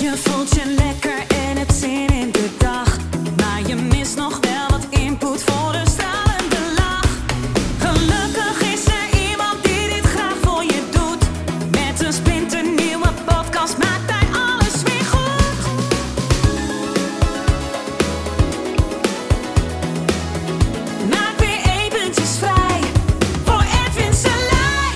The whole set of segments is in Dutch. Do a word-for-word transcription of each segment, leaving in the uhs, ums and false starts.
Je voelt je lekker en hebt zin in de dag, maar je mist nog wel wat input voor een stralende lach. Gelukkig is er iemand die dit graag voor je doet. Met een splinternieuwe podcast maakt hij alles weer goed. Maak weer eventjes vrij voor Edwin Selei.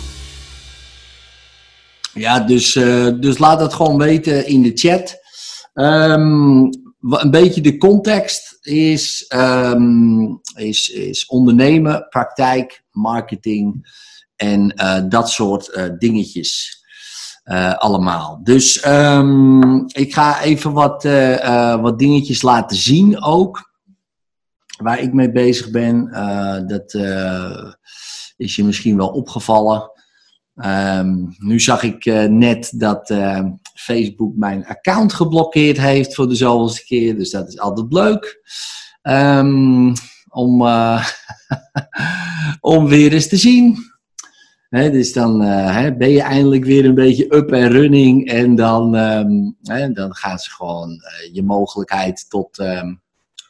Ja, dus, uh, dus laat het gewoon weten in de chat. Um, een beetje de context is, um, is, is ondernemen, praktijk, marketing en uh, dat soort uh, dingetjes uh, allemaal. Dus um, ik ga even wat, uh, uh, wat dingetjes laten zien ook, waar ik mee bezig ben. Uh, dat uh, is je misschien wel opgevallen. Um, nu zag ik uh, net dat uh, Facebook mijn account geblokkeerd heeft voor de zoveelste keer. Dus dat is altijd leuk. Um, om, uh, om weer eens te zien. He, dus dan uh, he, ben je eindelijk weer een beetje up en running. En dan, um, he, dan gaan ze gewoon uh, je mogelijkheid tot... Um,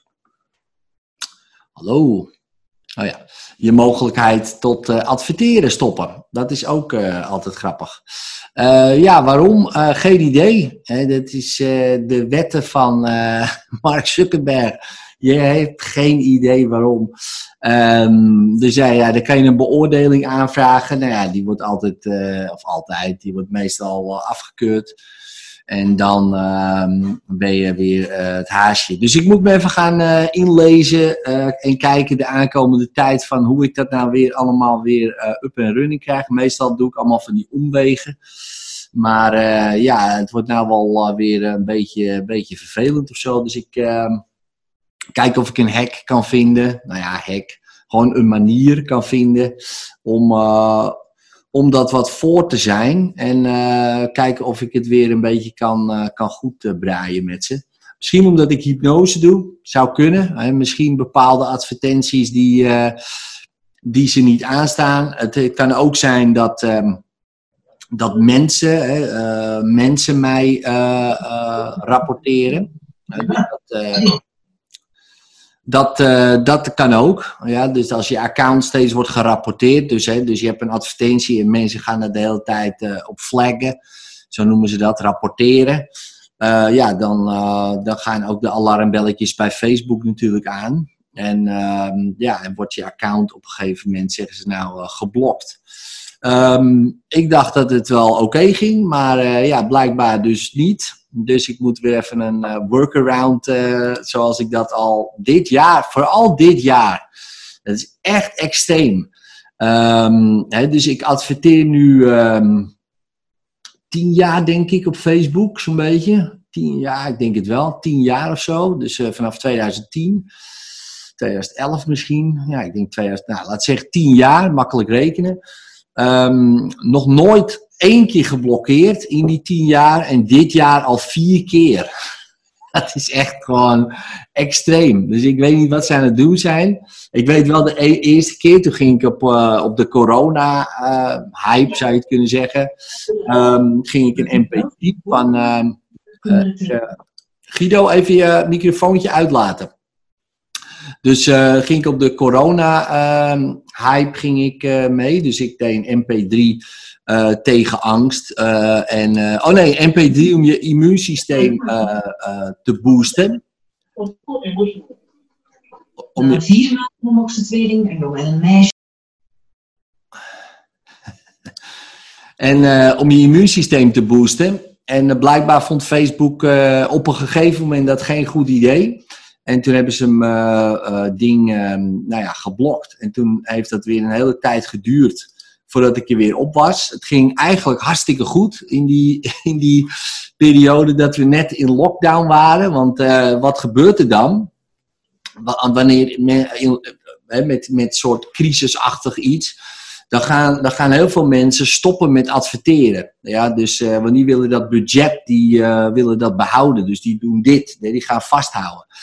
hallo... Oh ja, je mogelijkheid tot uh, adverteren stoppen. Dat is ook uh, altijd grappig. Uh, ja, waarom? Uh, geen idee. Hè, dat is uh, de wetten van uh, Mark Zuckerberg. Je hebt geen idee waarom. Um, dus ja, ja, dan kan je een beoordeling aanvragen. Nou ja, die wordt altijd, uh, of altijd, die wordt meestal uh, afgekeurd. En dan uh, ben je weer uh, het haasje. Dus ik moet me even gaan uh, inlezen uh, en kijken de aankomende tijd van hoe ik dat nou weer allemaal weer uh, up en running krijg. Meestal doe ik allemaal van die omwegen. Maar uh, ja, het wordt nou wel uh, weer een beetje, een beetje vervelend of zo. Dus ik uh, kijk of ik een hack kan vinden. Nou ja, hack. Gewoon een manier kan vinden om... Uh, Om dat wat voor te zijn en uh, kijken of ik het weer een beetje kan, uh, kan goed uh, braaien met ze. Misschien omdat ik hypnose doe, zou kunnen. Hè? Misschien bepaalde advertenties die, uh, die ze niet aanstaan. Het, het kan ook zijn dat, um, dat mensen, hè, uh, mensen mij uh, uh, rapporteren. Uh, dat, uh, Dat, uh, dat kan ook. Ja, dus als je account steeds wordt gerapporteerd. Dus, hè, dus je hebt een advertentie en mensen gaan er de hele tijd uh, op flaggen. Zo noemen ze dat, rapporteren. Uh, ja, dan, uh, dan gaan ook de alarmbelletjes bij Facebook natuurlijk aan. En uh, ja, en wordt je account op een gegeven moment, zeggen ze nou, uh, geblokt. Um, ik dacht dat het wel oké okay ging, maar uh, ja, blijkbaar dus niet. Dus ik moet weer even een uh, workaround, uh, zoals ik dat al dit jaar, vooral dit jaar. Dat is echt extreem. Um, hè, dus ik adverteer nu um, tien jaar, denk ik, op Facebook, zo'n beetje. Tien jaar, ik denk het wel, tien jaar of zo. Dus uh, vanaf twintig tien, twintig elf misschien. Ja, ik denk tweeduizend, nou, laat zeggen tien jaar, makkelijk rekenen. Um, nog nooit één keer geblokkeerd in die tien jaar en dit jaar al vier keer. Dat is echt gewoon extreem. Dus ik weet niet wat ze aan het doen zijn. Ik weet wel de e- eerste keer, toen ging ik op, uh, op de corona-hype, uh, zou je het kunnen zeggen. Um, ging ik een M P drie van... Uh, uh, uh, Guido, even je microfoontje uitlaten. Dus uh, ging ik op de corona-hype uh, ging ik uh, mee. Dus ik deed een M P drie uh, tegen angst. Uh, en, uh, oh nee, M P drie om je immuunsysteem uh, uh, te boosten. Om je... vier maanden homoseksuering en dan met een meisje. En uh, om je immuunsysteem te boosten. En uh, blijkbaar vond Facebook uh, op een gegeven moment dat geen goed idee. En toen hebben ze hem uh, uh, ding uh, nou ja, geblokt. En toen heeft dat weer een hele tijd geduurd voordat ik er weer op was. Het ging eigenlijk hartstikke goed in die, in die periode dat we net in lockdown waren. Want uh, wat gebeurt er dan? Wanneer met, met, met soort crisisachtig iets, dan gaan, dan gaan heel veel mensen stoppen met adverteren. Ja, dus uh, want die willen dat budget, die uh, willen dat behouden. Dus die doen dit, die gaan vasthouden.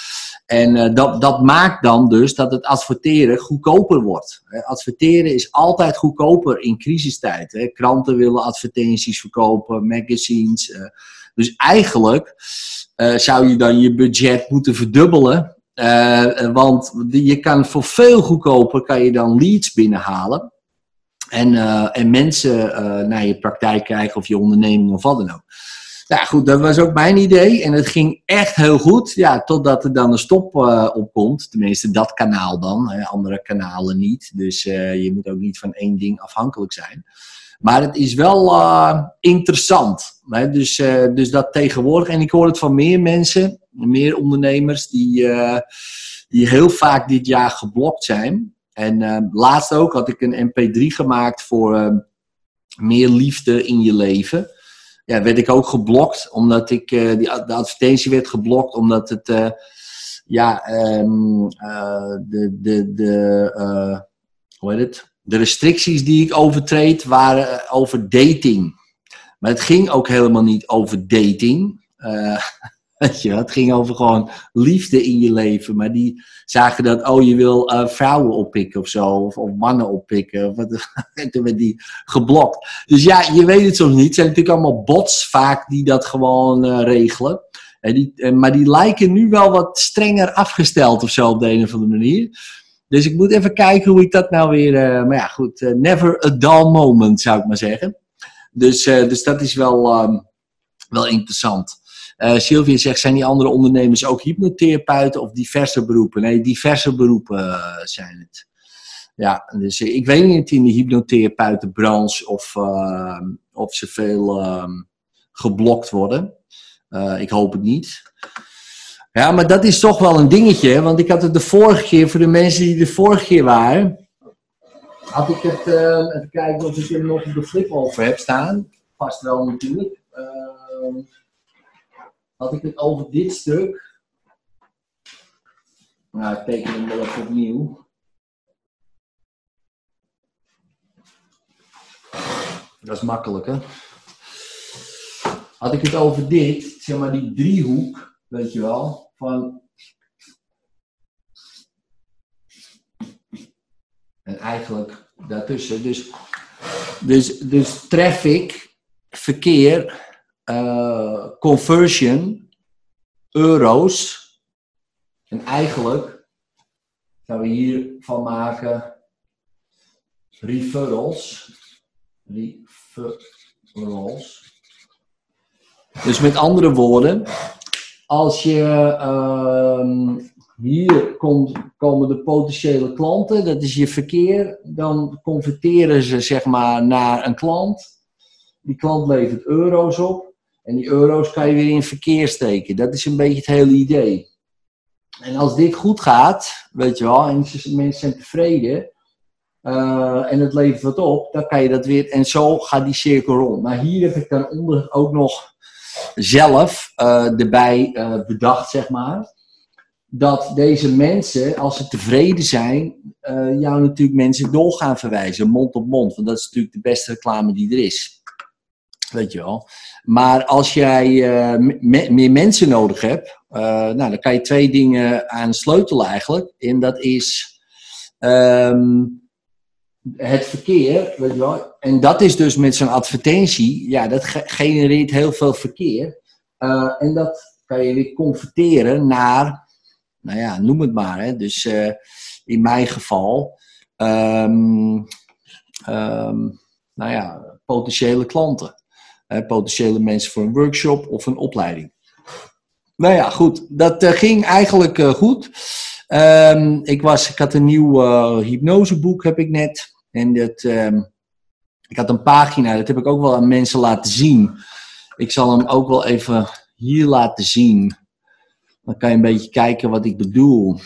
En uh, dat, dat maakt dan dus dat het adverteren goedkoper wordt. Uh, adverteren is altijd goedkoper in crisistijd. Hè. Kranten willen advertenties verkopen, magazines. Uh, dus eigenlijk uh, zou je dan je budget moeten verdubbelen. Uh, want je kan voor veel goedkoper kan je dan leads binnenhalen. En, uh, en mensen uh, naar je praktijk krijgen of je onderneming of wat dan ook. Ja, goed, dat was ook mijn idee. En het ging echt heel goed. Ja, totdat er dan een stop uh, op komt. Tenminste, dat kanaal dan. Hè, andere kanalen niet. Dus uh, je moet ook niet van één ding afhankelijk zijn. Maar het is wel uh, interessant. Hè? Dus, uh, dus dat tegenwoordig. En ik hoor het van meer mensen. Meer ondernemers. Die, uh, die heel vaak dit jaar geblokt zijn. En uh, laatst ook had ik een M P drie gemaakt voor uh, meer liefde in je leven. Ja, werd ik ook geblokt, omdat ik, uh, die, de advertentie werd geblokt, omdat het, uh, ja, um, uh, de, de, de, uh, hoe heet het? De restricties die ik overtreed waren over dating. Maar het ging ook helemaal niet over dating. Uh, weet je, het ging over gewoon liefde in je leven. Maar die zagen dat, oh, je wil uh, vrouwen oppikken of zo, of, of mannen oppikken. Of wat, en toen werd die geblokt. Dus ja, je weet het soms niet. Het zijn natuurlijk allemaal bots vaak die dat gewoon uh, regelen. En die, uh, maar die lijken nu wel wat strenger afgesteld of zo op de een of andere manier. Dus ik moet even kijken hoe ik dat nou weer... Uh, maar ja, goed, uh, never a dull moment zou ik maar zeggen. Dus, uh, dus dat is wel, um, wel interessant. Uh, Sylvia zegt, zijn die andere ondernemers ook hypnotherapeuten of diverse beroepen? Nee, diverse beroepen uh, zijn het. Ja, dus uh, ik weet niet in de hypnotherapeutenbranche of, uh, of ze veel uh, geblokt worden. Uh, ik hoop het niet. Ja, maar dat is toch wel een dingetje, want ik had het de vorige keer, voor de mensen die de vorige keer waren, had ik het, uh, even kijken of ik er nog op de flip over heb staan. Vast wel natuurlijk. Uh, Had ik het over dit stuk. Nou, ik teken hem wel even opnieuw. Dat is makkelijk, hè? Had ik het over dit, zeg maar die driehoek, weet je wel, van... En eigenlijk daartussen, dus, dus, dus traffic, verkeer... Uh, conversion, euro's. En eigenlijk gaan we hiervan maken referrals. Referrals. Dus met andere woorden, als je uh, hier komt, komen de potentiële klanten, dat is je verkeer, dan converteren ze zeg maar naar een klant. Die klant levert euro's op. En die euro's kan je weer in verkeer steken. Dat is een beetje het hele idee. En als dit goed gaat, weet je wel, en mensen zijn tevreden, uh, en het levert wat op, dan kan je dat weer, en zo gaat die cirkel rond. Maar hier heb ik dan onder ook nog zelf uh, erbij uh, bedacht, zeg maar, dat deze mensen, als ze tevreden zijn, uh, jou natuurlijk mensen door gaan verwijzen, mond op mond. Want dat is natuurlijk de beste reclame die er is. Weet je wel. Maar als jij uh, me- meer mensen nodig hebt, uh, nou, dan kan je twee dingen aan sleutelen eigenlijk. En dat is um, het verkeer, weet je wel. En dat is dus met zo'n advertentie, ja, dat ge- genereert heel veel verkeer. Uh, en dat kan je weer converteren naar, nou ja, noem het maar. Hè. Dus uh, in mijn geval, um, um, nou ja, potentiële klanten. Uh, potentiële mensen voor een workshop of een opleiding. Nou ja, goed. Dat uh, ging eigenlijk uh, goed. Um, ik, was, ik had een nieuw uh, hypnoseboek, heb ik net. En dat, um, ik had een pagina, dat heb ik ook wel aan mensen laten zien. Ik zal hem ook wel even hier laten zien. Dan kan je een beetje kijken wat ik bedoel.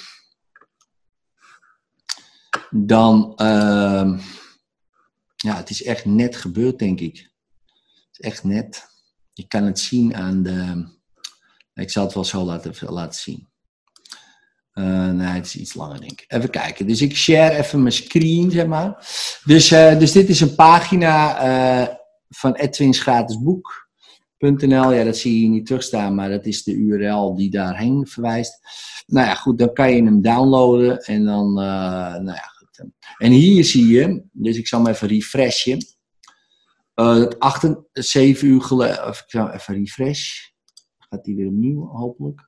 Dan, uh, ja, het is echt net gebeurd, denk ik. Echt net. Je kan het zien aan de... Ik zal het wel zo laten, laten zien. Uh, nee, het is iets langer, denk ik. Even kijken. Dus ik share even mijn screen, zeg maar. Dus, uh, dus dit is een pagina uh, van Edwin's gratis boek. .nl, ja, dat zie je hier niet terugstaan, maar dat is de U R L die daarheen verwijst. Nou ja, goed, dan kan je hem downloaden en dan, uh, nou ja, goed. En hier zie je, dus ik zal hem even refreshen. Uh, acht, zeven uur geleden, of ik zal even refresh. Gaat die weer opnieuw, hopelijk.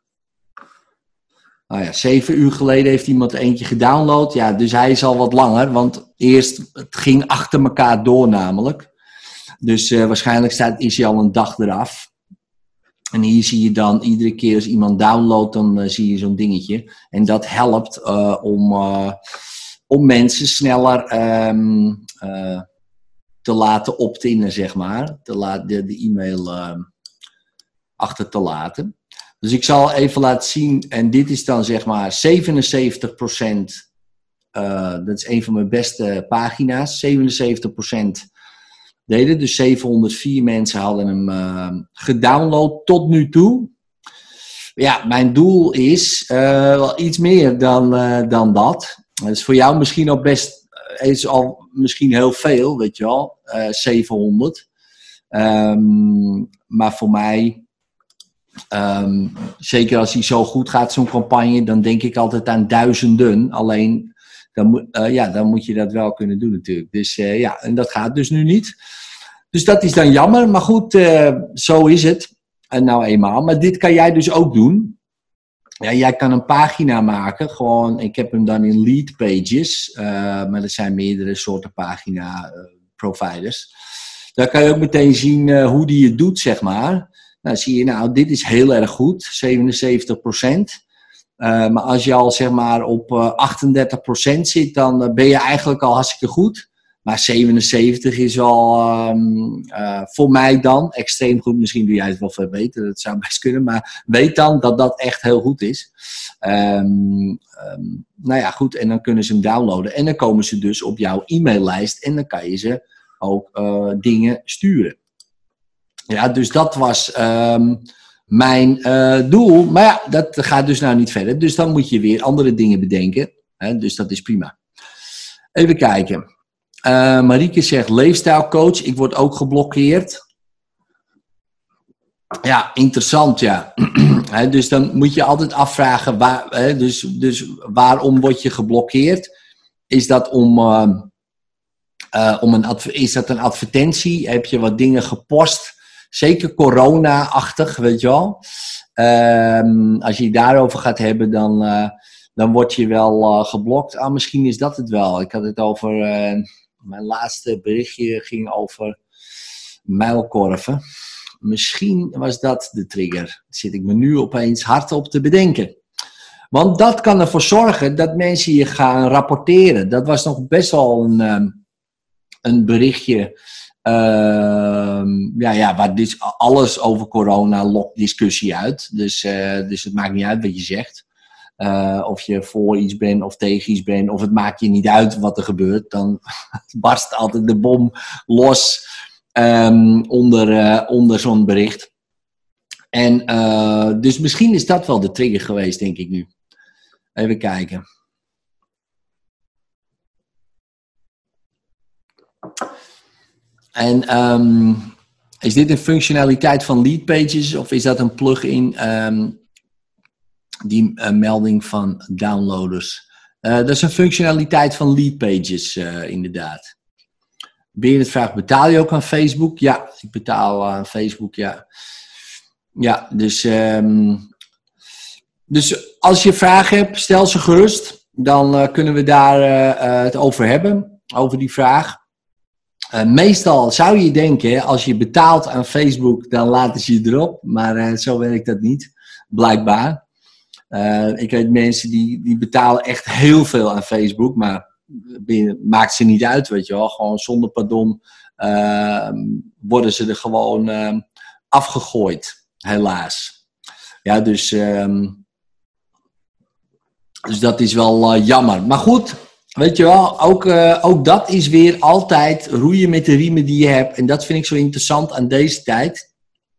Nou ja, zeven uur geleden heeft iemand eentje gedownload. Ja, dus hij is al wat langer, want eerst, het ging achter elkaar door namelijk. Dus uh, waarschijnlijk staat, is hij al een dag eraf. En hier zie je dan, iedere keer als iemand downloadt, dan uh, zie je zo'n dingetje. En dat helpt uh, om, uh, om mensen sneller um, uh, te laten opt-innen, zeg maar. Te laat, de, de e-mail uh, achter te laten. Dus ik zal even laten zien, en dit is dan zeg maar zevenenzeventig procent, uh, dat is een van mijn beste pagina's, zevenenzeventig procent deden, dus zevenhonderdvier mensen hadden hem uh, gedownload tot nu toe. Ja, mijn doel is uh, wel iets meer dan, uh, dan dat. Dat is voor jou misschien al best, is al misschien heel veel, weet je wel, uh, zevenhonderd. Um, maar voor mij... Um, zeker als die zo goed gaat, zo'n campagne, dan denk ik altijd aan duizenden. Alleen, dan, moet, uh, ja, dan moet je dat wel kunnen doen natuurlijk. Dus uh, ja, en dat gaat dus nu niet. Dus dat is dan jammer, maar goed, uh, zo is het. En nou eenmaal, maar dit kan jij dus ook doen. Ja, jij kan een pagina maken, gewoon, ik heb hem dan in lead pages, uh, maar er zijn meerdere soorten pagina uh, providers. Daar kan je ook meteen zien uh, hoe die het doet, zeg maar. Nou, zie je, nou, dit is heel erg goed, zevenenzeventig procent. Uh, maar als je al zeg maar op uh, achtendertig procent zit, dan uh, ben je eigenlijk al hartstikke goed. Maar zevenenzeventig is al um, uh, voor mij dan extreem goed. Misschien doe jij het wel veel beter, dat zou best kunnen. Maar weet dan dat dat echt heel goed is. Um, um, nou ja, goed, en dan kunnen ze hem downloaden. En dan komen ze dus op jouw e-maillijst en dan kan je ze ook uh, dingen sturen. Ja, dus dat was um, mijn uh, doel. Maar ja, dat gaat dus nou niet verder. Dus dan moet je weer andere dingen bedenken. Hè? Dus dat is prima. Even kijken. Uh, Marieke zegt leefstijlcoach. Ik word ook geblokkeerd. Ja, interessant ja. Hè, dus dan moet je altijd afvragen. Waar, hè, dus, dus waarom word je geblokkeerd? Is dat om... Uh, uh, om een adver- is dat een advertentie? Heb je wat dingen gepost? Zeker corona-achtig, weet je wel. Um, als je het daarover gaat hebben, dan, uh, dan word je wel uh, geblokt. Ah, misschien is dat het wel. Ik had het over... Uh, mijn laatste berichtje ging over muilkorven. Misschien was dat de trigger. Daar zit ik me nu opeens hard op te bedenken. Want dat kan ervoor zorgen dat mensen je gaan rapporteren. Dat was nog best wel een, um, een berichtje... Uh, ja, ja, waar dit, alles over corona lokt discussie uit. Dus, uh, dus het maakt niet uit wat je zegt. Uh, of je voor iets bent of tegen iets bent. Of het maakt je niet uit wat er gebeurt. Dan barst altijd de bom los um, onder, uh, onder zo'n bericht. En uh, dus misschien is dat wel de trigger geweest, denk ik nu. Even kijken. En um, is dit een functionaliteit van Leadpages of is dat een plugin, um, die uh, melding van downloaders? Uh, dat is een functionaliteit van Leadpages, uh, inderdaad. Berend vraagt, betaal je ook aan Facebook? Ja, ik betaal aan Facebook, ja. Ja, dus, um, dus als je vragen hebt, stel ze gerust. Dan uh, kunnen we daar uh, uh, het over hebben, over die vraag. Uh, meestal zou je denken, als je betaalt aan Facebook, dan laten ze je erop. Maar uh, zo werkt dat niet, blijkbaar. Uh, ik weet mensen die, die betalen echt heel veel aan Facebook, maar maakt ze niet uit, weet je wel. Gewoon zonder pardon uh, worden ze er gewoon uh, afgegooid, helaas. Ja, dus, um, dus dat is wel uh, jammer. Maar goed... Weet je wel, ook, uh, ook dat is weer altijd roeien met de riemen die je hebt. En dat vind ik zo interessant aan deze tijd.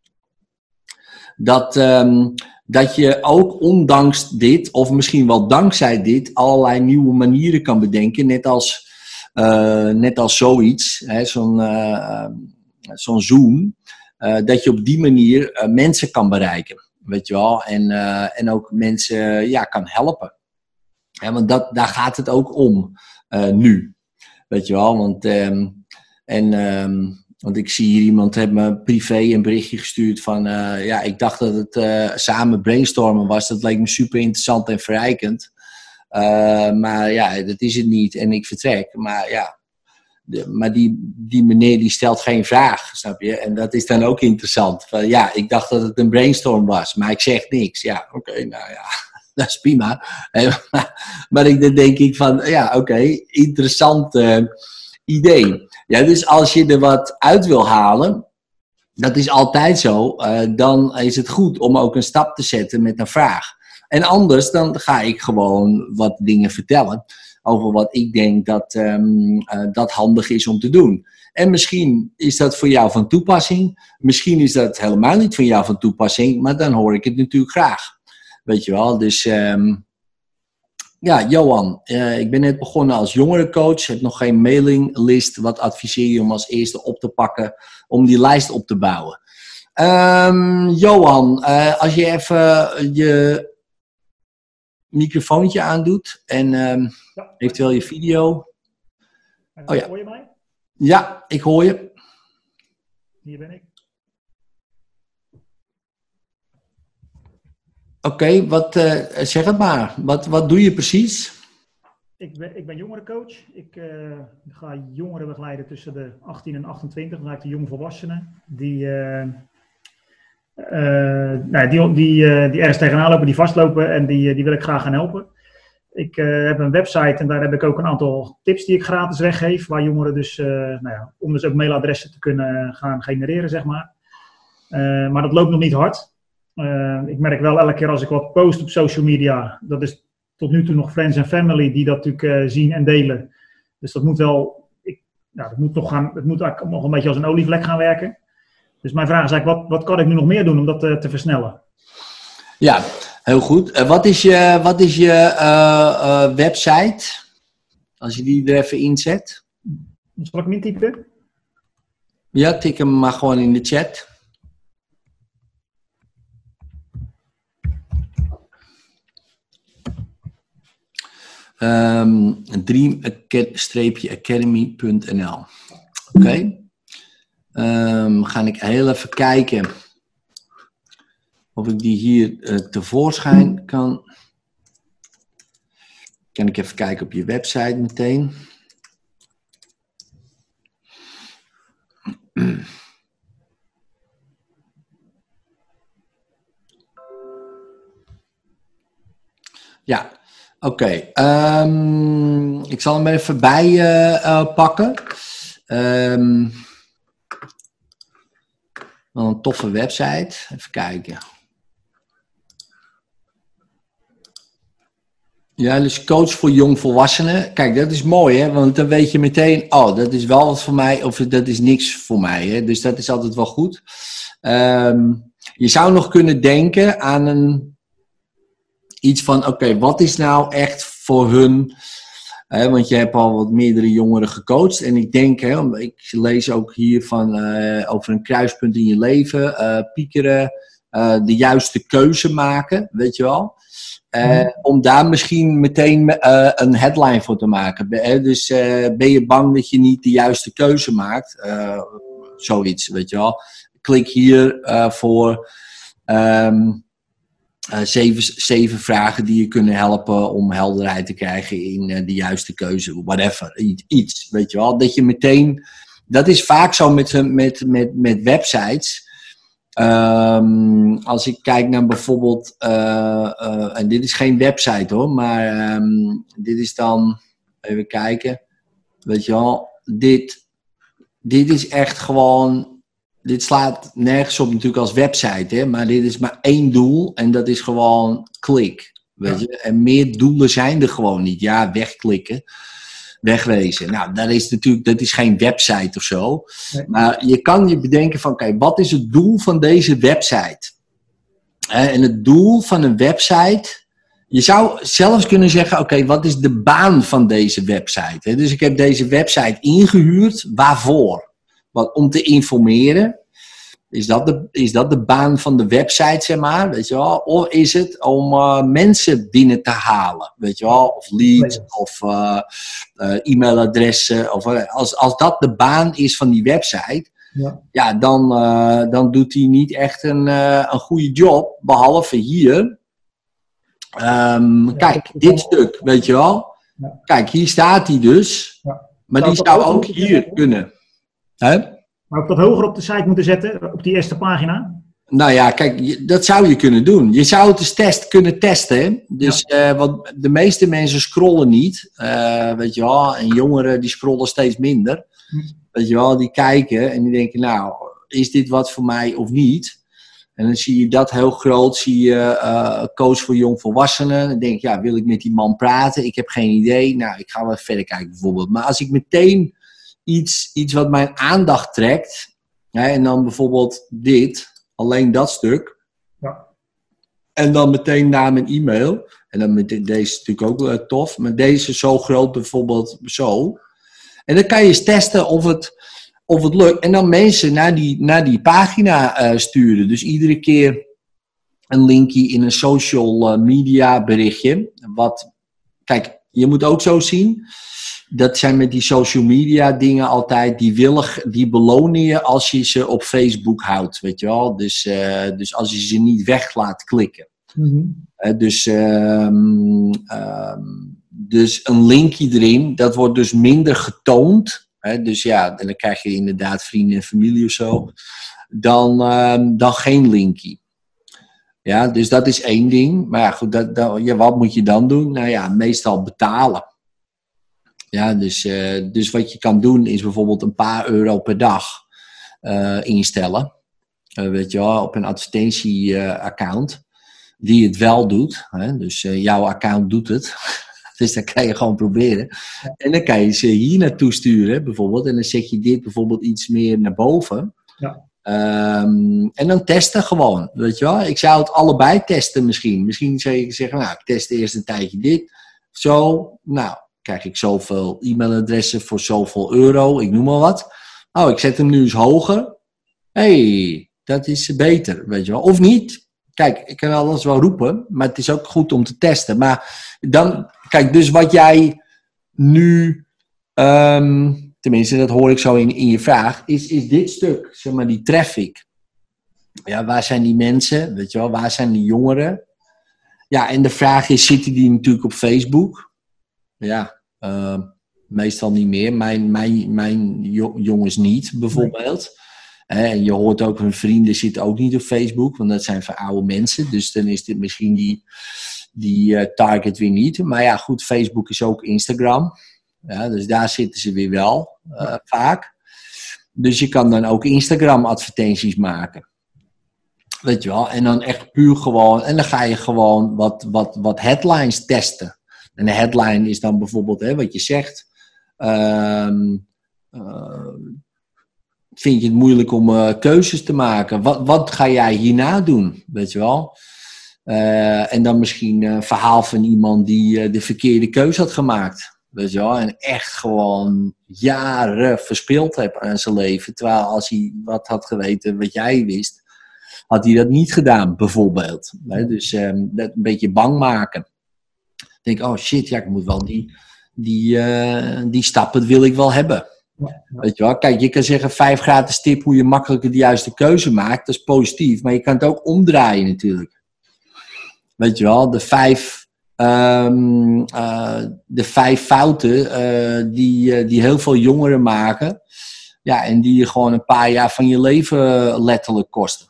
Dat, um, dat je ook ondanks dit, of misschien wel dankzij dit, allerlei nieuwe manieren kan bedenken. Net als, uh, net als zoiets, hè, zo'n, uh, zo'n Zoom. uh, dat je op die manier uh, mensen kan bereiken. Weet je wel? En, uh, en ook mensen uh, ja, kan helpen. Ja, want dat, daar gaat het ook om uh, nu. Weet je wel? Want, um, en, um, want ik zie hier iemand heeft me privé een berichtje gestuurd van... Uh, ja, ik dacht dat het uh, samen brainstormen was. Dat leek me super interessant en verrijkend. Uh, maar ja, dat is het niet. En ik vertrek. Maar ja... De, maar die, die meneer die stelt geen vraag, snap je? En dat is dan ook interessant. Van, ja, ik dacht dat het een brainstorm was, maar ik zeg niks. Ja, oké, okay, nou ja, dat is prima. maar, maar ik, dan denk ik van, ja, oké, okay, interessant uh, idee. Ja, dus als je er wat uit wil halen, dat is altijd zo, uh, dan is het goed om ook een stap te zetten met een vraag. En anders, dan ga ik gewoon wat dingen vertellen over wat ik denk dat, um, uh, dat handig is om te doen. En misschien is dat voor jou van toepassing. Misschien is dat helemaal niet voor jou van toepassing. Maar dan hoor ik het natuurlijk graag. Weet je wel. Dus um, ja, Johan. Uh, ik ben net begonnen als jongerencoach. Heb nog geen mailinglist. Wat adviseer je om als eerste op te pakken. Om die lijst op te bouwen. Um, Johan. Uh, als je even je microfoontje aandoet. En um, ja. Eventueel je video. En oh, ja. Hoor je mij? Ja, ik hoor je. Hier ben ik. Oké, okay, wat uh, zeg het maar. Wat, wat doe je precies? Ik ben, ik ben jongerencoach. Ik uh, ga jongeren begeleiden tussen de achttien en achtentwintig. Dan ga ik de jongvolwassenen. Die, uh, uh, nou, die, die, uh, die ergens tegenaan lopen, die vastlopen. En die, die wil ik graag gaan helpen. Ik uh, heb een website en daar heb ik ook een aantal tips die ik gratis weggeef. Waar jongeren dus, uh, nou ja, om dus ook mailadressen te kunnen gaan genereren, zeg maar. Uh, maar dat loopt nog niet hard. Uh, ik merk wel elke keer als ik wat post op social media. Dat is tot nu toe nog friends en family die dat natuurlijk uh, zien en delen. Dus dat moet wel, ik, nou, dat moet nog gaan, het moet eigenlijk nog een beetje als een olievlek gaan werken. Dus mijn vraag is eigenlijk, wat, wat kan ik nu nog meer doen om dat uh, te versnellen? Ja. Heel goed. Uh, wat is je, wat is je uh, uh, website? Als je die er even inzet. Zal ik hem intypen? Ja, tik hem maar gewoon in de chat. Um, dream academy punt n l. Oké. Okay. Um, ga ik heel even kijken of ik die hier uh, tevoorschijn kan. Kan ik even kijken op je website meteen. Ja, oké. Okay. Um, ik zal hem even bij uh, uh, pakken. Um, wel een toffe website. Even kijken. Ja, dus coach voor jongvolwassenen. Kijk, dat is mooi, hè? Want dan weet je meteen, oh, dat is wel wat voor mij, of dat is niks voor mij. Hè? Dus dat is altijd wel goed. Um, je zou nog kunnen denken aan een, iets van, oké, okay, wat is nou echt voor hun? Hè? Want je hebt al wat meerdere jongeren gecoacht. En ik denk, hè, ik lees ook hier van, uh, over een kruispunt in je leven. Uh, piekeren, uh, de juiste keuze maken, weet je wel. Uh, om daar misschien meteen uh, een headline voor te maken. Be- dus uh, ben je bang dat je niet de juiste keuze maakt? Uh, zoiets, weet je wel. Klik hier uh, voor um, uh, zeven, zeven vragen die je kunnen helpen om helderheid te krijgen in uh, de juiste keuze. Whatever, iets, weet je wel. Dat je meteen, dat is vaak zo met, met, met, met websites. Um, als ik kijk naar bijvoorbeeld, uh, uh, en dit is geen website hoor, maar um, dit is dan, even kijken, weet je wel, dit, dit is echt gewoon, dit slaat nergens op natuurlijk als website, hè, maar dit is maar één doel en dat is gewoon klik, weet je, en meer doelen zijn er gewoon niet, ja, wegklikken. Wegwezen. Nou, dat is natuurlijk, dat is geen website of zo. Nee. Maar je kan je bedenken van, oké, okay, wat is het doel van deze website? En het doel van een website, je zou zelfs kunnen zeggen, oké, okay, wat is de baan van deze website? Dus ik heb deze website ingehuurd, waarvoor? Wat, om te informeren. Is dat, de, is dat de baan van de website, zeg maar? Weet je wel? Of is het om uh, mensen binnen te halen? Weet je wel? Of leads, of uh, uh, e-mailadressen. Of, uh, als, als dat de baan is van die website, ja, ja dan, uh, dan doet hij niet echt een, uh, een goede job. Behalve hier. Um, ja, kijk, dit stuk, weet je wel? Ja. Kijk, hier staat hij dus. Ja. Maar zou die zou ook hier kunnen. Hè? Maar ook dat hoger op de site moeten zetten, op die eerste pagina? Nou ja, kijk, dat zou je kunnen doen. Je zou het eens test, kunnen testen. Hè? Dus, ja. uh, want de meeste mensen scrollen niet. Uh, weet je wel, en jongeren die scrollen steeds minder. Hm. Weet je wel, die kijken en die denken, nou, is dit wat voor mij of niet? En dan zie je dat heel groot, zie je uh, coach voor jongvolwassenen. Dan denk je, ja, wil ik met die man praten? Ik heb geen idee. Nou, ik ga wel verder kijken bijvoorbeeld. Maar als ik meteen iets, iets wat mijn aandacht trekt, hè, en dan bijvoorbeeld dit, alleen dat stuk. Ja. En dan meteen na mijn e-mail. En dan met deze is natuurlijk ook uh, tof. Maar deze zo groot bijvoorbeeld zo. En dan kan je eens testen of het, of het lukt. En dan mensen naar die, naar die pagina uh, sturen. Dus iedere keer een linkje in een social uh, media berichtje. Wat, kijk, je moet ook zo zien. Dat zijn met die social media dingen altijd, die, willen, die belonen je als je ze op Facebook houdt, weet je wel. Dus, uh, dus als je ze niet weg laat klikken. Mm-hmm. Uh, dus, um, um, dus een linkje erin, dat wordt dus minder getoond. Hè? Dus ja, dan krijg je inderdaad vrienden en familie of zo. Dan, um, dan geen linkje. Ja, dus dat is één ding. Maar ja, goed, dat, dat, ja, wat moet je dan doen? Nou ja, meestal betalen. Ja, dus, uh, dus wat je kan doen is bijvoorbeeld een paar euro per dag uh, instellen. Uh, weet je wel, op een advertentie-account. Uh, die het wel doet. Hè? Dus uh, jouw account doet het. Dus dat kan je gewoon proberen. Ja. En dan kan je ze hier naartoe sturen bijvoorbeeld. En dan zet je dit bijvoorbeeld iets meer naar boven. Ja. Um, en dan testen gewoon. Weet je wel. Ik zou het allebei testen misschien. Misschien zou je zeggen, nou, ik test eerst een tijdje dit. Zo, nou. Krijg ik zoveel e-mailadressen voor zoveel euro, ik noem maar wat. Oh, ik zet hem nu eens hoger. hey, dat is beter, weet je wel. Of niet. Kijk, ik kan alles wel roepen, maar het is ook goed om te testen. Maar dan, kijk, dus wat jij nu, um, tenminste dat hoor ik zo in, in je vraag, is, is dit stuk, zeg maar die traffic. Ja, waar zijn die mensen, weet je wel, waar zijn die jongeren? Ja, en de vraag is, zitten die natuurlijk op Facebook? Ja, uh, meestal niet meer. Mijn, mijn, mijn jongens niet, bijvoorbeeld. Nee. En je hoort ook, hun vrienden zitten ook niet op Facebook, want dat zijn voor oude mensen. Dus dan is dit misschien die, die uh, target weer niet. Maar ja, goed, Facebook is ook Instagram. Ja, dus daar zitten ze weer wel, uh, vaak. Dus je kan dan ook Instagram advertenties maken. Weet je wel, en dan echt puur gewoon, en dan ga je gewoon wat, wat, wat headlines testen. En de headline is dan bijvoorbeeld, hè, wat je zegt. Um, uh, vind je het moeilijk om uh, keuzes te maken? Wat, wat ga jij hierna doen? Weet je wel? Uh, en dan misschien een verhaal van iemand die uh, de verkeerde keuze had gemaakt. Weet je wel? En echt gewoon jaren verspild heeft aan zijn leven. Terwijl als hij wat had geweten wat jij wist, had hij dat niet gedaan, bijvoorbeeld. Hè? Dus um, dat een beetje bang maken. Denk, oh shit, ja, ik moet wel die, die, uh, die stappen wil ik wel hebben. Ja, ja. Weet je wel? Kijk, je kan zeggen vijf gratis tip hoe je makkelijker de juiste keuze maakt. Dat is positief, maar je kan het ook omdraaien natuurlijk. Weet je wel, de vijf, um, uh, de vijf fouten uh, die, uh, die heel veel jongeren maken. Ja, en die je gewoon een paar jaar van je leven letterlijk kosten.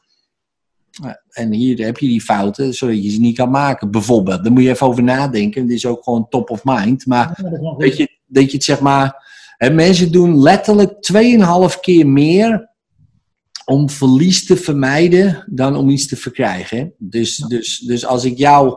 En hier heb je die fouten, zodat je ze niet kan maken, bijvoorbeeld. Daar moet je even over nadenken. Het is ook gewoon top of mind. Maar ja, dat je, dat je het zeg maar... Hè, mensen doen letterlijk tweeënhalf keer meer om verlies te vermijden dan om iets te verkrijgen. Hè? Dus, ja. dus, dus als ik jou...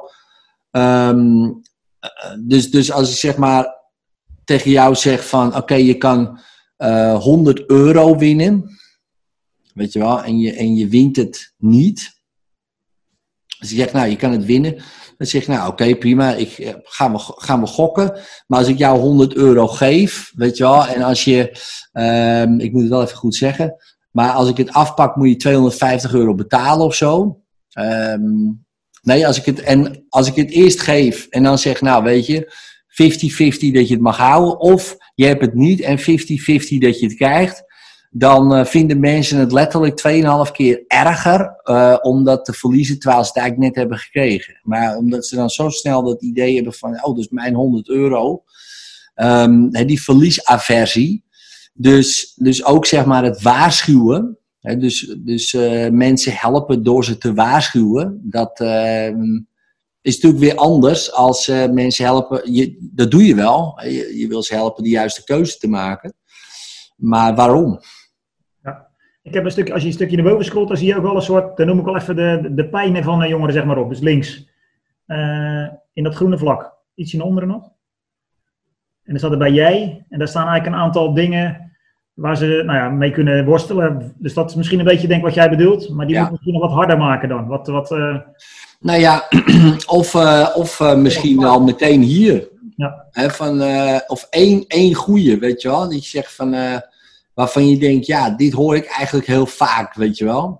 Um, dus, dus als ik zeg maar tegen jou zeg van... Oké, okay, je kan uh, honderd euro winnen... Weet je wel, en je, en je wint het niet. Dus je zegt, nou, je kan het winnen. Dan zeg je, nou, oké, okay, prima, ik, gaan, we, gaan we gokken. Maar als ik jou honderd euro geef, weet je wel, en als je, um, ik moet het wel even goed zeggen, Maar als ik het afpak, moet je tweehonderdvijftig euro betalen of zo. Um, nee, als ik, het, en als ik het eerst geef en dan zeg, nou weet je, vijftig vijftig dat je het mag houden. Of je hebt het niet en vijftig vijftig dat je het krijgt. Dan uh, vinden mensen het letterlijk tweeënhalf keer erger uh, om dat te verliezen terwijl ze het eigenlijk net hebben gekregen. Maar omdat ze dan zo snel dat idee hebben van, oh, dat is mijn honderd euro. Um, die verliesaversie. Dus, dus ook zeg maar het waarschuwen. Hè, dus dus uh, mensen helpen door ze te waarschuwen. Dat uh, is natuurlijk weer anders als uh, mensen helpen. Je, dat doe je wel. Je, je wil ze helpen de juiste keuze te maken. Maar waarom? Ja. Ik heb een stukje, als je een stukje naar boven scrolt, dan zie je ook wel een soort, dan noem ik wel even de, de pijnen van de jongeren zeg maar op. Dus links. Uh, in dat groene vlak. Ietsje naar onderen nog. En dan staat er bij jij. En daar staan eigenlijk een aantal dingen waar ze nou ja, mee kunnen worstelen. Dus dat is misschien een beetje denk wat jij bedoelt. Maar die ja. moet misschien nog wat harder maken dan. Wat, wat, uh... Nou ja, of, uh, of uh, misschien al meteen hier. Ja. He, van, uh, of één, één goeie, weet je wel. Die zegt van, uh, waarvan je denkt, ja, dit hoor ik eigenlijk heel vaak, weet je wel.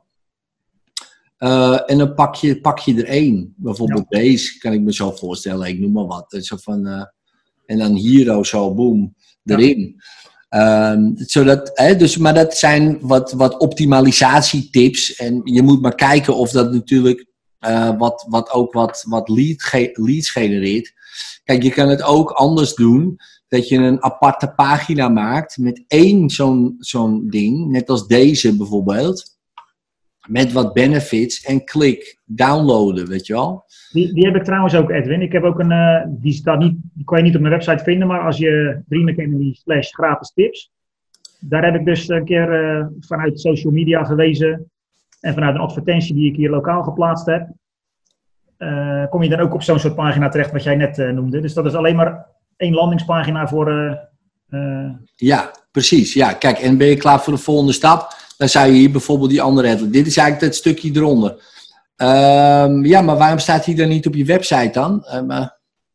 Uh, en dan pak je, pak je er één. Bijvoorbeeld ja. deze, kan ik me zo voorstellen. Ik noem maar wat. Zo van, uh, en dan hier zo, boom, erin. Ja. Um, zodat, hè, dus, maar dat zijn wat, wat optimalisatietips. En je moet maar kijken of dat natuurlijk uh, wat, wat ook wat, wat lead ge- leads genereert. Kijk, je kan het ook anders doen. Dat je een aparte pagina maakt met één zo'n, zo'n ding. Net als deze bijvoorbeeld. Met wat benefits en klik, downloaden, weet je wel. Die, die heb ik trouwens ook, Edwin. Ik heb ook een, uh, die staat niet, die kan je niet op mijn website vinden, maar als je Dream Academy slash gratis tips, daar heb ik dus een keer uh, vanuit social media gewezen en vanuit een advertentie die ik hier lokaal geplaatst heb, uh, kom je dan ook op zo'n soort pagina terecht wat jij net uh, noemde. Dus dat is alleen maar één landingspagina voor... Uh, uh... Ja, precies. Ja, kijk, en ben je klaar voor de volgende stap? Dan zou je hier bijvoorbeeld die andere hebben. Dit is eigenlijk het stukje eronder. Um, ja, maar waarom staat hij dan niet op je website dan? Um, uh...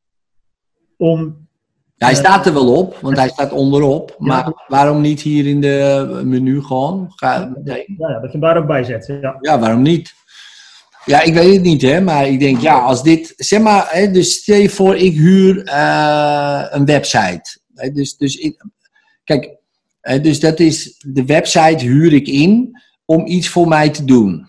Om... Ja, hij staat er wel op, want hij staat onderop. Maar ja. Waarom niet hier in de menu gewoon? Ga meteen. Ja, ja, dat je hem daar ook bij zet. Ja. ja, waarom niet? Ja, ik weet het niet, hè. Maar ik denk, ja, als dit... Zeg maar, hè, dus stel je voor, ik huur uh, een website. Hè, dus, dus ik, kijk... Uh, dus dat is, de website huur ik in om iets voor mij te doen.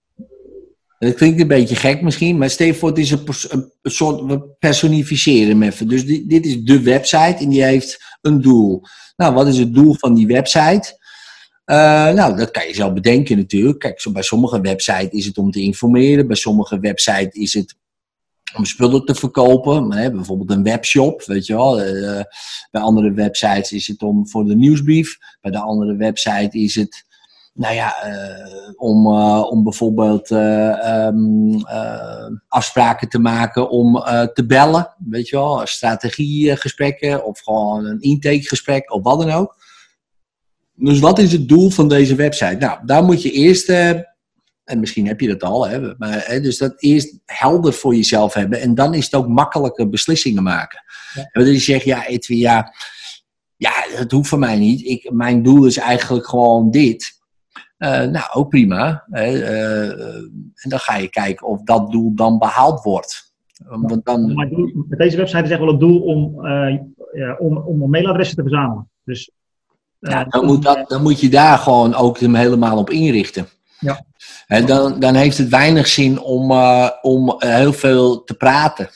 Dat klinkt een beetje gek misschien, maar stel je voor het is een, pers- een soort, we personificeren hem even. Dus die, dit is de website en die heeft een doel. Nou, wat is het doel van die website? Uh, nou, dat kan je zelf bedenken natuurlijk. Kijk, zo bij sommige websites is het om te informeren, bij sommige websites is het om spullen te verkopen, hè, bijvoorbeeld een webshop, weet je wel. Uh, bij andere websites is het om voor de nieuwsbrief. Bij de andere website is het, nou ja, uh, om, uh, om bijvoorbeeld uh, um, uh, afspraken te maken om uh, te bellen, weet je wel. Strategiegesprekken of gewoon een intakegesprek of wat dan ook. Dus wat is het doel van deze website? Nou, daar moet je eerst... Uh, En misschien heb je dat al, hè, maar, hè, dus dat eerst helder voor jezelf hebben. En dan is het ook makkelijker beslissingen maken. Ja. En je zegt, ja, Edwin, ja, ja, dat hoeft voor mij niet. Ik, mijn doel is eigenlijk gewoon dit. Uh, nou, ook prima. Hè, uh, en dan ga je kijken of dat doel dan behaald wordt. Want dan... Maar doel, met deze website is echt wel het doel om, uh, ja, om, om mailadressen te verzamelen. Dus, uh, ja, dan, moet dat, dan moet je daar gewoon ook hem helemaal op inrichten. Ja. En dan, dan heeft het weinig zin om, uh, om heel veel te praten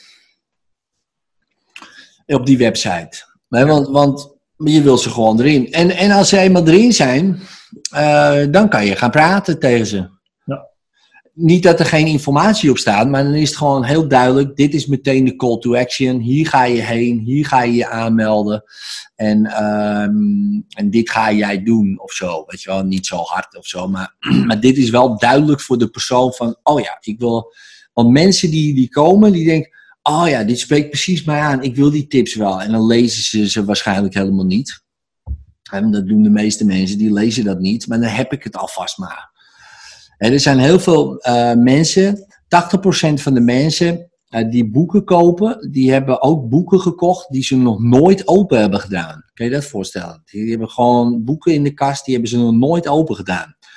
op die website. Nee, want, want je wil ze gewoon erin. En, en als ze eenmaal erin zijn, uh, dan kan je gaan praten tegen ze. Ja. Niet dat er geen informatie op staat, maar dan is het gewoon heel duidelijk. Dit is meteen de call to action. Hier ga je heen, hier ga je je aanmelden. En, um, en dit ga jij doen of zo. Weet je wel, niet zo hard of zo. Maar, maar dit is wel duidelijk voor de persoon van, oh ja, ik wil... Want mensen die, die komen, die denken, oh ja, dit spreekt precies mij aan. Ik wil die tips wel. En dan lezen ze ze waarschijnlijk helemaal niet. En dat doen de meeste mensen, die lezen dat niet. Maar dan heb ik het alvast maar. En er zijn heel veel uh, mensen, tachtig procent van de mensen... Uh, die boeken kopen, die hebben ook boeken gekocht die ze nog nooit open hebben gedaan. Kun je dat voorstellen? Die hebben gewoon boeken in de kast, die hebben ze nog nooit open gedaan.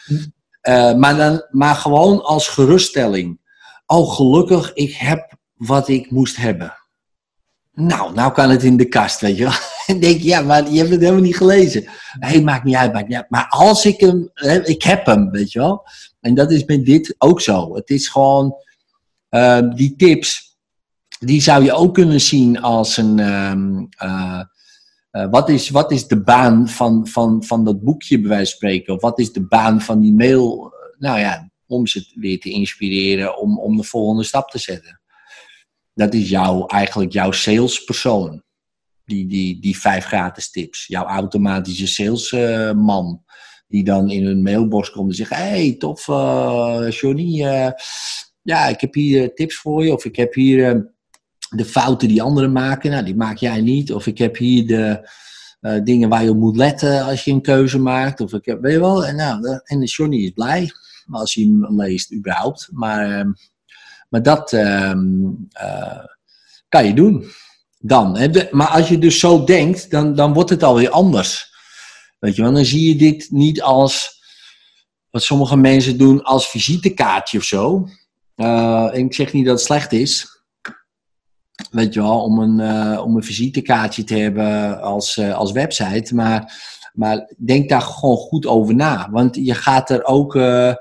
Uh, maar, dan, maar gewoon als geruststelling. Oh, gelukkig, ik heb wat ik moest hebben. Nou, nou kan het in de kast, weet je wel. En denk je, ja, maar je hebt het helemaal niet gelezen. Nee, maakt niet uit, maakt niet uit. Maar als ik hem, ik heb hem, weet je wel. En dat is met dit ook zo. Het is gewoon, uh, die tips, die zou je ook kunnen zien als een, um, uh, uh, wat, is, wat is de baan van, van, van dat boekje bij wijze van spreken? Of wat is de baan van die mail? Nou ja, om ze weer te inspireren om, om de volgende stap te zetten. Dat is jouw, eigenlijk jouw salespersoon. Die, die, die vijf gratis tips. Jouw automatische salesman. Uh, die dan in hun mailbox komt en zegt. Hey, tof uh, Johnny. Uh, ja, ik heb hier uh, tips voor je. Of ik heb hier uh, de fouten die anderen maken. Nou, die maak jij niet. Of ik heb hier de uh, dingen waar je op moet letten als je een keuze maakt. Of ik heb, weet je wel. En, nou, en de Johnny is blij. Als hij hem leest, überhaupt. Maar... Uh, Maar dat uh, uh, kan je doen. Dan. Hè. De, maar als je dus zo denkt, dan, dan wordt het alweer anders. Weet je wel, dan zie je dit niet als, wat sommige mensen doen, als visitekaartje of zo. Uh, en ik zeg niet dat het slecht is. Weet je wel, om een, uh, om een visitekaartje te hebben als, uh, als website. Maar, maar denk daar gewoon goed over na. Want je gaat er ook... Uh,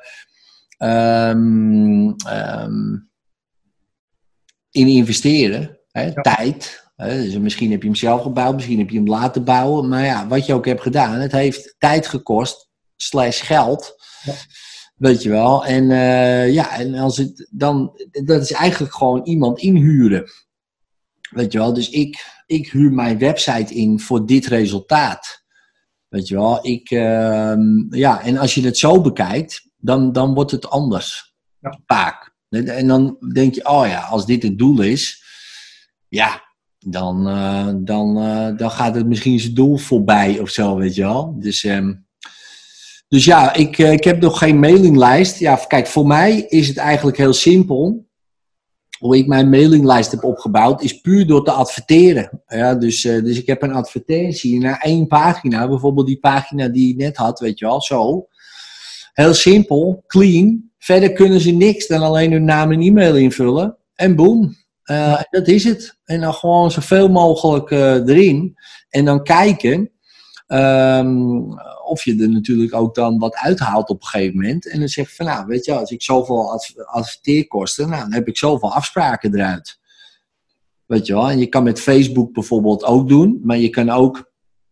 um, um, in investeren, hè, ja. tijd. Hè, dus misschien heb je hem zelf gebouwd, misschien heb je hem laten bouwen. Maar ja, wat je ook hebt gedaan, het heeft tijd gekost, slash geld. Ja. Weet je wel. En uh, ja, en als het dan, dat is eigenlijk gewoon iemand inhuren. Weet je wel. Dus ik, ik huur mijn website in voor dit resultaat. Weet je wel. Ik, uh, ja, en als je het zo bekijkt, dan, dan wordt het anders. Ja. Vaak. En dan denk je, oh ja, als dit het doel is, ja, dan, uh, dan, uh, dan gaat het misschien zijn doel voorbij of zo, weet je wel. Dus, um, dus ja, ik, uh, ik heb nog geen mailinglijst. Ja, kijk, voor mij is het eigenlijk heel simpel. Hoe ik mijn mailinglijst heb opgebouwd, is puur door te adverteren. Ja, dus, uh, dus ik heb een advertentie naar één pagina, bijvoorbeeld die pagina die ik net had, weet je wel, zo. Heel simpel, clean. Verder kunnen ze niks dan alleen hun naam en e-mail invullen. En boom. Uh, dat is het. En dan gewoon zoveel mogelijk uh, erin. En dan kijken um, of je er natuurlijk ook dan wat uithaalt op een gegeven moment. En dan zeg je van nou, weet je, als ik zoveel adv- adverteerkosten, nou, dan heb ik zoveel afspraken eruit. Weet je wel. En je kan met Facebook bijvoorbeeld ook doen. Maar je kan ook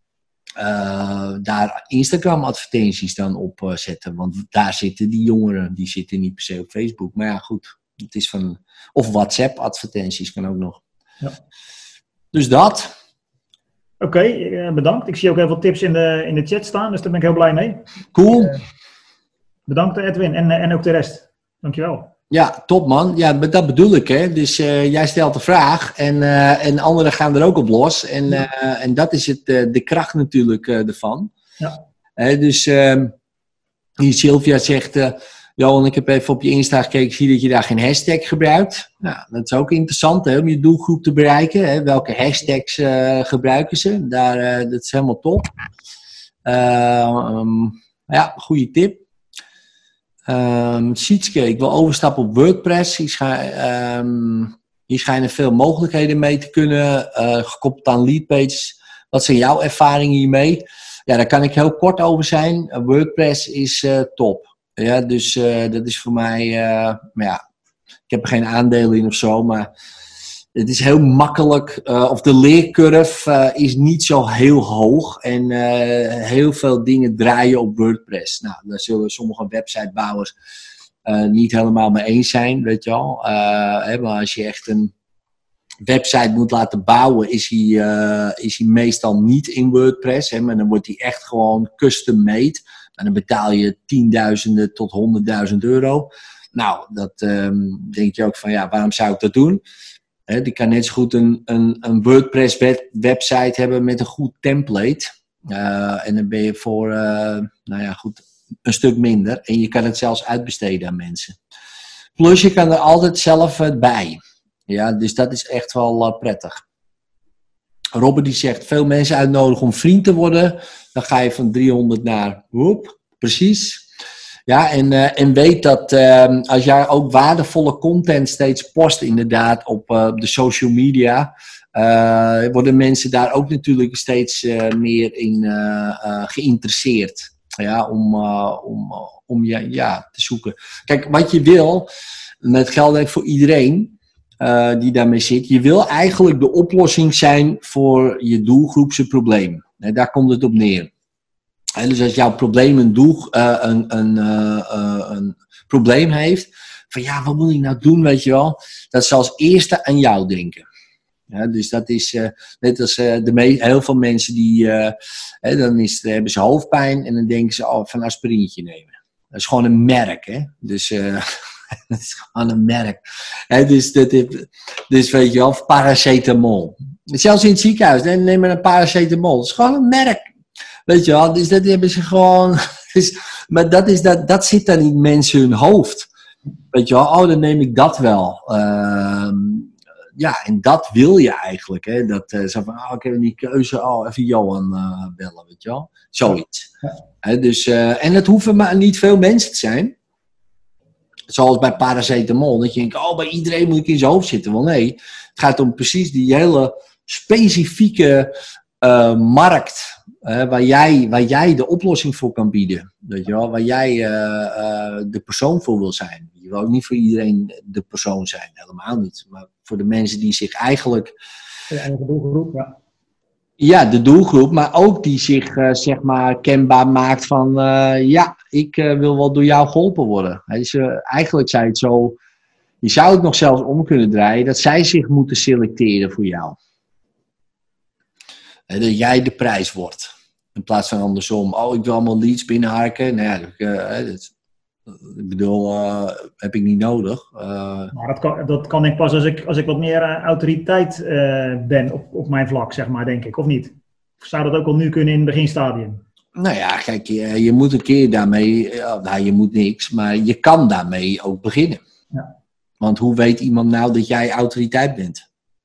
Uh, daar Instagram advertenties dan op uh, zetten. Want daar zitten die jongeren, die zitten niet per se op Facebook. Maar ja, goed. Het is van, of WhatsApp advertenties kan ook nog. Ja. Dus dat. Oké, okay, uh, bedankt. Ik zie ook heel veel tips in de, in de chat staan, dus daar ben ik heel blij mee. Cool. Uh, bedankt Edwin en, uh, en ook de rest. Dankjewel. Ja, top man. Ja, dat bedoel ik. Hè. Dus uh, jij stelt de vraag en, uh, en anderen gaan er ook op los. En, uh, ja. en dat is het, uh, de kracht natuurlijk uh, ervan. Ja. Uh, dus uh, hier Sylvia zegt, uh, Johan, ik heb even op je Insta gekeken, ik zie dat je daar geen hashtag gebruikt. Nou, dat is ook interessant hè, om je doelgroep te bereiken. Hè. Welke hashtags uh, gebruiken ze? Daar, uh, dat is helemaal top. Uh, um, ja, goede tip. Um, Sietske, ik wil overstappen op WordPress. Hier, schij, um, hier schijnen veel mogelijkheden mee te kunnen. Uh, gekoppeld aan leadpages. Wat zijn jouw ervaringen hiermee? Ja, daar kan ik heel kort over zijn. Uh, WordPress is uh, top. Ja, dus uh, dat is voor mij... Uh, maar ja, ik heb er geen aandelen in of zo, maar... Het is heel makkelijk, uh, of de leercurve uh, is niet zo heel hoog en uh, heel veel dingen draaien op WordPress. Nou, daar zullen sommige websitebouwers uh, niet helemaal mee eens zijn, weet je wel. Uh, hè, maar als je echt een website moet laten bouwen, is hij, uh, is hij meestal niet in WordPress. Hè, maar dan wordt hij echt gewoon custom made. En dan betaal je tienduizenden tot honderdduizend euro. Nou, dat um, denk je ook van, ja, waarom zou ik dat doen? He, die kan net zo goed een, een, een WordPress web, website hebben met een goed template. Uh, en dan ben je voor, uh, nou ja, goed, een stuk minder. En je kan het zelfs uitbesteden aan mensen. Plus je kan er altijd zelf uh, bij. Ja, dus dat is echt wel uh, prettig. Robert die zegt, veel mensen uitnodigen om vriend te worden. Dan ga je van driehonderd naar, woep, precies. Ja, en, uh, en weet dat uh, als jij ook waardevolle content steeds post inderdaad op uh, de social media, uh, worden mensen daar ook natuurlijk steeds uh, meer in uh, uh, geïnteresseerd. Ja, om, uh, om, uh, om je ja, te zoeken. Kijk, wat je wil, en dat geldt eigenlijk voor iedereen uh, die daarmee zit, je wil eigenlijk de oplossing zijn voor je doelgroepse probleem. En daar komt het op neer. En dus als jouw probleem een, doel, uh, een, een, uh, uh, een probleem heeft, van ja, wat moet ik nou doen, weet je wel, dat ze als eerste aan jou denken. Ja, dus dat is uh, net als uh, de me- heel veel mensen die, uh, hè, dan is, hebben ze hoofdpijn en dan denken ze, oh, van een aspirintje nemen. Dat is gewoon een merk, hè. Dus uh, dat is gewoon een merk. Hè, dus, dat is, dus weet je wel, paracetamol. Zelfs in het ziekenhuis, hè, neem maar een paracetamol. Dat is gewoon een merk. Weet je wel, dus dat hebben ze gewoon. Dus, maar dat, is dat, dat zit dan in mensen hun hoofd. Weet je wel, oh, dan neem ik dat wel. Uh, ja, en dat wil je eigenlijk. Hè? Dat uh, zo van, oh, ik heb die keuze, oh, even Johan uh, bellen, weet je wel. Zoiets. Ja. Hè, dus, uh, en het hoeven maar niet veel mensen te zijn. Zoals bij paracetamol. Dat je denkt, oh, bij iedereen moet ik in zijn hoofd zitten. Wel nee, het gaat om precies die hele specifieke uh, markt. Uh, waar, jij, waar jij de oplossing voor kan bieden. Weet je wel? Waar jij uh, uh, de persoon voor wil zijn. Je wil ook niet voor iedereen de persoon zijn. Helemaal niet. Maar voor de mensen die zich eigenlijk... De eigen doelgroep, ja. Ja, de doelgroep. Maar ook die zich uh, zeg maar kenbaar maakt van... Uh, ja, ik uh, wil wel door jou geholpen worden. Dus, uh, eigenlijk zei het zo... Je zou het nog zelfs om kunnen draaien. Dat zij zich moeten selecteren voor jou. Dat jij de prijs wordt. In plaats van andersom. Oh, ik wil allemaal leads binnenharken. Nou ja, uh, dat, ik bedoel, uh, heb ik niet nodig. Uh, maar dat kan, dat kan ik pas als ik, als ik wat meer uh, autoriteit uh, ben op, op mijn vlak, zeg maar, denk ik. Of niet? Of zou dat ook al nu kunnen in het beginstadium? Nou ja, kijk, je, je moet een keer daarmee... Uh, nou, je moet niks, maar je kan daarmee ook beginnen. Ja. Want hoe weet iemand nou dat jij autoriteit bent?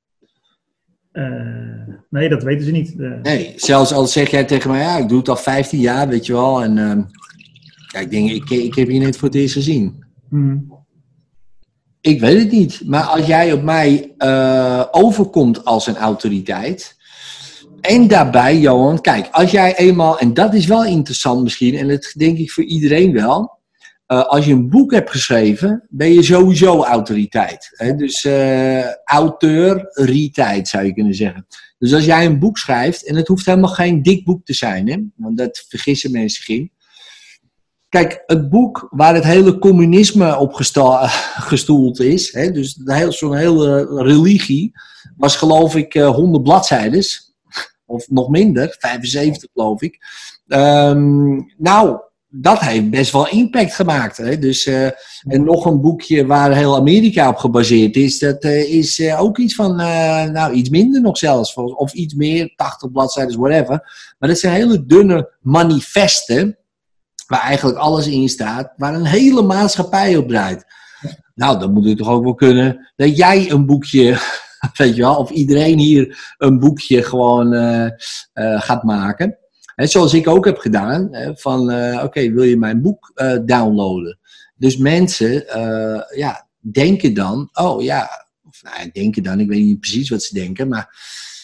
Uh, nee, dat weten ze niet. Uh, nee, zelfs al zeg jij tegen mij, ja, ik doe het al vijftien jaar, weet je wel. En uh, ja, ik denk, ik, ik heb je net voor het eerst gezien. Mm. Ik weet het niet. Maar als jij op mij uh, overkomt als een autoriteit. En daarbij, Johan, kijk, als jij eenmaal, en dat is wel interessant misschien, en dat denk ik voor iedereen wel. Uh, als je een boek hebt geschreven, ben je sowieso autoriteit. Hè? Dus uh, auteur-riteit zou je kunnen zeggen. Dus als jij een boek schrijft, en het hoeft helemaal geen dik boek te zijn, hè? Want dat vergissen mensen zich in. Kijk, het boek waar het hele communisme op gesta- gestoeld is, hè? Dus heel, zo'n hele religie, was geloof ik uh, honderd bladzijdes. Of nog minder, vijfenzeventig geloof ik. Um, nou... Dat heeft best wel impact gemaakt. Hè? Dus, uh, en nog een boekje waar heel Amerika op gebaseerd is. Dat uh, is uh, ook iets van, uh, nou iets minder nog zelfs. Of iets meer, tachtig bladzijden, whatever. Maar dat zijn hele dunne manifesten. Waar eigenlijk alles in staat. Waar een hele maatschappij op draait. Nou, dan moet het toch ook wel kunnen. Dat jij een boekje, weet je wel. Of iedereen hier een boekje gewoon uh, uh, gaat maken. He, zoals ik ook heb gedaan, he, van uh, oké, okay, wil je mijn boek uh, downloaden? Dus mensen uh, ja, denken dan, oh ja, of nou, denken dan, ik weet niet precies wat ze denken, maar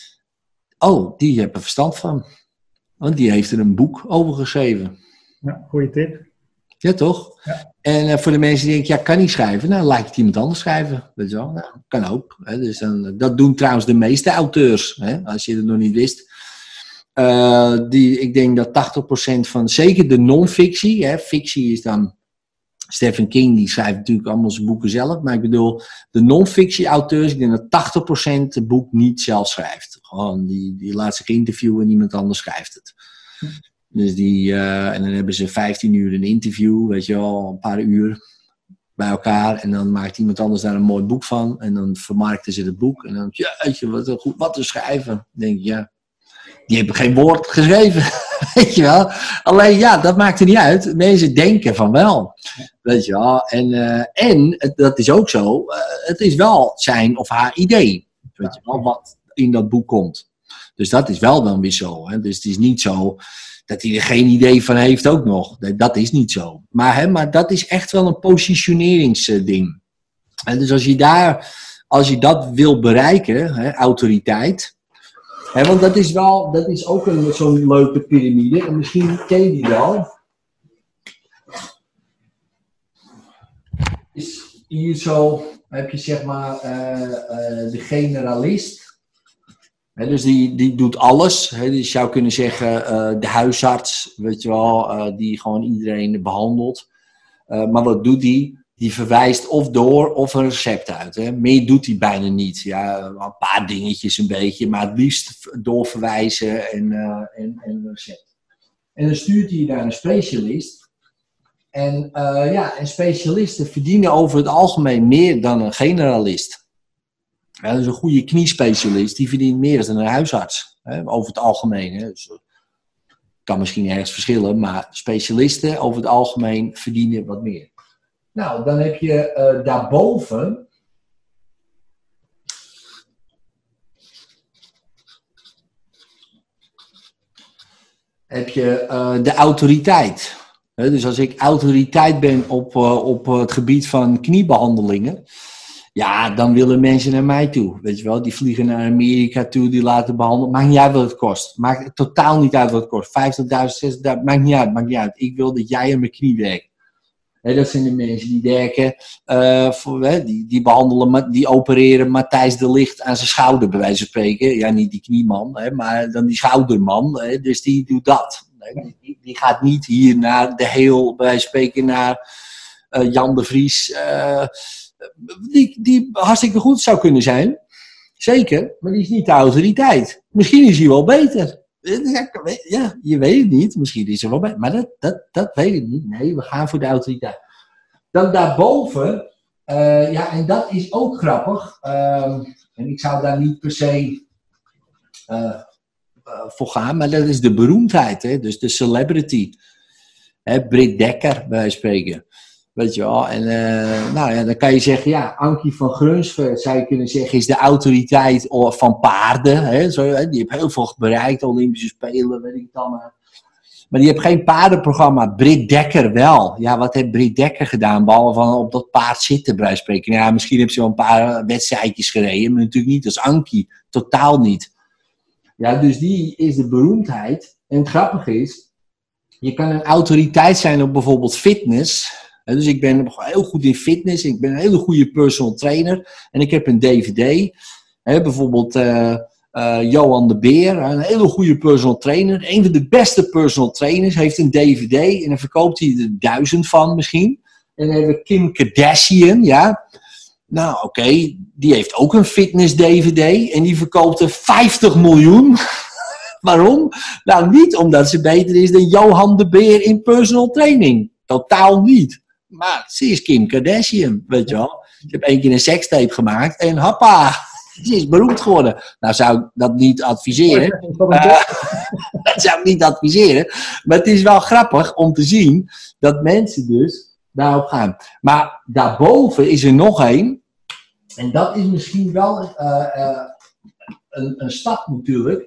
oh, die heeft er verstand van. Want die heeft er een boek over geschreven. Ja, goeie tip. Ja, toch? Ja. En uh, voor de mensen die denken, ja, kan niet schrijven, nou, laat het iemand anders schrijven. Weet je wel? Nou, kan ook. Hè? Dus dan, dat doen trouwens de meeste auteurs, hè? Als je het nog niet wist. Uh, die, ik denk dat tachtig procent van, zeker de non-fictie, hè, fictie is dan, Stephen King die schrijft natuurlijk allemaal zijn boeken zelf, maar ik bedoel, de non-fictie auteurs, ik denk dat tachtig procent het boek niet zelf schrijft. Gewoon, die, die laat zich interviewen en iemand anders schrijft het. Hm. Dus die, uh, en dan hebben ze vijftien uur een interview, weet je wel, een paar uur bij elkaar en dan maakt iemand anders daar een mooi boek van en dan vermarkten ze het boek en dan, ja, weet je, wat, goed, wat te schrijven. Dan denk ik, ja. Die hebben geen woord geschreven, weet je wel. Alleen ja, dat maakt er niet uit. Mensen denken van wel, weet je wel. En, uh, en dat is ook zo, uh, het is wel zijn of haar idee, weet je wel, wat in dat boek komt. Dus dat is wel dan weer zo. Hè? Dus het is niet zo dat hij er geen idee van heeft ook nog. Dat is niet zo. Maar, hè, maar dat is echt wel een positioneringsding. En dus als je daar, als je dat wil bereiken, hè, autoriteit. Hè, want dat is wel, dat is ook een, zo'n leuke piramide. En misschien ken je die wel. Is hier zo, heb je zeg maar uh, uh, de generalist. He, dus die, die doet alles. He, dus je zou kunnen zeggen uh, de huisarts, weet je wel, uh, die gewoon iedereen behandelt. Uh, maar wat doet die? Die verwijst of door of een recept uit. Hè. Meer doet hij bijna niet. Ja, een paar dingetjes een beetje, maar het liefst doorverwijzen en, uh, en, en een recept. En dan stuurt hij naar een specialist. En uh, ja, en specialisten verdienen over het algemeen meer dan een generalist. Ja, dus een goede kniespecialist, die verdient meer dan een huisarts. Hè, over het algemeen. Hè. Dus, kan misschien ergens verschillen, maar specialisten over het algemeen verdienen wat meer. Nou, dan heb je uh, daarboven... heb je uh, de autoriteit. He, dus als ik autoriteit ben op, uh, op het gebied van kniebehandelingen... Ja, dan willen mensen naar mij toe. Weet je wel, die vliegen naar Amerika toe, die laten behandelen. Maakt niet uit wat het kost. Maakt totaal niet uit wat het kost. vijftigduizend, zestigduizend, maakt niet uit, maakt niet uit. Ik wil dat jij aan mijn knie werkt. He, dat zijn de mensen die werken, uh, voor, he, die, die behandelen, die opereren Matthijs de Ligt aan zijn schouder, bij wijze van spreken. Ja, niet die knieman, he, maar dan die schouderman. He, dus die doet dat. He, die, die gaat niet hier naar de heel, bij wijze van spreken, naar uh, Jan de Vries... Uh, Die, die hartstikke goed zou kunnen zijn. Zeker, maar die is niet de autoriteit. Misschien is hij wel beter. Ja, je weet het niet. Misschien is hij wel beter. Maar dat, dat, dat weet ik niet. Nee, we gaan voor de autoriteit. Dan daarboven, uh, ja, en dat is ook grappig. Uh, en ik zou daar niet per se uh, uh, voor gaan, maar dat is de beroemdheid. Hè? Dus de celebrity. Hè, Britt Dekker, bij wijze van spreken. Weet je wel, en uh, nou ja, dan kan je zeggen, ja, Ankie van Grunsven, zou je kunnen zeggen, is de autoriteit van paarden. Hè, zo, hè, die heeft heel veel bereikt, Olympische Spelen, weet ik het allemaal. Maar die heeft geen paardenprogramma. Britt Dekker wel. Ja, wat heeft Britt Dekker gedaan, behalve van op dat paard zitten, bij spreken. Ja, misschien heeft ze wel een paar wedstrijdjes gereden, maar natuurlijk niet als Ankie. Totaal niet. Ja, dus die is de beroemdheid. En het grappige is, je kan een autoriteit zijn op bijvoorbeeld fitness. Dus ik ben heel goed in fitness. Ik ben een hele goede personal trainer. En ik heb een D V D. Hè, bijvoorbeeld uh, uh, Johan de Beer. Een hele goede personal trainer. Een van de beste personal trainers. Heeft een D V D. En dan verkoopt hij er duizend van misschien. En dan hebben we Kim Kardashian. Ja. Nou oké. Okay, die heeft ook een fitness D V D. En die verkoopt er vijftig miljoen. Waarom? Nou niet omdat ze beter is dan Johan de Beer in personal training. Totaal niet. Maar ze is Kim Kardashian, weet je wel. Ze heeft één keer een sekstape gemaakt en hoppa, ze is beroemd geworden. Nou zou ik dat niet adviseren. Uh, dat zou ik niet adviseren. Maar het is wel grappig om te zien dat mensen dus daarop gaan. Maar daarboven is er nog één. En dat is misschien wel uh, uh, een, een stap natuurlijk.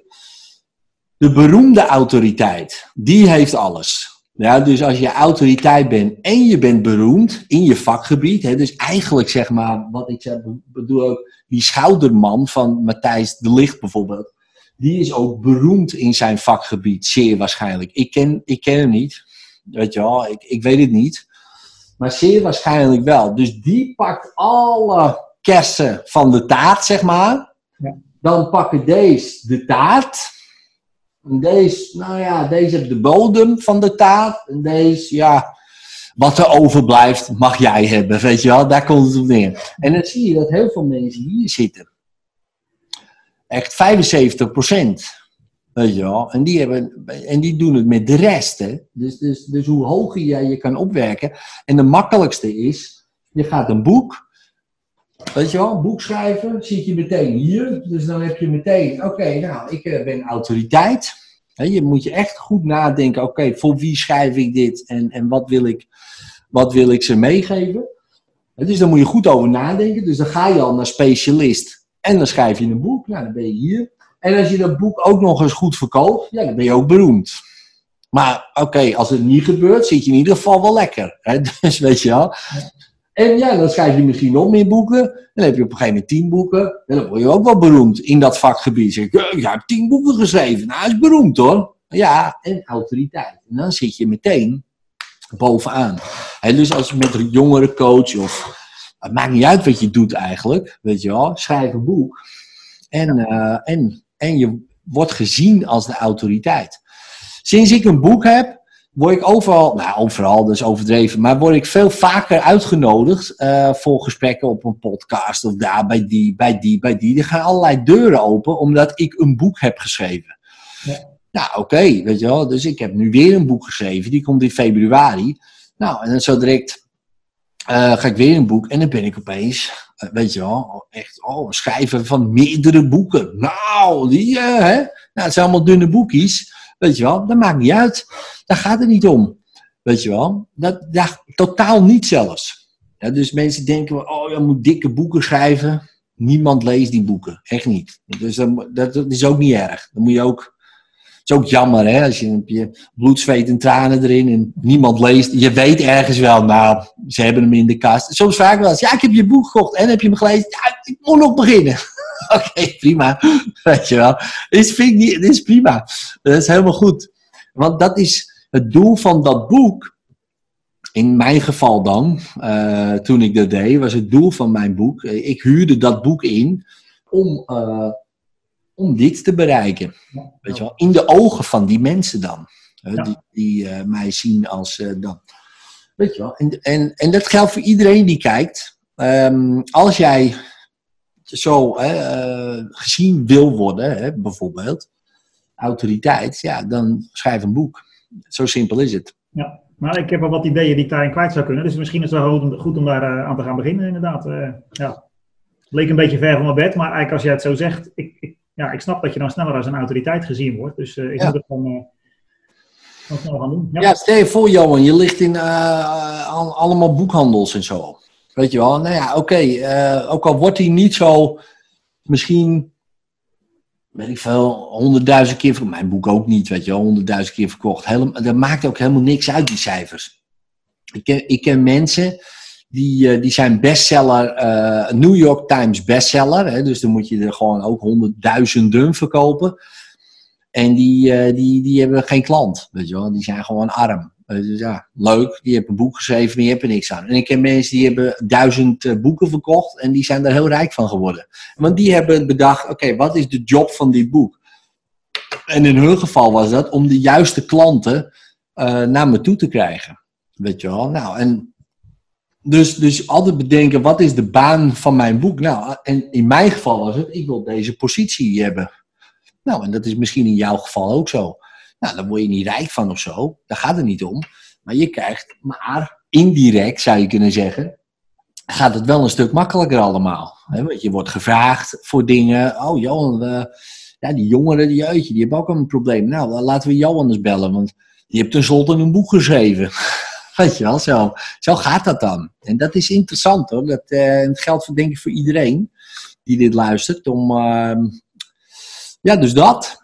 De beroemde autoriteit. Die heeft alles. Ja, dus als je autoriteit bent en je bent beroemd in je vakgebied. Hè, dus eigenlijk zeg maar, wat ik zeg, bedoel ook, die schouderman van Matthijs de Ligt bijvoorbeeld. Die is ook beroemd in zijn vakgebied, zeer waarschijnlijk. Ik ken, ik ken hem niet, weet je wel, ik, ik weet het niet. Maar zeer waarschijnlijk wel. Dus die pakt alle kersen van de taart, zeg maar. Ja. Dan pakken deze de taart. En deze, nou ja, deze heeft de bodem van de taart. En deze, ja, wat er overblijft, mag jij hebben, weet je wel. Daar komt het op neer. En dan zie je dat heel veel mensen hier zitten. Echt vijfenzeventig procent. Weet je wel. En die, hebben, en die doen het met de rest, hè. Dus, dus, dus hoe hoger jij je kan opwerken. En de makkelijkste is, je gaat een boek. Weet je wel, een boek schrijven, zit je meteen hier. Dus dan heb je meteen, oké, okay, nou, ik ben autoriteit. He, je moet je echt goed nadenken, oké, okay, voor wie schrijf ik dit en, en wat, wil ik, wat wil ik ze meegeven. He, dus daar moet je goed over nadenken. Dus dan ga je al naar specialist en dan schrijf je een boek. Nou, dan ben je hier. En als je dat boek ook nog eens goed verkoopt, ja, dan ben je ook beroemd. Maar oké, okay, als het niet gebeurt, zit je in ieder geval wel lekker. Hè? Dus weet je wel. Ja. En ja, dan schrijf je misschien nog meer boeken. Dan heb je op een gegeven moment tien boeken. En dan word je ook wel beroemd in dat vakgebied. Zeg ik, je hebt tien boeken geschreven. Nou, dat is beroemd hoor. Ja, en autoriteit. En dan zit je meteen bovenaan. En dus als je met een jongere coach of... Het maakt niet uit wat je doet eigenlijk. Weet je wel. Schrijf een boek. En, uh, en, en je wordt gezien als de autoriteit. Sinds ik een boek heb... word ik overal, nou overal, dat is overdreven, maar word ik veel vaker uitgenodigd uh, voor gesprekken op een podcast of daar, bij die, bij die, bij die. Er gaan allerlei deuren open, omdat ik een boek heb geschreven. Ja. Nou, oké, okay, weet je wel, dus ik heb nu weer een boek geschreven, die komt in februari. Nou, en dan zo direct uh, ga ik weer een boek en dan ben ik opeens, uh, weet je wel, echt, oh, schrijven van meerdere boeken. Nou, die, uh, hè, nou, het zijn allemaal dunne boekjes. Weet je wel, dat maakt niet uit. Daar gaat het niet om. Weet je wel. Dat, dat, totaal niet zelfs. Ja, dus mensen denken, oh, je moet dikke boeken schrijven. Niemand leest die boeken. Echt niet. Dus dat, dat, dat is ook niet erg. Dan moet je ook... Het is ook jammer, hè. Als je, heb je bloed, zweet en tranen erin en niemand leest. Je weet ergens wel, nou, ze hebben hem in de kast. Soms vaak wel eens, ja, ik heb je boek gekocht en heb je hem gelezen? Ja, ik moet nog beginnen. Oké, okay, prima. Weet je wel. Dit vind ik niet, dit is prima. Dat is helemaal goed. Want dat is het doel van dat boek. In mijn geval dan, uh, toen ik dat deed, was het doel van mijn boek. Ik huurde dat boek in om, uh, om dit te bereiken. Weet je wel. In de ogen van die mensen dan. Uh, ja. Die, die uh, mij zien als uh, dan. Weet je wel. En, en, en dat geldt voor iedereen die kijkt. Um, als jij... zo hè, uh, gezien wil worden, hè, bijvoorbeeld, autoriteit, ja, dan schrijf een boek. Zo simpel is het. Ja, maar ik heb wel wat ideeën die ik daarin kwijt zou kunnen, dus misschien is het wel goed om daar uh, aan te gaan beginnen, inderdaad. Uh, ja. Het leek een beetje ver van mijn bed, maar eigenlijk als jij het zo zegt, ik, ik, ja, ik snap dat je dan sneller als een autoriteit gezien wordt, dus uh, ik ja. moet het dan, uh, dan snel gaan doen. Ja, ja, stel je voor, Johan, je ligt in uh, al, allemaal boekhandels en zo. Weet je wel, nou ja, oké, okay, uh, ook al wordt hij niet zo, misschien, weet ik veel, honderdduizend keer verkocht, mijn boek ook niet, weet je wel, honderdduizend keer verkocht. Helemaal, dat maakt ook helemaal niks uit, die cijfers. Ik ken, ik ken mensen, die, uh, die zijn bestseller, uh, New York Times bestseller, hè, dus dan moet je er gewoon ook honderdduizenden verkopen. En die, uh, die, die hebben geen klant, weet je wel, die zijn gewoon arm. Dus ja, leuk, die hebben een boek geschreven, maar je hebt er niks aan. En ik ken mensen die hebben duizend uh, boeken verkocht en die zijn daar heel rijk van geworden. Want die hebben bedacht, oké, okay, wat is de job van dit boek? En in hun geval was dat om de juiste klanten uh, naar me toe te krijgen. Weet je wel? Nou, en dus, dus altijd bedenken, wat is de baan van mijn boek? Nou, en in mijn geval was het, ik wil deze positie hebben. Nou, en dat is misschien in jouw geval ook zo. Nou, daar word je niet rijk van of zo. Daar gaat het niet om. Maar je krijgt, maar indirect zou je kunnen zeggen, gaat het wel een stuk makkelijker allemaal. He, want je wordt gevraagd voor dingen. Oh, Johan, uh, ja, die jongeren, die jeugdje, die hebben ook een probleem. Nou, dan laten we Johan eens bellen, want die heeft tenslotte een boek geschreven. Weet je wel, zo, zo gaat dat dan. En dat is interessant hoor. Dat, uh, het geldt voor, denk ik voor iedereen die dit luistert. Om, uh, ja, dus dat...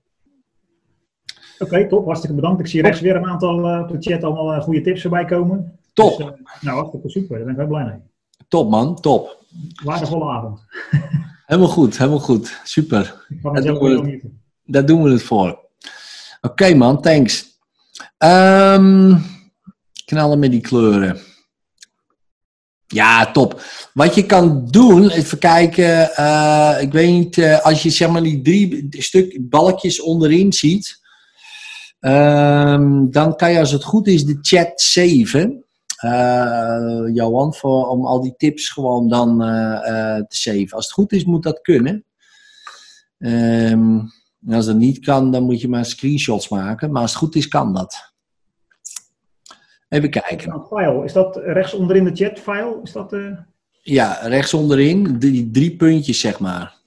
Oké, okay, top. Hartstikke bedankt. Ik zie rechts weer een aantal uh, op de chat allemaal uh, goede tips erbij komen. Top. Dus, uh, nou, hartstikke super. Daar ben ik wel blij mee. Top man, top. Waardevolle avond. Helemaal goed, helemaal goed. Super. Daar doen, we, daar doen we het voor. Oké okay, man, thanks. Um, knallen met die kleuren. Ja, top. Wat je kan doen, even kijken. Uh, ik weet niet, uh, als je zeg maar die drie stuk balkjes onderin ziet. Um, dan kan je als het goed is de chat saven. Uh, Johan, voor, om al die tips gewoon dan uh, uh, te saven. Als het goed is moet dat kunnen. Um, en als dat niet kan, dan moet je maar screenshots maken. Maar als het goed is, kan dat. Even kijken. File, is dat rechts onderin de chat file? Is dat, uh... Ja, rechts onderin. Die drie puntjes, zeg maar.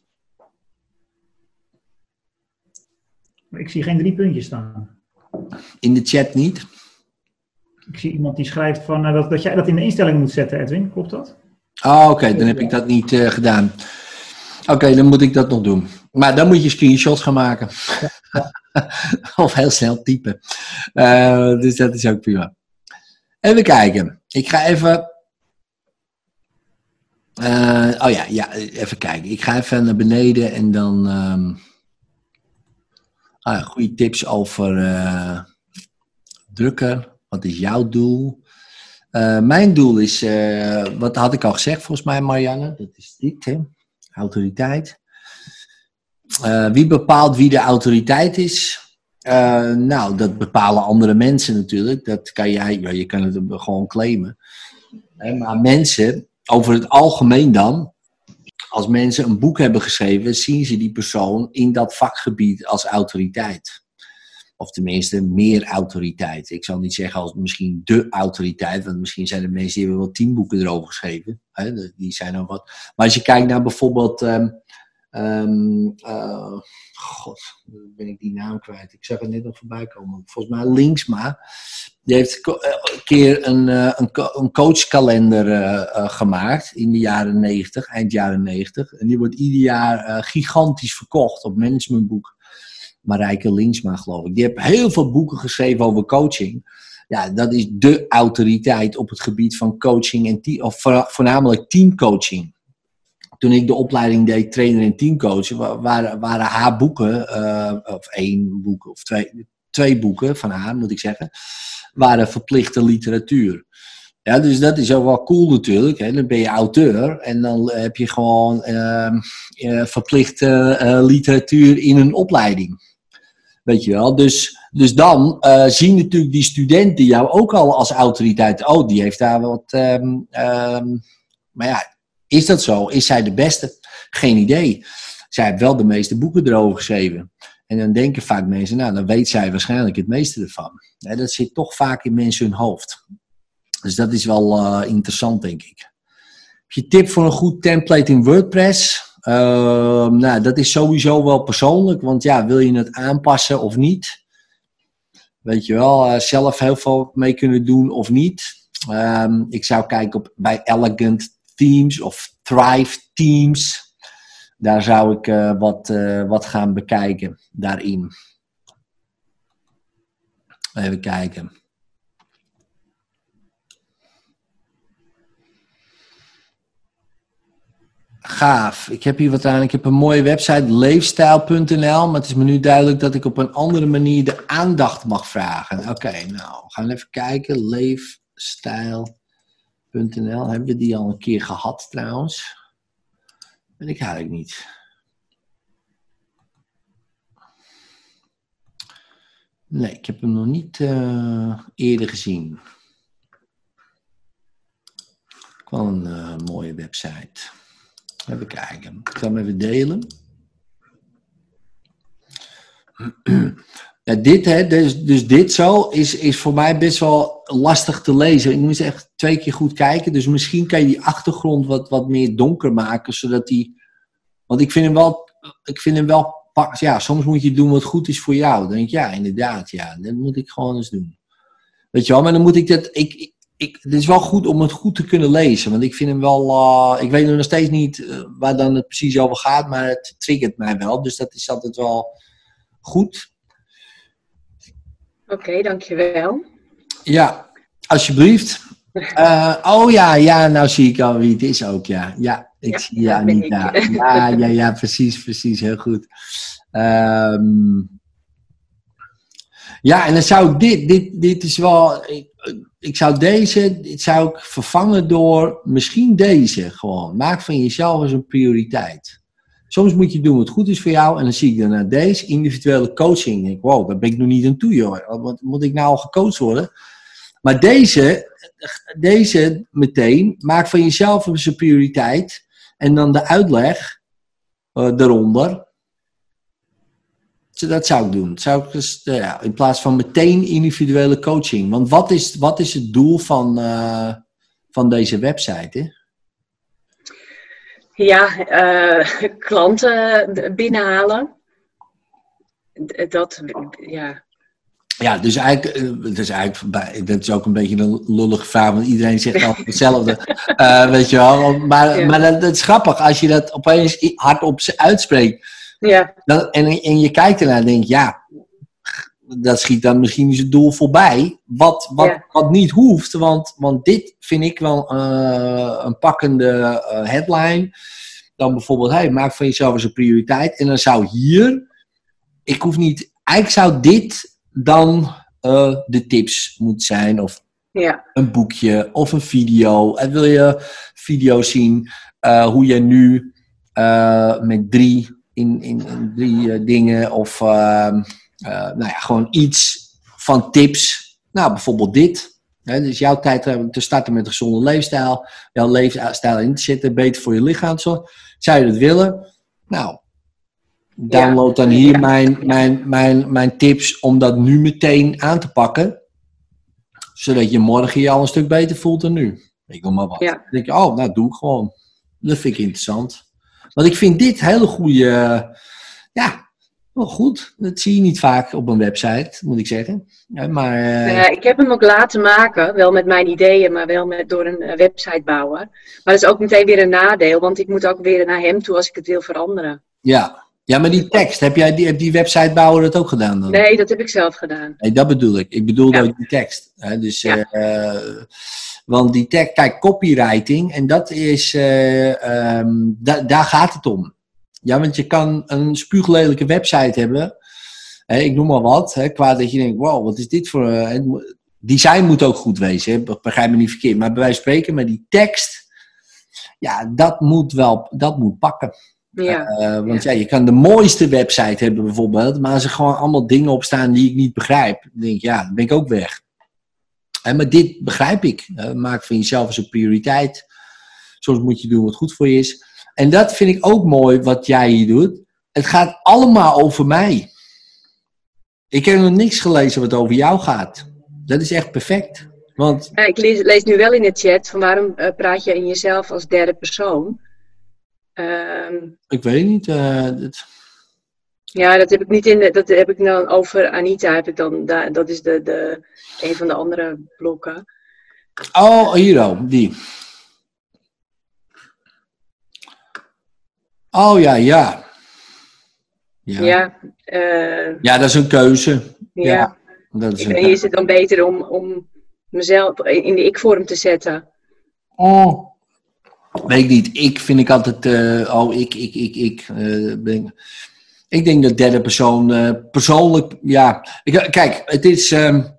Ik zie geen drie puntjes staan. In de chat niet? Ik zie iemand die schrijft van, uh, dat, dat jij dat in de instellingen moet zetten, Edwin. Klopt dat? Oh, oké. Okay. Dan heb ik dat niet uh, gedaan. Oké, okay, dan moet ik dat nog doen. Maar dan moet je screenshots gaan maken. Ja. Of heel snel typen. Uh, dus dat is ook prima. Even kijken. Ik ga even... Uh, oh ja, ja, even kijken. Ik ga even naar beneden en dan... Um, ah, goede tips over uh, drukken. Wat is jouw doel? Uh, mijn doel is... Uh, wat had ik al gezegd volgens mij, Marianne? Dat is dit, hè? Autoriteit. Uh, wie bepaalt wie de autoriteit is? Uh, nou, dat bepalen andere mensen natuurlijk. Dat kan jij, ja, je kan het gewoon claimen. Uh, maar mensen, over het algemeen dan, als mensen een boek hebben geschreven, zien ze die persoon in dat vakgebied als autoriteit. Of tenminste, meer autoriteit. Ik zal niet zeggen als misschien de autoriteit, want misschien zijn er mensen die hebben wel tien boeken erover geschreven. Hè, die zijn al wat. Maar als je kijkt naar bijvoorbeeld... Um, Um, uh, God, ben ik die naam kwijt. Ik zag het net nog voorbij komen. Volgens mij Linksma. Die heeft een keer een, uh, een, een coachkalender uh, uh, gemaakt in de jaren negentig, eind jaren negentig. En die wordt ieder jaar uh, gigantisch verkocht op managementboek. Marijke Linksma, geloof ik. Die heeft heel veel boeken geschreven over coaching. Ja, dat is de autoriteit op het gebied van coaching en te- of voornamelijk teamcoaching. Toen ik de opleiding deed, trainer en teamcoach, waren, waren haar boeken, uh, of één boek, of twee, twee boeken van haar, moet ik zeggen, waren verplichte literatuur. Ja, dus dat is ook wel cool natuurlijk. Hè? Dan ben je auteur en dan heb je gewoon uh, uh, verplichte uh, literatuur in een opleiding. Weet je wel? Dus, dus dan uh, zien natuurlijk die studenten jou ook al als autoriteit. Oh, die heeft daar wat... Um, um, maar ja... Is dat zo? Is zij de beste? Geen idee. Zij heeft wel de meeste boeken erover geschreven. En dan denken vaak mensen, nou, dan weet zij waarschijnlijk het meeste ervan. Ja, dat zit toch vaak in mensen hun hoofd. Dus dat is wel uh, interessant, denk ik. Heb je tip voor een goed template in WordPress? Uh, nou, dat is sowieso wel persoonlijk. Want ja, wil je het aanpassen of niet? Weet je wel, uh, zelf heel veel mee kunnen doen of niet? Um, ik zou kijken op, bij Elegant Teams of Thrive Teams. Daar zou ik uh, wat, uh, wat gaan bekijken daarin. Even kijken. Gaaf. Ik heb hier wat aan. Ik heb een mooie website, leefstijl punt n l. Maar het is me nu duidelijk dat ik op een andere manier de aandacht mag vragen. Oké, okay, nou, we gaan even kijken. Leefstijl. .nl. Hebben we die al een keer gehad trouwens? Weet ik eigenlijk niet. Nee, ik heb hem nog niet uh, eerder gezien. Wel een uh, mooie website. Even kijken. Ik zal hem even delen. Ja, dit, hè, dus, dus dit zo is, is voor mij best wel lastig te lezen. Ik moest echt twee keer goed kijken. Dus misschien kan je die achtergrond wat, wat meer donker maken. Zodat die. Want ik vind hem wel. Ik vind hem wel. Ja, soms moet je doen wat goed is voor jou. Dan denk ik, ja, inderdaad. Ja, dat moet ik gewoon eens doen. Weet je wel, maar dan moet ik dat. Ik, ik, ik, het is wel goed om het goed te kunnen lezen. Want ik vind hem wel. Uh, ik weet nog steeds niet uh, waar dan het precies over gaat. Maar het triggert mij wel. Dus dat is altijd wel goed. Oké, okay, dankjewel. Ja, alsjeblieft. Uh, oh ja, ja, nou zie ik al wie het is ook, ja. Ja, ik ja, zie je, Anita. Ja, ja, ja, precies, precies, heel goed. Um, ja, en dan zou ik dit, dit, dit is wel, ik, ik zou deze, dit zou ik vervangen door misschien deze gewoon. Maak van jezelf eens een prioriteit. Soms moet je doen wat goed is voor jou. En dan zie ik daarna deze individuele coaching. En denk ik, wow, daar ben ik nog niet aan toe, joh. Wat moet ik nou al gecoacht worden? Maar deze, deze meteen, maak van jezelf eens een prioriteit. En dan de uitleg uh, eronder. Dat zou ik doen. Dat zou ik dus, uh, ja, in plaats van meteen individuele coaching. Want wat is, wat is het doel van, uh, van deze website, hè? Ja, uh, klanten binnenhalen. Dat, ja. Ja, dus eigenlijk, dat is eigenlijk, dat is ook een beetje een lullige vraag, want iedereen zegt altijd hetzelfde, uh, weet je wel. Maar, ja. maar dat, dat is grappig, als je dat opeens hardop uitspreekt. Ja. Dan, en, en je kijkt ernaar en denkt, ja, dat schiet dan misschien zijn doel voorbij. Wat, wat, Ja. wat niet hoeft, want, want dit vind ik wel uh, een pakkende uh, headline. Dan bijvoorbeeld, hey, maak van jezelf eens een prioriteit. En dan zou hier, ik hoef niet, eigenlijk zou dit dan uh, de tips moeten zijn. Of Ja. een boekje of een video. En wil je video's zien uh, hoe je nu uh, met drie, in, in, in drie uh, dingen of uh, uh, nou ja, gewoon iets van tips. Nou, bijvoorbeeld dit. Hè, dus jouw tijd te starten met een gezonde leefstijl. Jouw leefstijl in te zetten, beter voor je lichaam. Zo. Zou je dat willen? Nou, download dan hier Ja. mijn, mijn, mijn, mijn tips om dat nu meteen aan te pakken. Zodat je morgen je al een stuk beter voelt dan nu. Ik noem maar wat. Ja. Dan denk je, oh, nou doe ik gewoon. Dat vind ik interessant. Want ik vind dit hele goede, uh, ja, wel goed. Dat zie je niet vaak op een website, moet ik zeggen. Ja, maar, uh, Uh, ik heb hem ook laten maken, wel met mijn ideeën, maar wel met, door een uh, websitebouwer. Maar dat is ook meteen weer een nadeel, want ik moet ook weer naar hem toe als ik het wil veranderen. ja. ja, maar die tekst, heb jij die, heb die websitebouwer dat ook gedaan dan? Nee, dat heb ik zelf gedaan. Nee, dat bedoel ik. Ik bedoel Ja. ook die tekst. Hè? Dus, Ja. uh, want die tekst, kijk, copywriting, en dat is, uh, um, da- daar gaat het om. Ja, want je kan een spuuglelijke website hebben, hè, ik noem maar wat, hè, qua dat je denkt, wow, wat is dit voor... Uh, het mo- design moet ook goed wezen, hè? Begrijp me niet verkeerd, maar bij wijze van spreken, maar die tekst, ja, dat moet wel, dat moet pakken. Ja. Uh, want ja. ja, je kan de mooiste website hebben bijvoorbeeld, maar als er gewoon allemaal dingen op staan die ik niet begrijp, dan denk ik, ja, dan ben ik ook weg. En maar dit begrijp ik. Uh, maak van jezelf eens een prioriteit. Soms moet je doen wat goed voor je is. En dat vind ik ook mooi wat jij hier doet. Het gaat allemaal over mij. Ik heb nog niks gelezen wat over jou gaat. Dat is echt perfect. Want, Ja, ik lees, lees nu wel in de chat van waarom uh, praat je in jezelf als derde persoon? Um, ik weet niet. Uh, dat... Ja, dat heb ik niet in. De, dat heb ik dan over Anita. Heb ik dan, da, dat is de, de, een van de andere blokken. Oh, hier ook, die. Oh ja, ja. Ja, ja, uh, ja dat is een keuze. Ja, ja dat is ik, een en keuze. is het dan beter om, om mezelf in de ik-vorm te zetten? Oh. Weet ik niet. Ik vind ik altijd... Uh, oh, ik, ik, ik, ik. Uh, ben, ik denk dat derde persoon... Uh, persoonlijk... Ja. Ik, kijk, het is... Um,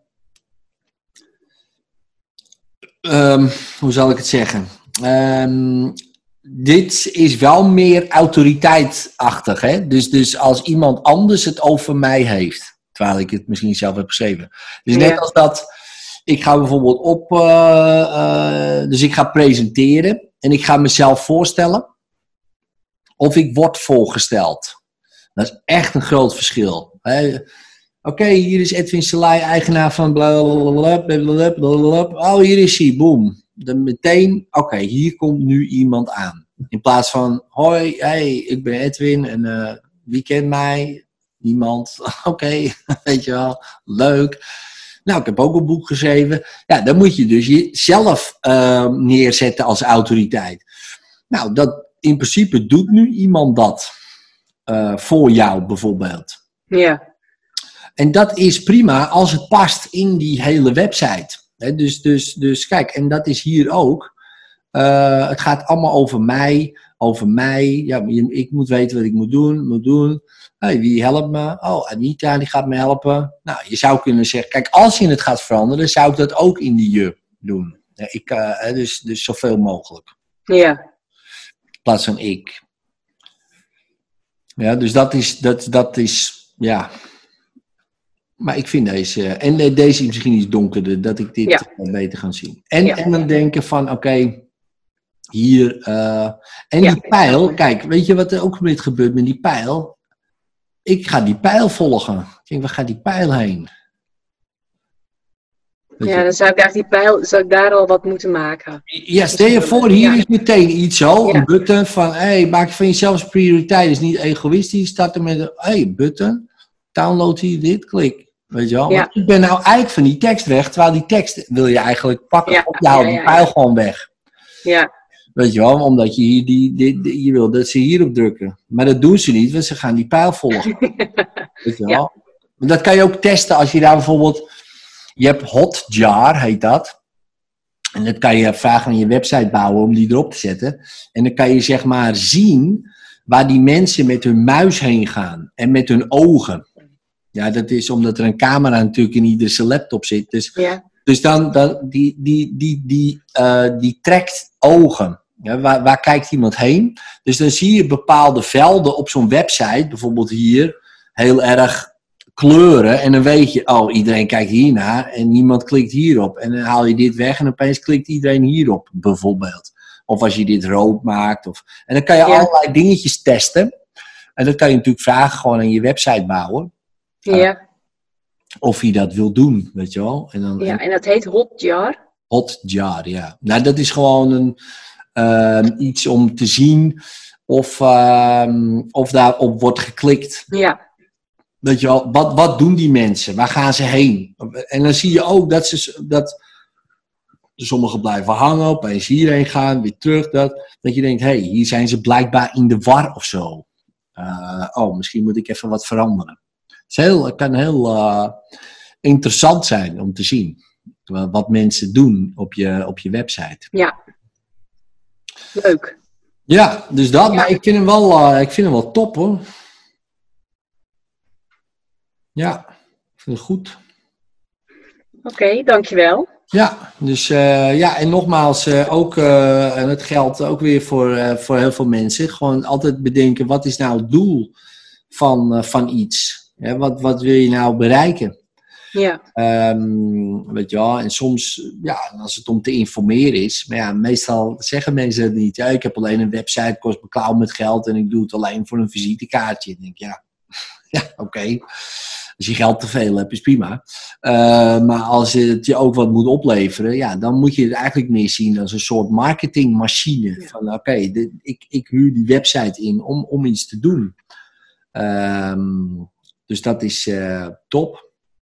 um, hoe zal ik het zeggen? Um, dit is wel meer autoriteitachtig. Hè? Dus, dus als iemand anders het over mij heeft. Terwijl ik het misschien zelf heb geschreven. Dus net ja. als dat... Ik ga bijvoorbeeld op... Uh, uh, dus ik ga presenteren. En ik ga mezelf voorstellen. Of ik word voorgesteld. Dat is echt een groot verschil. Oké, okay, hier is Edwin Selay, eigenaar van blablabla. Oh, hier is hij, boom. Dan meteen, oké, okay, hier komt nu iemand aan. In plaats van, hoi, hey, ik ben Edwin en uh, wie kent mij? Niemand. Oké, okay, weet je wel, leuk. Nou, ik heb ook een boek geschreven. Ja, dan moet je dus jezelf uh, neerzetten als autoriteit. Nou, dat, in principe doet nu iemand dat. Uh, voor jou bijvoorbeeld. Ja. En dat is prima als het past in die hele website. He, dus, dus, dus kijk, en dat is hier ook. Uh, het gaat allemaal over mij. Over mij. Ja, ik moet weten wat ik moet doen. Moet doen. Hey, wie helpt me? Oh, Anita, die gaat me helpen. Nou, je zou kunnen zeggen, kijk, als je het gaat veranderen, zou ik dat ook in die je doen. Ja, ik, uh, dus, dus zoveel mogelijk. Ja. In plaats van ik. Ja, dus dat is, dat, dat is, ja. Maar ik vind deze, en deze is misschien iets donkerder, dat ik dit ja. beter ga zien. En, ja. en dan denken van, oké, okay, hier, uh, en ja. die pijl, kijk, weet je wat er ook met gebeurt met die pijl? Ik ga die pijl volgen. Ik denk, waar gaat die pijl heen? Weet ja, je? Dan zou ik eigenlijk die pijl, zou ik daar al wat moeten maken. Ja, stel je voor, hier ja. is meteen iets zo, ja. een button van, hé, hey, maak je van jezelf een prioriteit, is niet egoïstisch, start er met een, hé, hey, button, download hier dit, klik. Weet je wel? Ja. Want ik ben nou eigenlijk van die tekst weg, terwijl die tekst wil je eigenlijk pakken, ja. of je houdt ja, ja, die pijl ja. gewoon weg. Ja. Weet je wel, omdat je hier die, die, die, je wil dat ze hierop drukken. Maar dat doen ze niet, want ze gaan die pijl volgen. Weet je wel? Ja. Dat kan je ook testen als je daar bijvoorbeeld... Je hebt Hotjar, heet dat. En dat kan je vragen aan je website bouwen om die erop te zetten. En dan kan je zeg maar zien waar die mensen met hun muis heen gaan. En met hun ogen. Ja, dat is omdat er een camera natuurlijk in iedere laptop zit. Dus, Ja. dus dan, dan die, die, die, die, uh, die trekt ogen. Ja, waar, waar kijkt iemand heen? Dus dan zie je bepaalde velden op zo'n website. Bijvoorbeeld hier. Heel erg kleuren. En dan weet je, oh, iedereen kijkt hiernaar. En niemand klikt hierop. En dan haal je dit weg. En opeens klikt iedereen hierop. Bijvoorbeeld. Of als je dit rood maakt. Of, en dan kan je ja. allerlei dingetjes testen. En dat kan je natuurlijk vragen gewoon aan je website bouwen. Ja. Uh, of je dat wil doen, weet je wel. En dan, ja, en dat heet Hotjar. Hotjar, ja. Nou, dat is gewoon een, uh, iets om te zien of, uh, of daarop wordt geklikt. Ja. Weet je wel, wat, wat doen die mensen? Waar gaan ze heen? En dan zie je ook dat ze... Dat, sommigen blijven hangen, opeens hierheen gaan, weer terug. Dat, dat je denkt, hé, hey, hier zijn ze blijkbaar in de war of zo. Uh, oh, misschien moet ik even wat veranderen. Het, is heel, het kan heel uh, interessant zijn om te zien. Wat mensen doen op je, op je website. Ja. Leuk. Ja, dus dat. Ja. Maar ik vind hem wel, uh, ik vind hem wel top, hoor. Ja, ik vind het goed. Oké, okay, dankjewel. Ja, dus uh, ja, en nogmaals, uh, ook, uh, en het geldt ook weer voor, uh, voor heel veel mensen. Gewoon altijd bedenken, wat is nou het doel van, uh, van iets? Ja, wat, wat wil je nou bereiken? Ja. Um, weet je wel, en soms, ja, als het om te informeren is, maar ja, meestal zeggen mensen het niet. Ja, ik heb alleen een website, kost me klauw met geld en ik doe het alleen voor een visitekaartje. En ik denk, ja, ja, oké. Okay. Als je geld te veel hebt, is prima. Uh, maar als het je ook wat moet opleveren, ja, dan moet je het eigenlijk meer zien als een soort marketingmachine. Ja. Van oké, okay, ik, ik huur die website in om, om iets te doen. Um, dus dat is uh, top.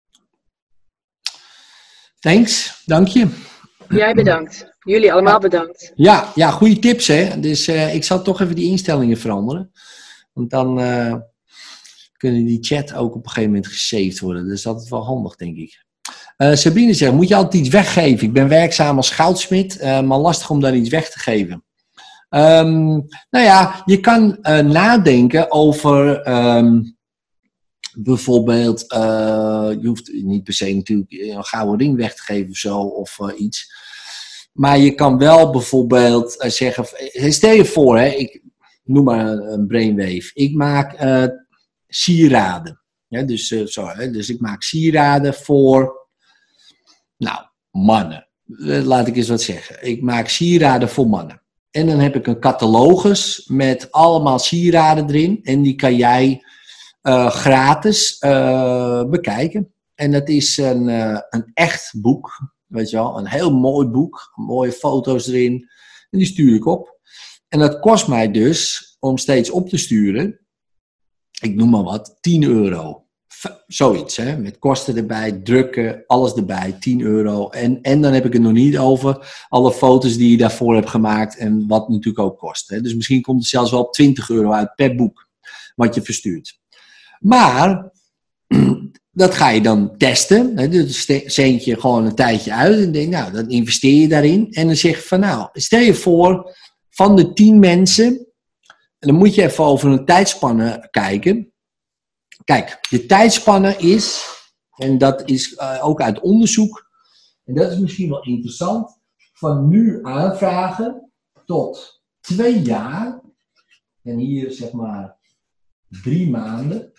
Thanks, dank je. Jij bedankt. Jullie allemaal bedankt. Ja, ja, goede tips hè. Dus uh, ik zal toch even die instellingen veranderen. Want dan... Uh, kunnen die chat ook op een gegeven moment gesaved worden. Dus dat is wel handig, denk ik. Uh, Sabine zegt, moet je altijd iets weggeven? Ik ben werkzaam als goudsmid, uh, maar lastig om daar iets weg te geven. Um, nou ja, je kan uh, nadenken over um, bijvoorbeeld, uh, je hoeft niet per se natuurlijk een gouden ring weg te geven of zo, of uh, iets. Maar je kan wel bijvoorbeeld uh, zeggen, stel je voor, hè, ik noem maar een brainwave. Ik maak... Uh, sieraden. Ja, dus, uh, zo, hè, dus ik maak sieraden voor, nou, mannen. Laat ik eens wat zeggen. Ik maak sieraden voor mannen. En dan heb ik een catalogus met allemaal sieraden erin. En die kan jij uh, gratis uh, bekijken. En dat is een, uh, een echt boek. Weet je wel, een heel mooi boek. Mooie foto's erin. En die stuur ik op. En dat kost mij dus, om steeds op te sturen... Ik noem maar wat, tien euro. Zoiets, hè. Met kosten erbij, drukken, alles erbij, tien euro. En, en dan heb ik het nog niet over alle foto's die je daarvoor hebt gemaakt en wat natuurlijk ook kost. Hè. Dus misschien komt het zelfs wel op twintig euro uit per boek wat je verstuurt. Maar dat ga je dan testen. Hè. Dus zend je gewoon een tijdje uit en denk, nou, dan investeer je daarin. En dan zeg je van, nou, stel je voor, van de tien mensen... En dan moet je even over een tijdspanne kijken. Kijk, de tijdspanne is, en dat is uh, ook uit onderzoek, en dat is misschien wel interessant, van nu aanvragen tot twee jaar, en hier zeg maar drie maanden.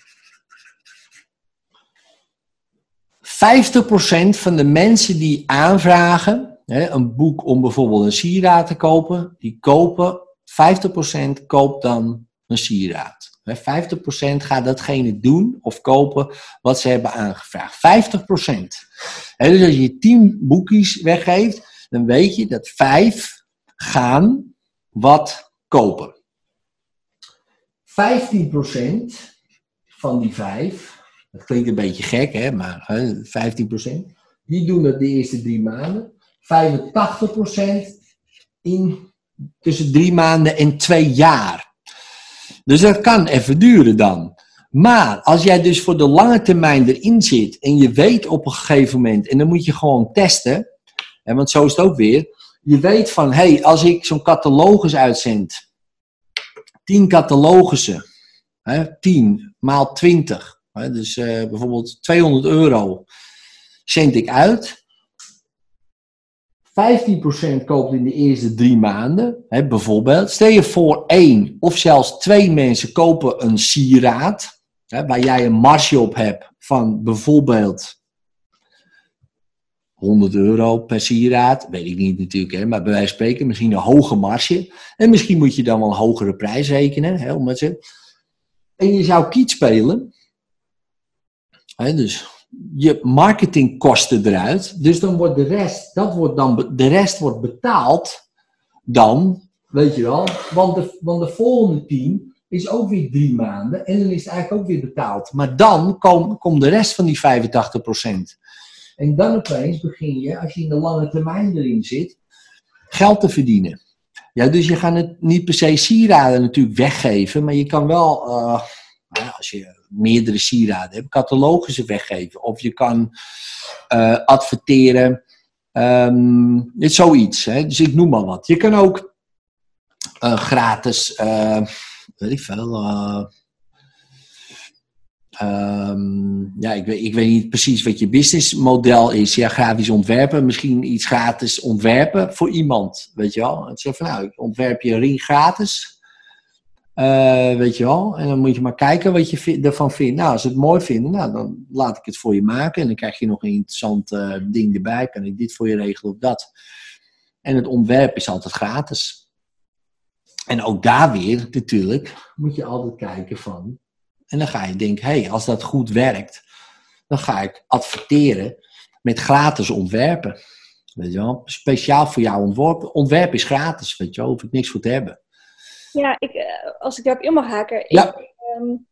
vijftig procent van de mensen die aanvragen, hè, een boek om bijvoorbeeld een sieraad te kopen, die kopen... vijftig procent koopt dan een sieraad. vijftig procent gaat datgene doen of kopen wat ze hebben aangevraagd. vijftig procent. Dus als je tien boekjes weggeeft, dan weet je dat vijf gaan wat kopen. vijftien procent van die vijf, dat klinkt een beetje gek, hè, maar vijftien procent, die doen dat de eerste drie maanden. vijfentachtig procent in tussen drie maanden en twee jaar. Dus dat kan even duren dan. Maar als jij dus voor de lange termijn erin zit en je weet op een gegeven moment, en dan moet je gewoon testen, hè, want zo is het ook weer, je weet van, hé, hey, als ik zo'n catalogus uitzend, tien catalogussen, hè, tien maal twintig, hè, dus uh, bijvoorbeeld tweehonderd euro zend ik uit. vijftien procent koopt in de eerste drie maanden, hè, bijvoorbeeld. Stel je voor één of zelfs twee mensen kopen een sieraad, hè, waar jij een marge op hebt van bijvoorbeeld honderd euro per sieraad, weet ik niet natuurlijk, hè, maar bij wijze van spreken misschien een hoge marge. En misschien moet je dan wel een hogere prijs rekenen. Hè, om het te... En je zou kiet spelen. Hè, dus je marketingkosten eruit. Dus dan wordt de rest, dat wordt dan, de rest wordt betaald dan, weet je wel. Want de, want de volgende tien is ook weer drie maanden. En dan is het eigenlijk ook weer betaald. Maar dan komt kom de rest van die vijfentachtig procent. En dan opeens begin je, als je in de lange termijn erin zit, geld te verdienen. Ja, dus je gaat het niet per se sieraden natuurlijk weggeven, maar je kan wel, uh, als je meerdere sieraden hebt, catalogussen weggeven. Of je kan uh, adverteren. Um, het is zoiets, hè? Dus ik noem maar wat. Je kan ook uh, gratis, uh, weet ik veel, uh, Um, ja, ik weet, ik weet niet precies wat je businessmodel is. Ja, grafisch ontwerpen. Misschien iets gratis ontwerpen voor iemand. Weet je wel. Het zegt van nou, ik ontwerp je een ring gratis. Uh, weet je wel. En dan moet je maar kijken wat je v- ervan vindt. Nou, als ze het mooi vinden, nou, dan laat ik het voor je maken. En dan krijg je nog een interessant uh, ding erbij. Kan ik dit voor je regelen of dat. En het ontwerp is altijd gratis. En ook daar weer, natuurlijk, moet je altijd kijken van... En dan ga je denken, hé, hey, als dat goed werkt, dan ga ik adverteren met gratis ontwerpen. Weet je wel? Speciaal voor jou ontworpen. Ontwerp is gratis, weet je wel, hoef ik niks voor te hebben. Ja, ik, als ik daarop in mag haken. Ja. Ik, um,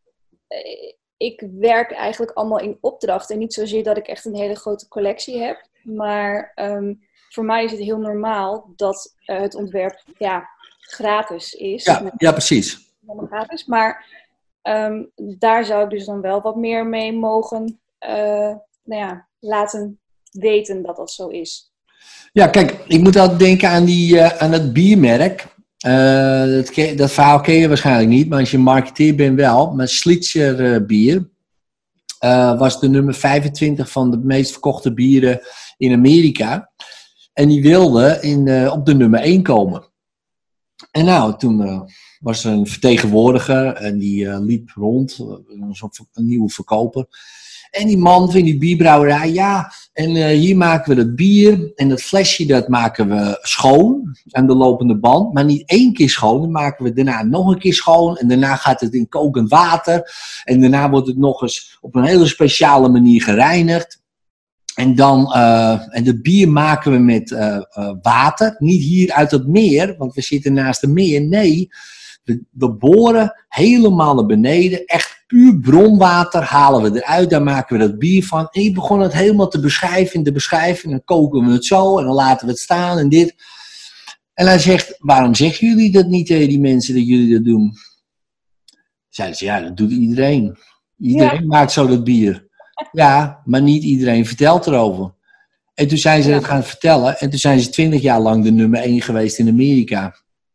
ik werk eigenlijk allemaal in opdracht. En niet zozeer dat ik echt een hele grote collectie heb. Maar um, voor mij is het heel normaal dat uh, het ontwerp ja, gratis is. Ja, ja precies. Gratis, maar... Um, daar zou ik dus dan wel wat meer mee mogen uh, nou ja, laten weten dat dat zo is. Ja, kijk, ik moet altijd denken aan, die, uh, aan het biermerk. Uh, dat, ken, dat verhaal ken je waarschijnlijk niet, maar als je marketeer bent wel. Maar Schlitzer uh, bier uh, was de nummer vijfentwintig van de meest verkochte bieren in Amerika. En die wilde in, uh, op de nummer één komen. En nou, toen... Uh, was er een vertegenwoordiger en die uh, liep rond, uh, zo'n een nieuwe verkoper. En die man van die bierbrouwerij, ja, en uh, hier maken we het bier en dat flesje dat maken we schoon aan de lopende band. Maar niet één keer schoon, dan maken we daarna nog een keer schoon en daarna gaat het in kokend water. En daarna wordt het nog eens op een hele speciale manier gereinigd. En dan, uh, en de bier maken we met uh, uh, water, niet hier uit het meer, want we zitten naast het meer, nee... We, we boren helemaal naar beneden, echt puur bronwater halen we eruit, daar maken we dat bier van. En ik begon het helemaal te beschrijven en te beschrijven en dan koken we het zo en dan laten we het staan en dit. En hij zegt, waarom zeggen jullie dat niet tegen die mensen dat jullie dat doen? Zeiden ze, ja, dat doet iedereen. Iedereen ja. maakt zo dat bier. Ja, maar niet iedereen vertelt erover. En toen zijn ze ja. het gaan vertellen en toen zijn ze twintig jaar lang de nummer één geweest in Amerika.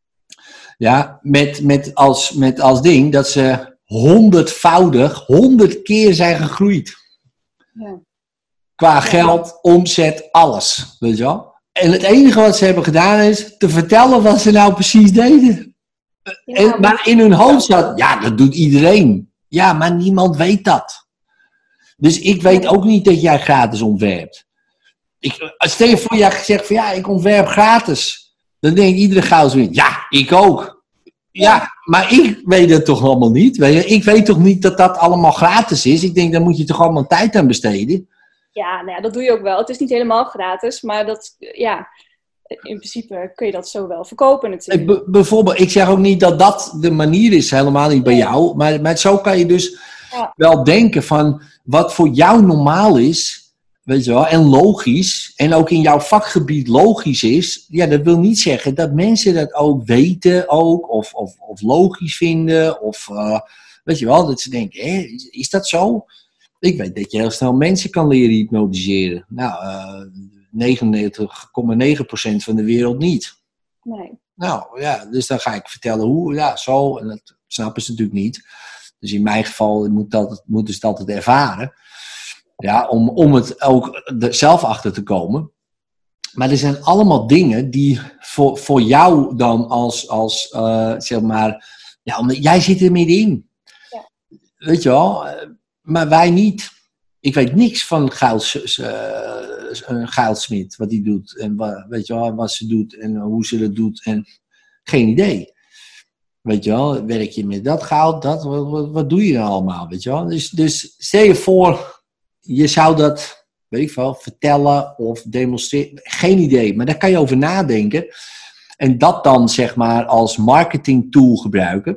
Ja, met, met, als, met als ding dat ze honderdvoudig, honderd keer zijn gegroeid. Ja. Qua geld, omzet, alles. Weet je wel? En het enige wat ze hebben gedaan is te vertellen wat ze nou precies deden. Ja, en, maar in hun hoofd zat, ja, dat doet iedereen. Ja, maar niemand weet dat. Dus ik weet ook niet dat jij gratis ontwerpt. Ik, stel je voor, jij zegt van ja, ik ontwerp gratis. Dan denkt iedere goudwin, ja, ik ook. Ja, maar ik weet het toch allemaal niet. Weet je? Ik weet toch niet dat dat allemaal gratis is. Ik denk, daar moet je toch allemaal tijd aan besteden. Ja, nou ja, dat doe je ook wel. Het is niet helemaal gratis, maar dat, ja, in principe kun je dat zo wel verkopen natuurlijk. B- bijvoorbeeld, ik zeg ook niet dat dat de manier is, helemaal niet bij jou. Maar, maar zo kan je dus ja. wel denken van, wat voor jou normaal is, weet je wel, en logisch, en ook in jouw vakgebied logisch is, ja, dat wil niet zeggen dat mensen dat ook weten ook, of, of, of logisch vinden, of uh, weet je wel, dat ze denken, hé, is, is dat zo? Ik weet dat je heel snel mensen kan leren hypnotiseren. Nou, uh, negenennegentig komma negen procent van de wereld niet. Nee. Nou ja, dus dan ga ik vertellen hoe, ja, zo, en dat snappen ze natuurlijk niet. Dus in mijn geval moet dat, moeten ze het altijd ervaren. Ja, om, om het ook er zelf achter te komen. Maar er zijn allemaal dingen die voor, voor jou dan als, als uh, zeg maar, ja, omdat jij zit er middenin. Ja. Weet je wel, maar wij niet. Ik weet niks van Giles, uh, Gilesmit, wat hij doet. En wat, weet je wel, wat ze doet en hoe ze dat doet. En geen idee. Weet je wel, werk je met dat goud, dat, wat, wat, wat doe je dan allemaal, weet je wel. Dus, dus stel je voor, je zou dat, weet ik veel, vertellen of demonstreren. Geen idee, maar daar kan je over nadenken. En dat dan, zeg maar, als marketing tool gebruiken.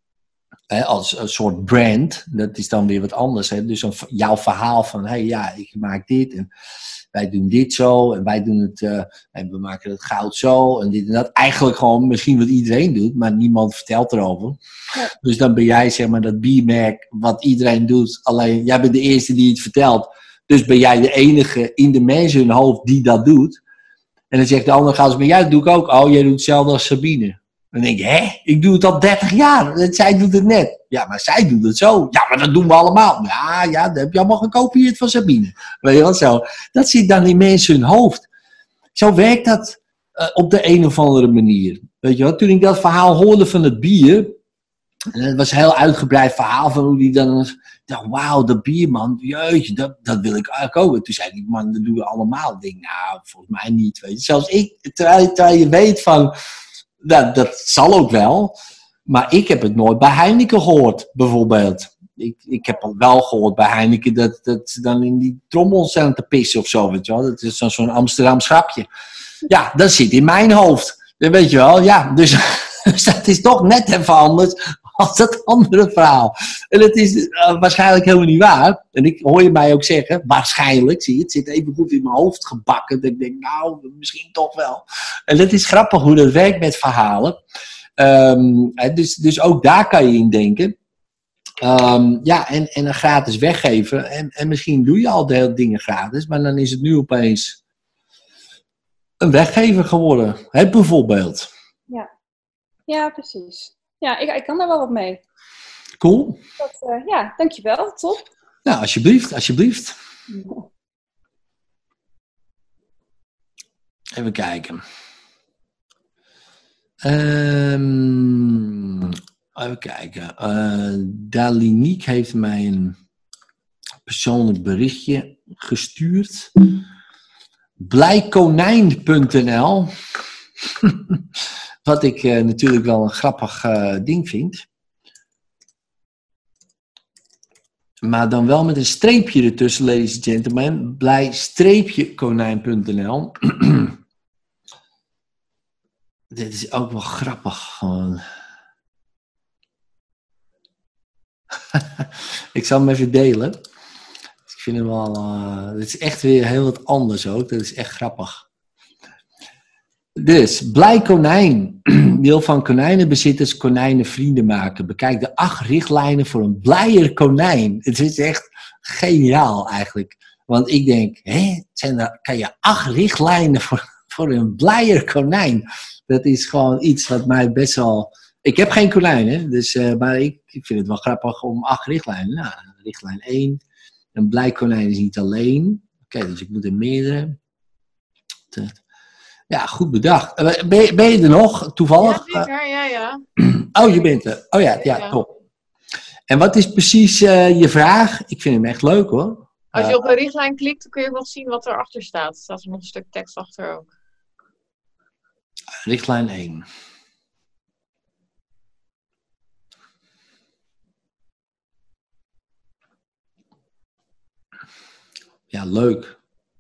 Hè, als een soort brand, dat is dan weer wat anders. Hè? Dus een, jouw verhaal van, hé hey, ja, ik maak dit en wij doen dit zo en wij doen het, uh, en we maken het goud zo en dit en dat. Eigenlijk gewoon misschien wat iedereen doet, maar niemand vertelt erover. Ja. Dus dan ben jij, zeg maar, dat biermerk wat iedereen doet, alleen jij bent de eerste die het vertelt. Dus ben jij de enige in de mensen hun hoofd die dat doet. En dan zegt de ander, ga eens, maar jij dat doe ik ook. Oh, jij doet hetzelfde als Sabine. Dan denk ik, hè? Ik doe het al dertig jaar. Zij doet het net. Ja, maar zij doet het zo. Ja, maar dat doen we allemaal. Ja, ja, dat heb je allemaal gekopieerd van Sabine. Weet je wat zo? Dat zit dan in mensen hun hoofd. Zo werkt dat uh, op de een of andere manier. Weet je wat? Toen ik dat verhaal hoorde van het bier. En het was een heel uitgebreid verhaal van hoe die dan... Ik dacht, wauw, dat bier, man. Jeetje, dat, dat wil ik eigenlijk ook. En toen zei die man, dat doen we allemaal. Ik denk, nou, volgens mij niet. Weet je. Zelfs ik, terwijl, terwijl je weet van... Dat, dat zal ook wel. Maar ik heb het nooit bij Heineken gehoord, bijvoorbeeld. Ik, ik heb al wel gehoord bij Heineken dat, dat ze dan in die trommels zijn te pissen of zo, weet je wel. Dat is dan zo'n Amsterdam grapje. Ja, dat zit in mijn hoofd. Dat weet je wel, ja. Dus, dus dat is toch net even anders als dat andere verhaal. En het is uh, waarschijnlijk helemaal niet waar. En ik hoor je mij ook zeggen, waarschijnlijk, zie je, het zit even goed in mijn hoofd gebakken. Dat ik denk, nou, misschien toch wel. En dat is grappig hoe dat werkt met verhalen. Um, dus, dus ook daar kan je in denken. Um, ja, en, en een gratis weggeven. En, en misschien doe je al de hele dingen gratis, maar dan is het nu opeens een weggever geworden. Hè, bijvoorbeeld. Ja, ja precies. Ja, ik, ik kan daar wel wat mee. Cool. Dat, uh, ja, dankjewel. Top. Nou, alsjeblieft, alsjeblieft. Ja. Even kijken. Um, even kijken. Uh, Daliniek heeft mij een persoonlijk berichtje gestuurd. Blijkonijn punt n l Wat ik uh, natuurlijk wel een grappig uh, ding vind. Maar dan wel met een streepje ertussen, ladies and gentlemen. Blij-konijn punt n l Dit is ook wel grappig. Gewoon. Ik zal hem even delen. Ik vind hem wel... Uh, dit is echt weer heel wat anders ook. Dat is echt grappig. Dus, Blij Konijn wil van konijnenbezitters konijnenvrienden maken. Bekijk de acht richtlijnen voor een blijer konijn. Het is echt geniaal eigenlijk. Want ik denk, hè, zijn er, kan je acht richtlijnen voor, voor een blijer konijn? Dat is gewoon iets wat mij best wel... Ik heb geen konijn, hè, dus, uh, maar ik, ik vind het wel grappig om acht richtlijnen. Nou, richtlijn één. Een blij konijn is niet alleen. Oké, okay, dus ik moet er meerdere... Ja, goed bedacht. Ben je, ben je er nog, toevallig? Ja, zeker. Ja, ja. Oh, je bent er. Oh ja, ja, top. En wat is precies uh, je vraag? Ik vind hem echt leuk, hoor. Als je op een richtlijn klikt, dan kun je nog zien wat erachter staat. Er staat er nog een stuk tekst achter ook. Richtlijn één. Ja, leuk.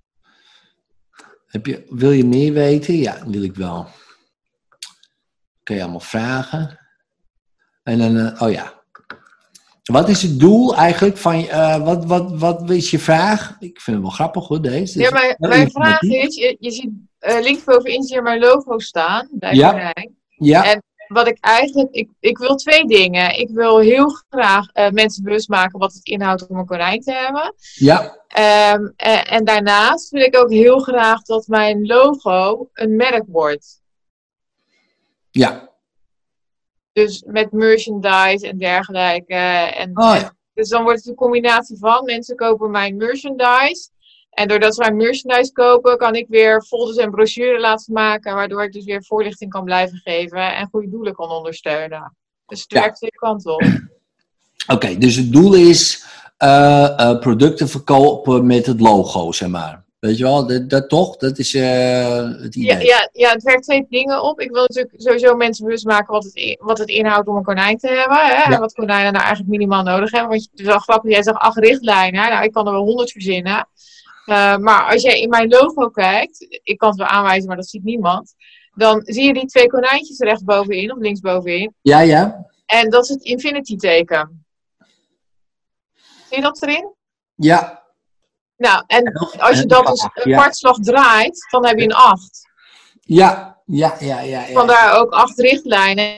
Heb je, wil je meer weten? Ja, wil ik wel. Kun je allemaal vragen. En dan, uh, oh ja. Wat is het doel eigenlijk van, uh, wat, wat, wat is je vraag? Ik vind het wel grappig hoor, deze. Ja, mijn, mijn vraag is, je, je ziet uh, links bovenin zie je mijn logo staan, bij ja. Konijn. Ja. En wat ik eigenlijk, ik, ik wil twee dingen. Ik wil heel graag uh, mensen bewust maken wat het inhoudt om een konijn te hebben. Ja. Um, en, en daarnaast wil ik ook heel graag dat mijn logo een merk wordt. Ja. Dus met merchandise en dergelijke. En, oh, ja. en, dus dan wordt het een combinatie van. Mensen kopen mijn merchandise. En doordat ze mijn merchandise kopen, kan ik weer folders en brochures laten maken. Waardoor ik dus weer voorlichting kan blijven geven. En goede doelen kan ondersteunen. Dus het ja. werkt twee kanten op. Oké, okay, dus het doel is uh, uh, producten verkopen met het logo, zeg maar. Weet je wel, dat, dat toch? Dat is uh, het idee. Ja, ja, ja, het werkt twee dingen op. Ik wil natuurlijk sowieso mensen bewust maken wat het, wat het inhoudt om een konijn te hebben. Hè? Ja. En wat konijnen nou eigenlijk minimaal nodig hebben. Want het is wel grappig, jij zegt acht richtlijnen. Nou, ik kan er wel honderd verzinnen. Uh, maar als jij in mijn logo kijkt, ik kan het wel aanwijzen, maar dat ziet niemand. Dan zie je die twee konijntjes rechtsbovenin of linksbovenin. Ja, ja. En dat is het infinity teken. Zie je dat erin? Ja. Nou, en als je dat dus een ja. kwartslag draait, dan heb je een acht. Ja, ja, ja, ja. ja. Vandaar ook acht richtlijnen.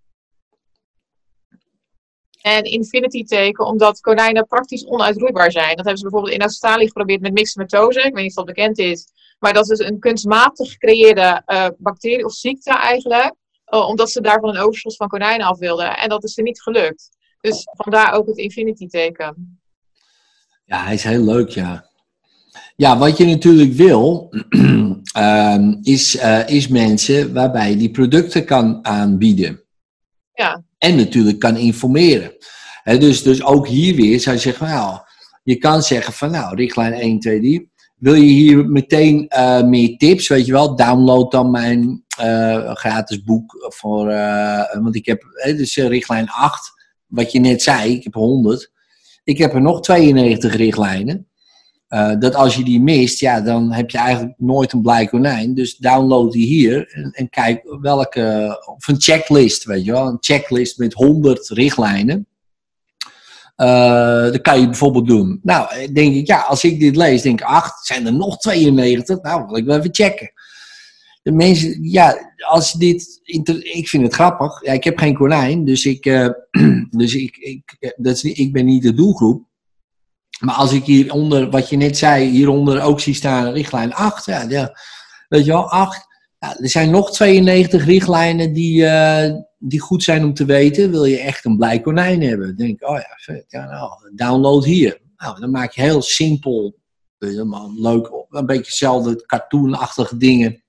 En infinity teken, omdat konijnen praktisch onuitroeibaar zijn. Dat hebben ze bijvoorbeeld in Australië geprobeerd met myxomatose. Ik weet niet of dat bekend is. Maar dat is dus een kunstmatig gecreëerde uh, bacterie of ziekte eigenlijk. Uh, omdat ze daarvan een overschot van konijnen af wilden. En dat is er niet gelukt. Dus vandaar ook het infinity teken. Ja, hij is heel leuk, ja. Ja, wat je natuurlijk wil, uh, is, uh, is mensen waarbij je die producten kan aanbieden. Ja. En natuurlijk kan informeren. He, dus, dus ook hier weer zou je zeggen, nou, je kan zeggen van nou, richtlijn één, twee, drie. Wil je hier meteen uh, meer tips, weet je wel, download dan mijn uh, gratis boek voor, uh, want ik heb, he, dus uh, richtlijn acht, wat je net zei, ik heb honderd. Ik heb er nog tweeënnegentig richtlijnen. Uh, dat als je die mist, ja, dan heb je eigenlijk nooit een blij konijn. Dus download die hier en, en kijk welke, of een checklist, weet je wel. Een checklist met honderd richtlijnen. Uh, dat kan je bijvoorbeeld doen. Nou, denk ik, ja, als ik dit lees, denk ik, ach, zijn er nog tweeënnegentig? Nou, wil ik wel even checken. De mensen, ja, als dit, ik vind het grappig. Ja, ik heb geen konijn, dus ik, uh, dus ik, ik, dat is, ik ben niet de doelgroep. Maar als ik hieronder, wat je net zei, hieronder ook zie staan, richtlijn acht. Ja, ja, weet je wel, acht. Ja, er zijn nog tweeënnegentig richtlijnen die, uh, die goed zijn om te weten. Wil je echt een blij konijn hebben? Dan denk ik, oh ja, vet, ja nou, download hier. Nou, dan maak je heel simpel, helemaal leuk, een beetje hetzelfde cartoonachtige dingen.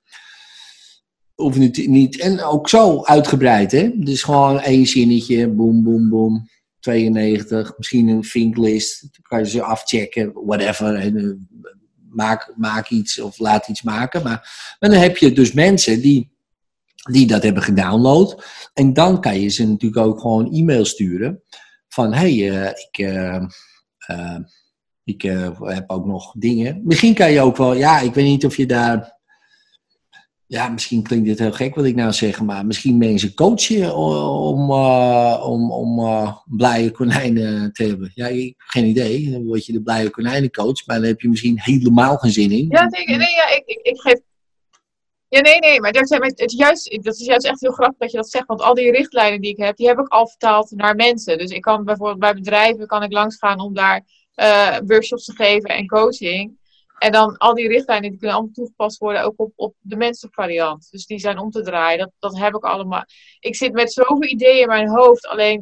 Of niet, niet, en ook zo uitgebreid, hè. Dus gewoon één zinnetje, boem, boem, boem. tweeënnegentig, misschien een vinklist, dan kan je ze afchecken, whatever, en maak, maak iets of laat iets maken. Maar, maar dan heb je dus mensen die, die dat hebben gedownload en dan kan je ze natuurlijk ook gewoon e-mail sturen van, hé, hey, uh, ik, uh, uh, ik uh, heb ook nog dingen. Misschien kan je ook wel, ja, ik weet niet of je daar... Ja, misschien klinkt dit heel gek wat ik nou zeg, maar misschien mensen coachen om, uh, om, om uh, blije konijnen te hebben. Ja, ik heb geen idee. Dan word je de blije konijnencoach, maar dan heb je misschien helemaal geen zin in. Ja, nee, nee ja, ik, ik, ik geef... Ja, nee, nee, maar dat, het is juist, dat is juist echt heel grappig dat je dat zegt, want al die richtlijnen die ik heb, die heb ik al vertaald naar mensen. Dus ik kan bijvoorbeeld bij bedrijven kan ik langsgaan om daar uh, workshops te geven en coaching. En dan al die richtlijnen die kunnen allemaal toegepast worden ook op, op de menselijke Dus die zijn om te draaien. Dat, dat heb ik allemaal. Ik zit met zoveel ideeën in mijn hoofd. Alleen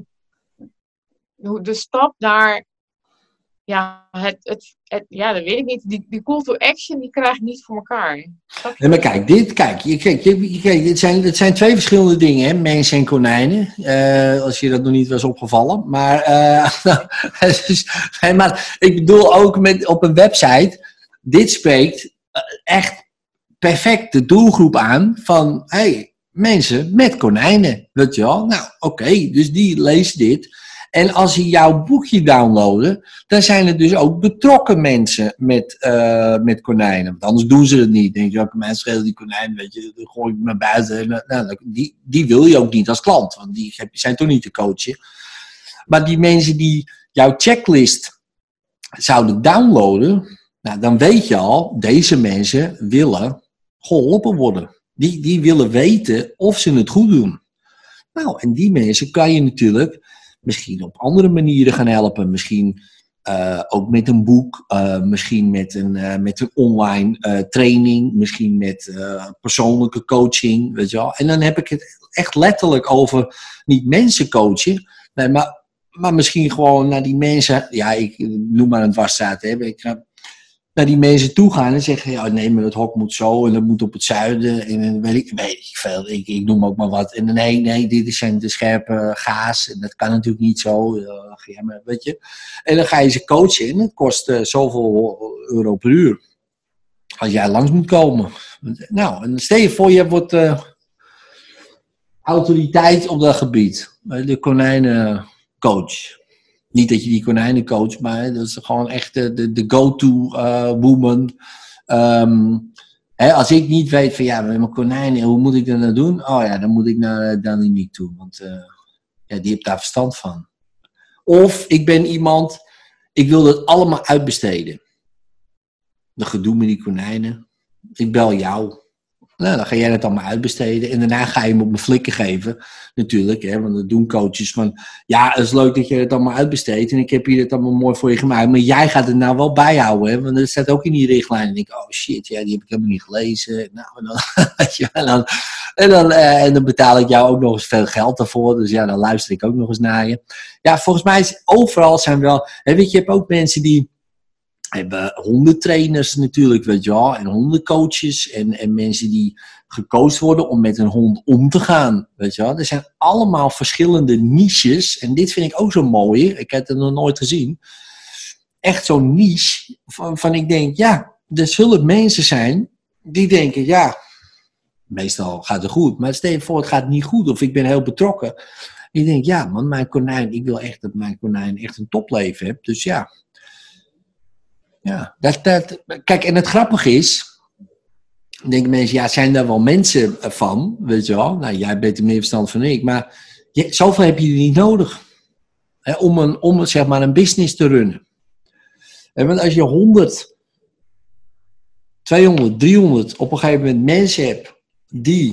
de stap naar... Ja, het, het, het, ja dat weet ik niet. Die, die call to action die krijg ik niet voor elkaar. Nee, maar kijk, dit, kijk, je, kijk, je, kijk dit, zijn, dit zijn twee verschillende dingen, hè? Mensen en konijnen. Uh, als je dat nog niet was opgevallen. Maar, uh, dus, maar ik bedoel ook met, op een website... Dit spreekt echt perfect de doelgroep aan van, hey, mensen met konijnen, weet je wel. Nou, oké, okay, dus die leest dit. En als ze jouw boekje downloaden, dan zijn er dus ook betrokken mensen met, uh, met konijnen. Want anders doen ze het niet. Denk je, welke mensen schelen die konijnen, weet je, dan gooi ik naar buiten. Nou, die, die wil je ook niet als klant, want die zijn toch niet te coachen. Maar die mensen die jouw checklist zouden downloaden, nou, dan weet je al, deze mensen willen geholpen worden. Die, die willen weten of ze het goed doen. Nou, en die mensen kan je natuurlijk misschien op andere manieren gaan helpen. Misschien uh, ook met een boek, uh, misschien met een, uh, met een online uh, training, misschien met uh, persoonlijke coaching, weet je wel. En dan heb ik het echt letterlijk over niet mensen coachen, nee, maar, maar misschien gewoon naar die mensen, ja, ik noem maar een dwarsstraat, hè. Ik ga naar die mensen toe gaan en zeggen, ja, nee, maar het hok moet zo en dat moet op het zuiden en dan weet ik, weet ik veel, ik, ik noem ook maar wat. En nee, nee, dit zijn de scherpe gaas en dat kan natuurlijk niet zo, uh, weet je. En dan ga je ze coachen en het kost uh, zoveel euro per uur. Als jij langs moet komen. Nou, en stel je voor, je wordt uh, autoriteit op dat gebied. De konijnencoach. Niet dat je die konijnen coacht, maar dat is gewoon echt de, de, de go-to uh, woman. Um, hè, als ik niet weet van ja, met mijn konijnen, hoe moet ik dat nou doen? Oh ja, dan moet ik naar uh, Danique toe, want uh, ja, die heeft daar verstand van. Of ik ben iemand, ik wil dat allemaal uitbesteden. De gedoe met die konijnen. Ik bel jou. Nou, dan ga jij het allemaal uitbesteden. En daarna ga je hem op mijn flikken geven. Natuurlijk, hè, want dat doen coaches van... Ja, het is leuk dat je het allemaal uitbesteedt. En ik heb hier het allemaal mooi voor je gemaakt. Maar jij gaat het nou wel bijhouden. Hè, want dat staat ook in die richtlijn. En ik denk, oh shit, ja, die heb ik helemaal niet gelezen. Nou, en dan, en dan, en dan, uh, en dan betaal ik jou ook nog eens veel geld daarvoor. Dus ja, dan luister ik ook nog eens naar je. Ja, volgens mij is overal zijn wel... Hè, weet je, je hebt ook mensen die... hebben hondentrainers natuurlijk, weet je wel, en hondencoaches en, en mensen die gecoacht worden om met een hond om te gaan, weet je wel. Er zijn allemaal verschillende niches en dit vind ik ook zo mooi, ik heb het nog nooit gezien. Echt zo'n niche van, van ik denk, ja, er zullen mensen zijn die denken, ja, meestal gaat het goed, maar stel je voor het gaat niet goed of ik ben heel betrokken. Ik denk, ja man, mijn konijn, ik wil echt dat mijn konijn echt een topleven heeft, dus ja. Ja, dat, dat, kijk, en het grappige is, denken mensen, ja, zijn daar wel mensen van, weet je wel? Nou, jij bent er meer verstand van ik, maar je, zoveel heb je er niet nodig hè, om, een, om zeg maar, een business te runnen. En want als je honderd, tweehonderd, driehonderd op een gegeven moment mensen hebt die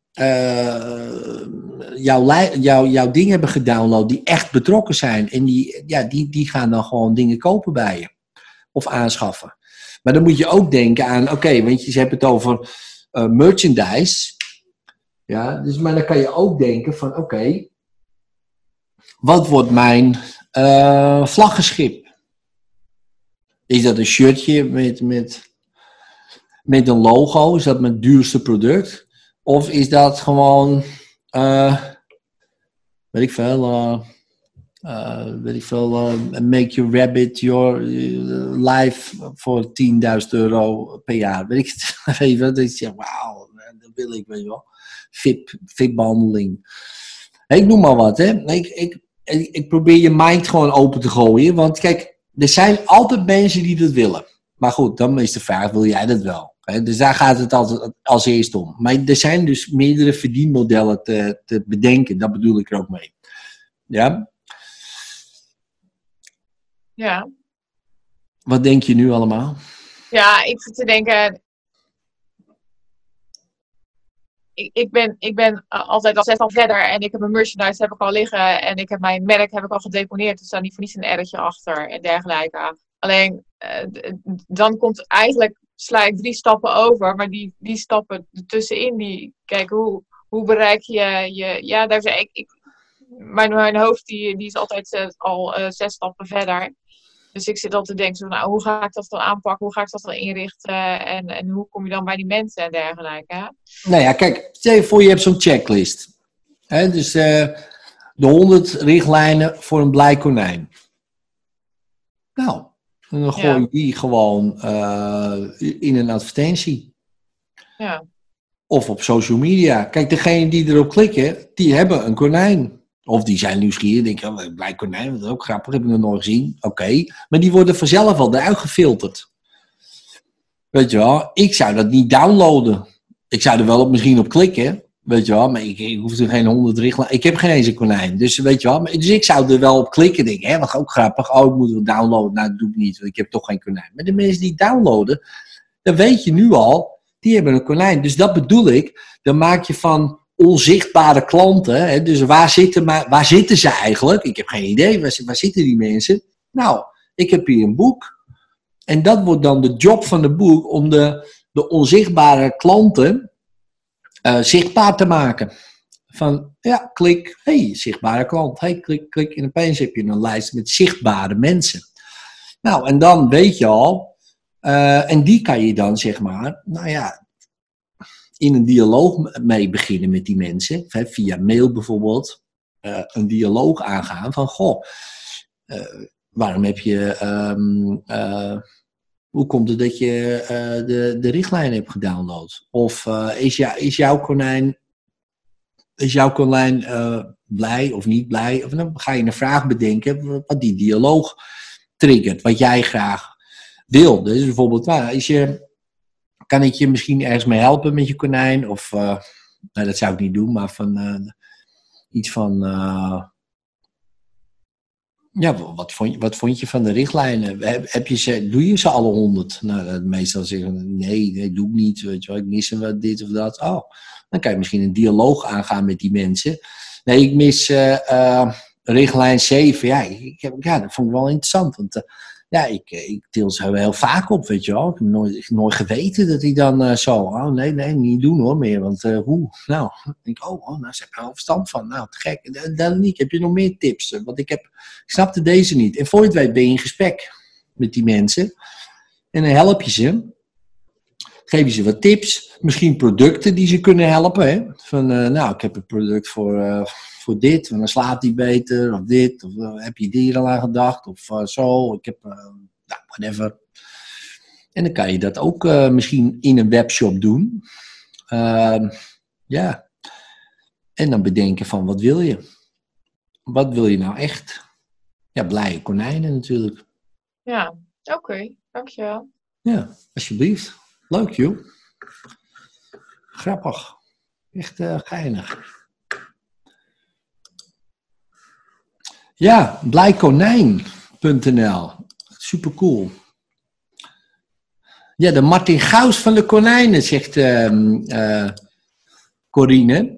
uh, jouw, jouw, jouw ding hebben gedownload, die echt betrokken zijn en die, ja, die, die gaan dan gewoon dingen kopen bij je. Of aanschaffen. Maar dan moet je ook denken aan, oké, okay, want je hebt het over uh, merchandise. Ja, dus, maar dan kan je ook denken van, oké, okay, wat wordt mijn uh, vlaggenschip? Is dat een shirtje met, met, met een logo? Is dat mijn duurste product? Of is dat gewoon, uh, weet ik veel... Uh, Uh, weet ik veel, uh, make your rabbit your uh, life voor tienduizend euro per jaar. Weet ik het even. Dat ik zeg, wauw, dat wil ik, weet je wel. V I P, V I P-behandeling. Ik noem maar wat, hè. Ik, ik, ik probeer je mind gewoon open te gooien. Want kijk, er zijn altijd mensen die dat willen. Maar goed, dan is de vraag, wil jij dat wel? Hè? Dus daar gaat het altijd als eerst om. Maar er zijn dus meerdere verdienmodellen te, te bedenken. Dat bedoel ik er ook mee. Ja? Ja. Wat denk je nu allemaal? Ja, ik zit te denken... Ik, ik, ben, ik ben altijd al zes al verder en ik heb mijn merchandise heb ik al liggen en ik heb mijn merk heb ik al gedeponeerd. Er staat niet voor niets een erretje achter en dergelijke. Alleen, uh, dan komt eigenlijk, sla ik drie stappen over, maar die, die stappen ertussenin, die, kijk, hoe, hoe bereik je je... Ja, daar zeg ik... ik mijn, mijn hoofd die, die is altijd uh, al uh, zes stappen verder. Dus ik zit altijd te denken, zo, nou, hoe ga ik dat dan aanpakken? Hoe ga ik dat dan inrichten? En, en hoe kom je dan bij die mensen en dergelijke? Hè? Nou ja, kijk, stel je voor je hebt zo'n checklist. Hè, dus uh, de honderd richtlijnen voor een blij konijn. Nou, dan gooi je ja. die gewoon uh, in een advertentie. Ja. Of op social media. Kijk, degene die erop klikken, die hebben een konijn. Of die zijn nieuwsgierig, denken, oh, blij konijn, dat is ook grappig, heb ik nog nooit gezien. Oké, okay. Maar die worden vanzelf al eruit gefilterd. Weet je wel, ik zou dat niet downloaden. Ik zou er wel op, misschien op klikken, Weet je wel, maar ik, ik hoef er geen honderd richtlijnen. Ik heb geen eens een konijn. Dus weet je wel, dus ik zou er wel op klikken. Denk, hè, wat ook grappig. Oh, ik moet het downloaden. Nou, dat doe ik niet, want ik heb toch geen konijn. Maar de mensen die downloaden, dan weet je nu al, die hebben een konijn. Dus dat bedoel ik. Dan maak je van onzichtbare klanten. Hè, dus waar zitten, maar, waar zitten ze eigenlijk? Ik heb geen idee. Waar, waar zitten die mensen? Nou, ik heb hier een boek. En dat wordt dan de job van het boek om de, de onzichtbare klanten Uh, zichtbaar te maken. Van, ja, klik, hey, zichtbare klant. Hey, klik, klik. En opeens heb je een lijst met zichtbare mensen. Nou, en dan weet je al, uh, en die kan je dan, zeg maar, nou ja, in een dialoog mee beginnen met die mensen. Hè, via mail bijvoorbeeld, uh, een dialoog aangaan van, goh, uh, waarom heb je, um, uh, hoe komt het dat je uh, de, de richtlijn hebt gedownload? Of uh, is, jou, is jouw konijn, is jouw konijn uh, blij of niet blij? Of dan ga je een vraag bedenken wat die dialoog triggert, wat jij graag wil. Dus bijvoorbeeld, nou, is je, kan ik je misschien ergens mee helpen met je konijn? Of, uh, nou, dat zou ik niet doen, maar van uh, iets van... Uh, Ja, wat vond, je, wat vond je van de richtlijnen? Heb, heb je ze, doe je ze alle honderd? Nou, meestal zeggen nee, nee, doe ik niet. Weet je wel, ik mis wat dit of dat. Oh, dan kan je misschien een dialoog aangaan met die mensen. Nee, ik mis uh, uh, richtlijn zeven. Ja, ik, ik heb, ja, dat vond ik wel interessant. Want uh, ja, ik, ik til ze heel vaak op, weet je wel. Ik heb nooit, ik heb nooit geweten dat hij dan uh, zo... Oh, nee, nee, niet doen hoor meer. Want uh, hoe? Nou, ik denk oh, oh, nou, ze hebben er wel verstand van. Nou, te gek. Danique, heb je nog meer tips? Want ik heb... Ik snapte deze niet. En voor je het weet ben je in gesprek met die mensen. En dan help je ze. Geef je ze wat tips. Misschien producten die ze kunnen helpen. Hè? Van, uh, nou, ik heb een product voor, uh, voor dit. En dan slaapt hij beter. Of dit. Of uh, heb je hier al aan gedacht. Of uh, zo. Ik heb, uh, nou, whatever. En dan kan je dat ook uh, misschien in een webshop doen. Uh, ja. En dan bedenken van, wat wil je? Wat wil je nou echt? Ja, blije konijnen natuurlijk. Ja, oké. Okay, dankjewel. Ja, alsjeblieft. Leuk, joh. Grappig. Echt uh, geinig. Ja, blijkonijn punt n l. Super cool. Ja, de Martin Gauws van de konijnen, zegt uh, uh, Corine.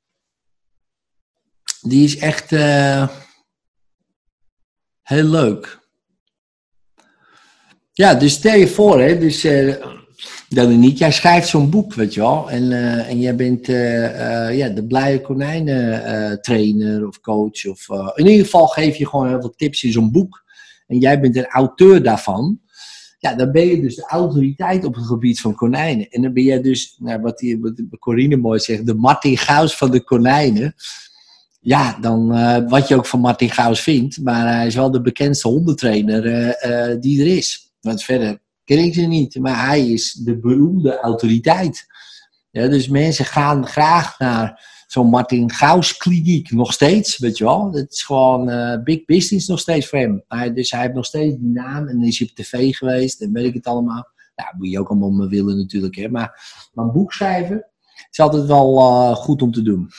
Die is echt uh, heel leuk. Ja, dus stel je voor, hè, dus, uh, dat niet, jij schrijft zo'n boek, weet je wel, en, uh, en jij bent uh, uh, ja, de blije konijnen uh, trainer of coach, of uh, in ieder geval geef je gewoon heel veel tips in zo'n boek, en jij bent een auteur daarvan, ja, dan ben je dus de autoriteit op het gebied van konijnen, en dan ben jij dus, nou, wat, die, wat Corine mooi zegt, de Martin Gauws van de konijnen. Ja, dan uh, wat je ook van Martin Gauws vindt, maar hij is wel de bekendste hondentrainer uh, uh, die er is. Want verder ken ik ze niet, maar hij is de beroemde autoriteit. Ja, dus mensen gaan graag naar zo'n Martin Gauws kliniek, nog steeds, weet je wel. Het is gewoon uh, big business nog steeds voor hem. Hij, dus hij heeft nog steeds die naam en is hij op tv geweest en weet ik het allemaal. Nou, moet je ook allemaal me willen natuurlijk, hè. Maar, maar een boek schrijven is altijd wel uh, goed om te doen.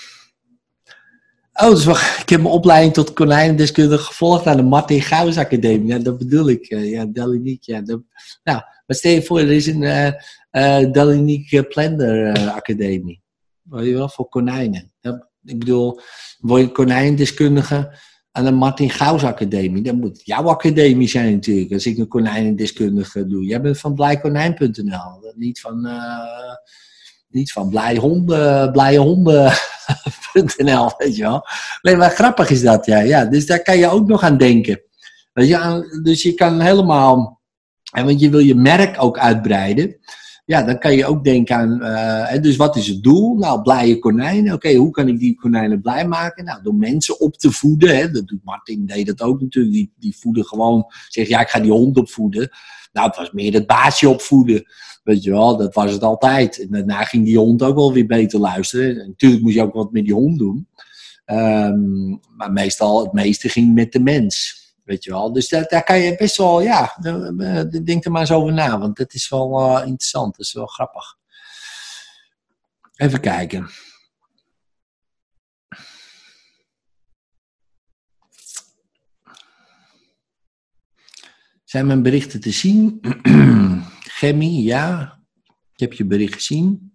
Oh, dus wacht, ik heb mijn opleiding tot konijnendeskundige gevolgd aan de Martin Gauws Academie. Ja, dat bedoel ik. Uh, ja, Danique. Ja, dat, nou, maar stel je voor, er is een uh, uh, Danique Plender uh, Academie. Weet je wel, voor konijnen. Dat, ik bedoel, word je konijnendeskundige aan de Martin Gauws Academie. Dat moet jouw academie zijn natuurlijk, als ik een konijnendeskundige doe. Jij bent van blijkonijn punt n l, niet van... Uh, Niet van blije honden, blije honden punt n l, weet je wel. Nee, maar grappig is dat, ja. ja. Dus daar kan je ook nog aan denken. Weet je, dus je kan helemaal, en want je wil je merk ook uitbreiden. Ja, dan kan je ook denken aan, uh, dus wat is het doel? Nou, blije konijnen. Oké, okay, hoe kan ik die konijnen blij maken? Nou, door mensen op te voeden. Hè. Dat doet Martin, deed dat ook natuurlijk. Die, die voeden gewoon, zegt ja, ik ga die hond opvoeden. Nou, het was meer het baasje opvoeden. Weet je wel, dat was het altijd. En daarna ging die hond ook wel weer beter luisteren. En natuurlijk moest je ook wat met die hond doen. Um, maar meestal, het meeste ging met de mens. Weet je wel. Dus daar, daar kan je best wel, ja, denk er maar eens over na. Want dat is wel uh, interessant. Dat is wel grappig. Even kijken. Zijn mijn berichten te zien? Gemmy, ja. Ik heb je bericht gezien.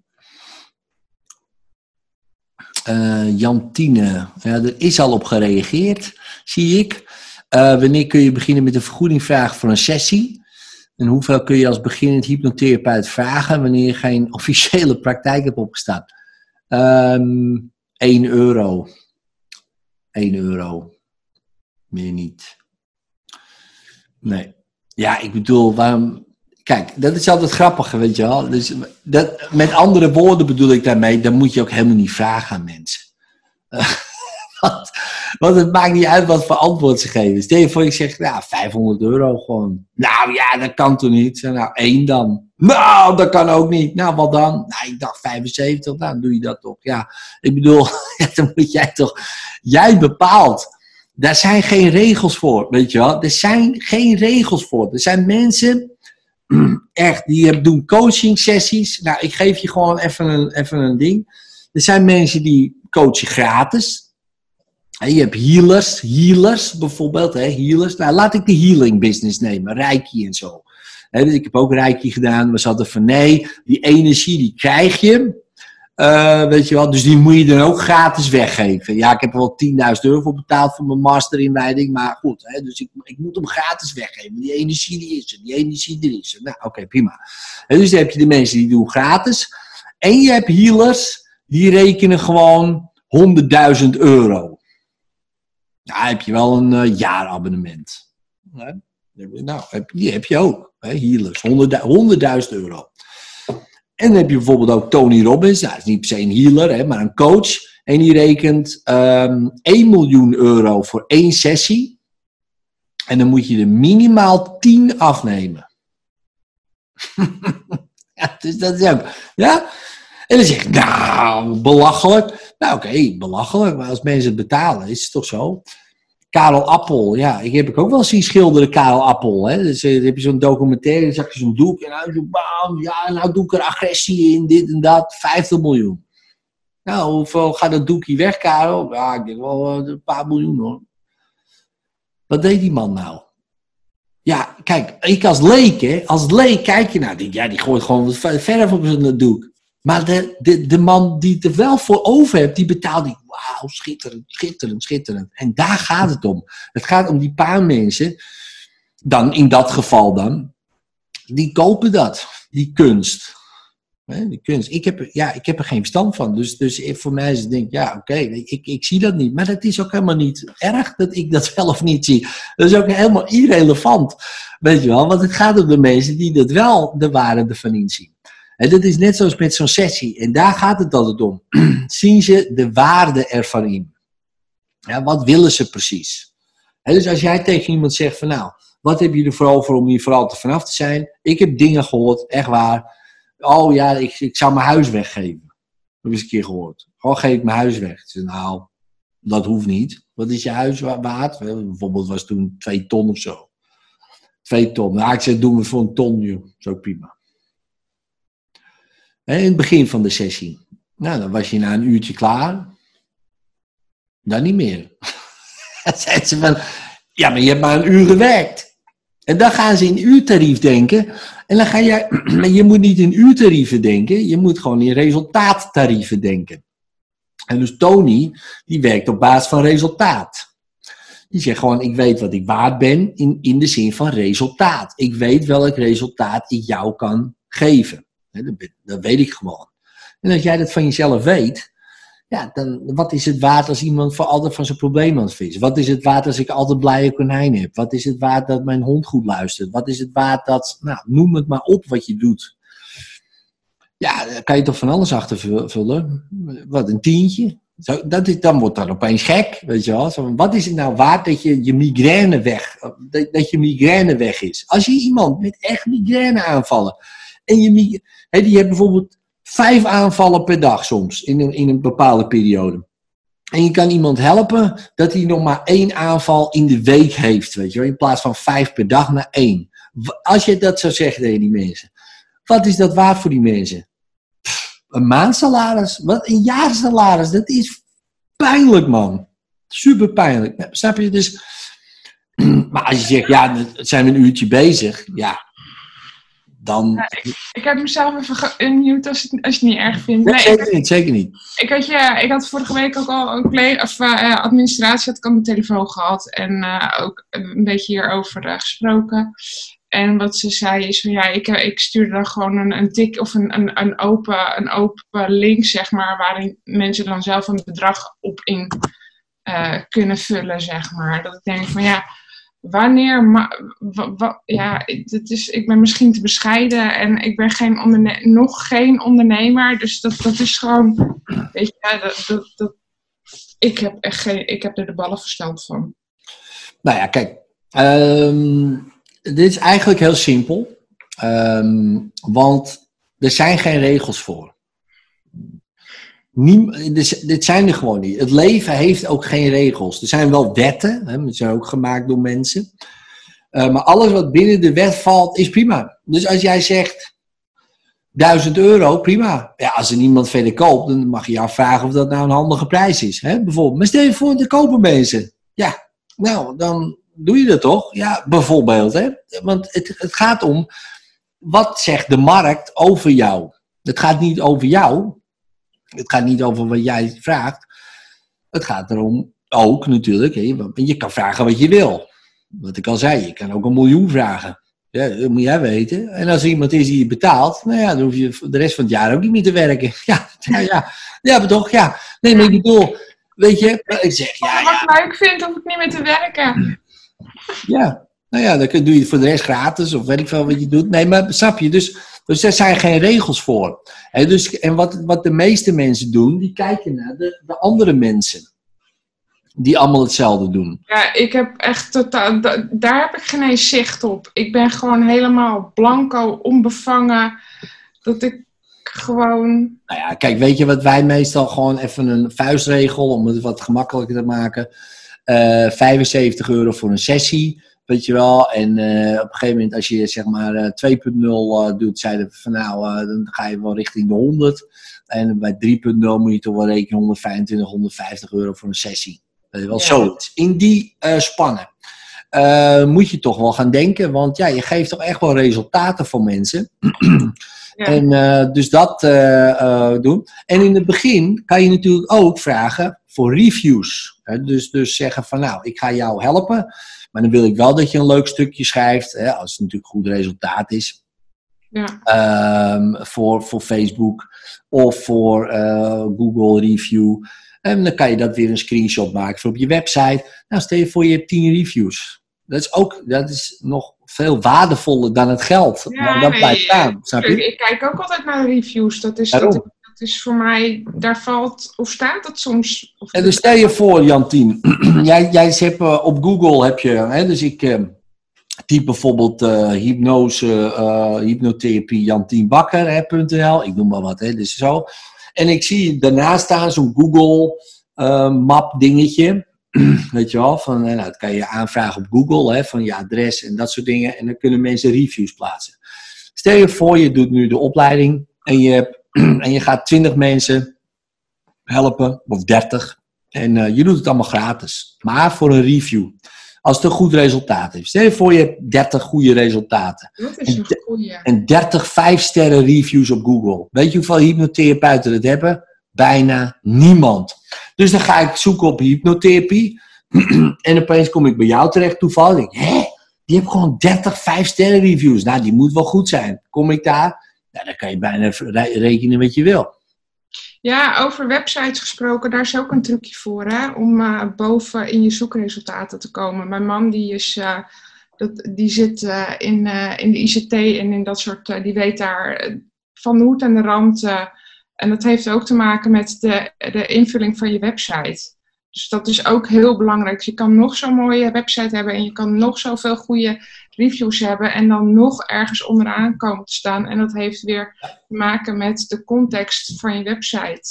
Uh, Jantine, ja, er is al op gereageerd, zie ik. Uh, wanneer kun je beginnen met een vergoedingvraag voor een sessie? En hoeveel kun je als beginnend hypnotherapeut vragen wanneer je geen officiële praktijk hebt opgestaan? Um, één euro. één euro. Meer niet. Nee. Ja, ik bedoel, waarom... Kijk, dat is altijd grappig, weet je wel. Dus dat, met andere woorden bedoel ik daarmee, dan moet je ook helemaal niet vragen aan mensen. Uh, want, want het maakt niet uit wat voor antwoord ze geven. Stel je voor, ik zeg, nou, vijfhonderd euro gewoon. Nou ja, dat kan toch niet? Nou, één dan. Nou, dat kan ook niet. Nou, wat dan? Nou, ik dacht vijfenzeventig, nou, dan doe je dat toch. Ja, ik bedoel, dan moet jij toch... Jij bepaalt. Daar zijn geen regels voor, weet je wel. Er zijn geen regels voor. Er zijn mensen... Echt, die doen coaching sessies. Nou, ik geef je gewoon even een, even een ding. Er zijn mensen die coachen gratis. Je hebt healers, healers bijvoorbeeld, hè, healers. Nou, laat ik de healing business nemen, Reiki en zo. He, dus ik heb ook Reiki gedaan, maar ze hadden van nee, die energie die krijg je. Uh, weet je wel, dus die moet je dan ook gratis weggeven. Ja, ik heb er wel tienduizend euro voor betaald voor mijn masterinwijding, maar goed, hè, dus ik, ik moet hem gratis weggeven. Die energie die is er, die energie die is er. Nou, oké, okay, prima. He, dus dan heb je de mensen die doen gratis. En je hebt healers, die rekenen gewoon honderdduizend euro. Nou, heb je wel een uh, jaarabonnement. Hè? Nou, heb, die heb je ook. Hè, healers, honderdduizend euro. En dan heb je bijvoorbeeld ook Tony Robbins. Nou, dat is niet per se een healer, hè, maar een coach. En die rekent um, één miljoen euro voor één sessie. En dan moet je er minimaal tien afnemen. Ja, dus dat is ook... Ja? En dan zeg je, nou, belachelijk. Nou, oké, okay, belachelijk. Maar als mensen het betalen, is het toch zo? Karel Appel, ja, ik heb ik ook wel zien schilderen, Karel Appel. Hè? Dus dan heb je zo'n documentaire, dan zag je zo'n doek en nou, zo, bam, ja, nou doe ik er agressie in, dit en dat, vijftig miljoen. Nou, hoeveel gaat dat doekje weg, Karel? Ja, ik denk wel uh, een paar miljoen hoor. Wat deed die man nou? Ja, kijk, ik als leek, hè, als leek kijk je naar, die, ja, die gooit gewoon wat verf op zijn doek. Maar de, de, de man die het er wel voor over heeft, die betaalt die, wauw, schitterend, schitterend, schitterend. En daar gaat het om. Het gaat om die paar mensen, dan in dat geval dan, die kopen dat, die kunst. He, die kunst. Ik heb, ja, ik heb er geen verstand van. Dus, dus voor mij is het denk ja, oké, okay, ik, ik zie dat niet. Maar dat is ook helemaal niet erg dat ik dat wel of niet zie. Dat is ook helemaal irrelevant. Weet je wel, want het gaat om de mensen die dat wel de waarde ervan inzien. En dat is net zoals met zo'n sessie. En daar gaat het altijd om. Zien ze de waarde ervan in? Ja, wat willen ze precies? En dus als jij tegen iemand zegt van nou, wat heb je er voor over om hier vooral te vanaf te zijn? Ik heb dingen gehoord, echt waar. Oh ja, ik, ik zou mijn huis weggeven. Dat heb ik eens een keer gehoord. Oh, geef ik mijn huis weg. Ik zei, nou, dat hoeft niet. Wat is je huis waard? Bijvoorbeeld was het toen twee ton of zo. Twee ton. Nou, ik zei, doen we voor een ton, joh. Zo prima. In het begin van de sessie. Nou, dan was je na een uurtje klaar. Dan niet meer. Dan zeiden ze van, ja, maar je hebt maar een uur gewerkt. En dan gaan ze in uurtarief denken. En dan ga je, maar je moet niet in uurtarieven denken. Je moet gewoon in resultaattarieven denken. En dus Tony, die werkt op basis van resultaat. Die zegt gewoon, ik weet wat ik waard ben in, in de zin van resultaat. Ik weet welk resultaat ik jou kan geven. Dat weet ik gewoon. En als jij dat van jezelf weet, ja, dan wat is het waard als iemand voor altijd van zijn probleem aan het vissen? Wat is het waard als ik altijd blije konijn heb? Wat is het waard dat mijn hond goed luistert? Wat is het waard dat, nou, noem het maar op wat je doet. Ja, daar kan je toch van alles achter vullen. Wat, een tientje? Zo, dat is, dan wordt dat opeens gek, weet je wel. Zo, wat is het nou waard dat je, je migraine weg, dat, dat je migraine weg is? Als je iemand met echt migraine aanvallen, en je, he, die hebt bijvoorbeeld vijf aanvallen per dag soms, in een, in een bepaalde periode. En je kan iemand helpen dat hij nog maar één aanval in de week heeft, weet je wel, in plaats van vijf per dag naar één. Als je dat zou zeggen tegen die mensen, wat is dat waard voor die mensen? Pff, een maandsalaris, wat, een jaarsalaris, dat is pijnlijk, man. Super pijnlijk. Snap je? Dus Maar als je zegt, ja, dan zijn we een uurtje bezig, ja, dan... Ja, ik, ik heb mezelf even geunmute als, het, als je het niet erg vindt. Nee, Nee, zeker ik, niet, zeker niet. ik, had je, ik had vorige week ook al een collega, of, uh, administratie had ik aan de telefoon gehad. En uh, ook een beetje hierover uh, gesproken. En wat ze zei is van ja, ik, ik stuurde dan gewoon een, een tik of een, een, een, open, een open link, zeg maar, waarin mensen dan zelf een bedrag op in uh, kunnen vullen, zeg maar. Dat ik denk van ja, wanneer, ma, wa, wa, ja, het is, ik ben misschien te bescheiden en ik ben geen onderne- nog geen ondernemer, dus dat, dat is gewoon, weet je, ja, dat, dat, dat, ik heb echt geen, ik heb er de ballen verstand van. Nou ja, kijk, um, dit is eigenlijk heel simpel, um, want er zijn geen regels voor. Niem, dit, dit zijn er gewoon niet. Het leven heeft ook geen regels. Er zijn wel wetten, hè, die zijn ook gemaakt door mensen. Uh, maar alles wat binnen de wet valt, is prima. Dus als jij zegt duizend euro, prima. Ja, als er niemand verder koopt, dan mag je je afvragen of dat nou een handige prijs is. Hè, bijvoorbeeld. Maar stel je voor, er kopen mensen. Ja, nou, dan doe je dat toch? Ja, bijvoorbeeld. Hè? Want het, het gaat om, wat zegt de markt over jou? Het gaat niet over jou. Het gaat niet over wat jij vraagt. Het gaat erom ook natuurlijk. Hè, je kan vragen wat je wil. Wat ik al zei, je kan ook een miljoen vragen. Ja, dat moet jij weten. En als er iemand is die je betaalt, nou ja, dan hoef je de rest van het jaar ook niet meer te werken. Ja, ja, ja. Ja, maar toch, ja. Nee, maar ik bedoel, weet je, ik zeg, ja, Wat ja. ik leuk vind, hoef ik niet meer te werken. Ja, nou ja, dan doe je het voor de rest gratis of weet ik veel wat je doet. Nee, maar snap je, dus, dus er zijn geen regels voor. He, dus, en wat, wat de meeste mensen doen, die kijken naar de, de andere mensen. Die allemaal hetzelfde doen. Ja, ik heb echt totaal, da, daar heb ik geen eens zicht op. Ik ben gewoon helemaal blanco, onbevangen. Dat ik gewoon... Nou ja, kijk, weet je wat wij meestal gewoon even een vuistregel, om het wat gemakkelijker te maken. Uh, vijfenzeventig euro voor een sessie, weet je wel. En uh, op een gegeven moment, als je zeg maar uh, twee punt nul uh, doet, zeiden we van nou, uh, dan ga je wel richting de honderd. En bij drie punt nul moet je toch wel rekenen honderdvijfentwintig, honderdvijftig euro voor een sessie. Weet je wel, ja. Zoiets. In die uh, spannen uh, moet je toch wel gaan denken, want ja, je geeft toch echt wel resultaten voor mensen. Ja. En uh, dus dat uh, uh, doen. En in het begin kan je natuurlijk ook vragen voor reviews. Hè? Dus, dus zeggen van nou, ik ga jou helpen. Maar dan wil ik wel dat je een leuk stukje schrijft. Hè? Als het natuurlijk goed resultaat is. Ja. Um, voor, voor Facebook. Of voor uh, Google Review. En dan kan je dat weer een screenshot maken voor op je website. Nou, stel je voor je hebt tien reviews. Dat is ook, dat is nog veel waardevoller dan het geld. Ja, maar dat nee, blijft staan, snap je? Ik, ik kijk ook altijd naar de reviews. Dat is, dat, dat is voor mij, daar valt, of staat het soms? Of en dus stel je voor, Jantien, jij, jij hebt uh, op Google heb je, hè, dus ik uh, typ bijvoorbeeld uh, hypnose, uh, hypnotherapie Jantien Bakker, hè, .nl, ik noem maar wat, hè, dus zo. En ik zie daarnaast staan zo'n Google uh, map dingetje. Weet je wel, van, nou, dat kan je aanvragen op Google, hè, van je adres en dat soort dingen. En dan kunnen mensen reviews plaatsen. Stel je voor, je doet nu de opleiding en je, en je gaat twintig mensen helpen, of dertig. En uh, je doet het allemaal gratis. Maar voor een review. Als het een goed resultaat heeft. Stel je voor, je hebt dertig goede resultaten. Dat is een goeie. En dertig vijf-sterren reviews op Google. Weet je hoeveel hypnotherapeuten het hebben? Bijna niemand. Dus dan ga ik zoeken op hypnotherapie. En opeens kom ik bij jou terecht toevallig. Denk ik, hé, die heeft gewoon dertig vijf-sterren reviews. Nou, die moet wel goed zijn. Kom ik daar? Nou, dan kan je bijna rekenen wat je wil. Ja, over websites gesproken, daar is ook een trucje voor, hè? Om uh, boven in je zoekresultaten te komen. Mijn man die is, uh, dat, die zit uh, in, uh, in de I C T en in dat soort, uh, die weet daar uh, van de hoed en de rand. Uh, en dat heeft ook te maken met de, de invulling van je website. Dus dat is ook heel belangrijk. Je kan nog zo'n mooie website hebben en je kan nog zoveel goede reviews hebben en dan nog ergens onderaan komen te staan. En dat heeft weer te maken met de context van je website.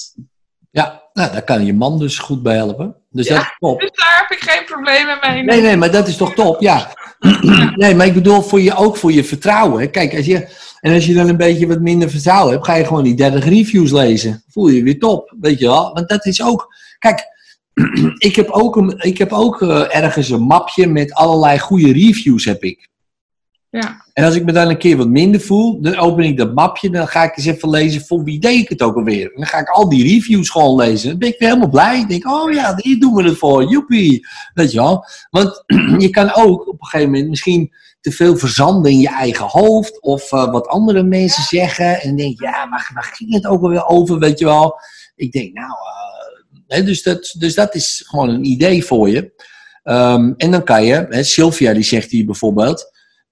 Ja, nou, daar kan je man dus goed bij helpen. Dus ja, dat is top. Dus daar heb ik geen problemen mee. Nee, nee, maar dat is toch top, ja. Nee, maar ik bedoel voor je, ook voor je vertrouwen. Kijk, als je, en als je dan een beetje wat minder vertrouwen hebt, ga je gewoon die dertig reviews lezen. Voel je je weer top, weet je wel. Want dat is ook, kijk, ik heb ook, een, ik heb ook uh, ergens een mapje met allerlei goede reviews heb ik. Ja. En als ik me dan een keer wat minder voel, dan open ik dat mapje. Dan ga ik eens even lezen voor wie deed ik het ook alweer. En dan ga ik al die reviews gewoon lezen. Dan ben ik weer helemaal blij. Ik denk, oh ja, hier doen we het voor. Joepie. Weet je wel. Want je kan ook op een gegeven moment misschien te veel verzanden in je eigen hoofd. Of uh, wat andere mensen zeggen. En dan denk je, ja, waar, waar ging het ook alweer over, weet je wel. Ik denk, nou... Uh, hè, dus, dat, dus dat is gewoon een idee voor je. Um, en dan kan je... Hè, Sylvia die zegt hier bijvoorbeeld...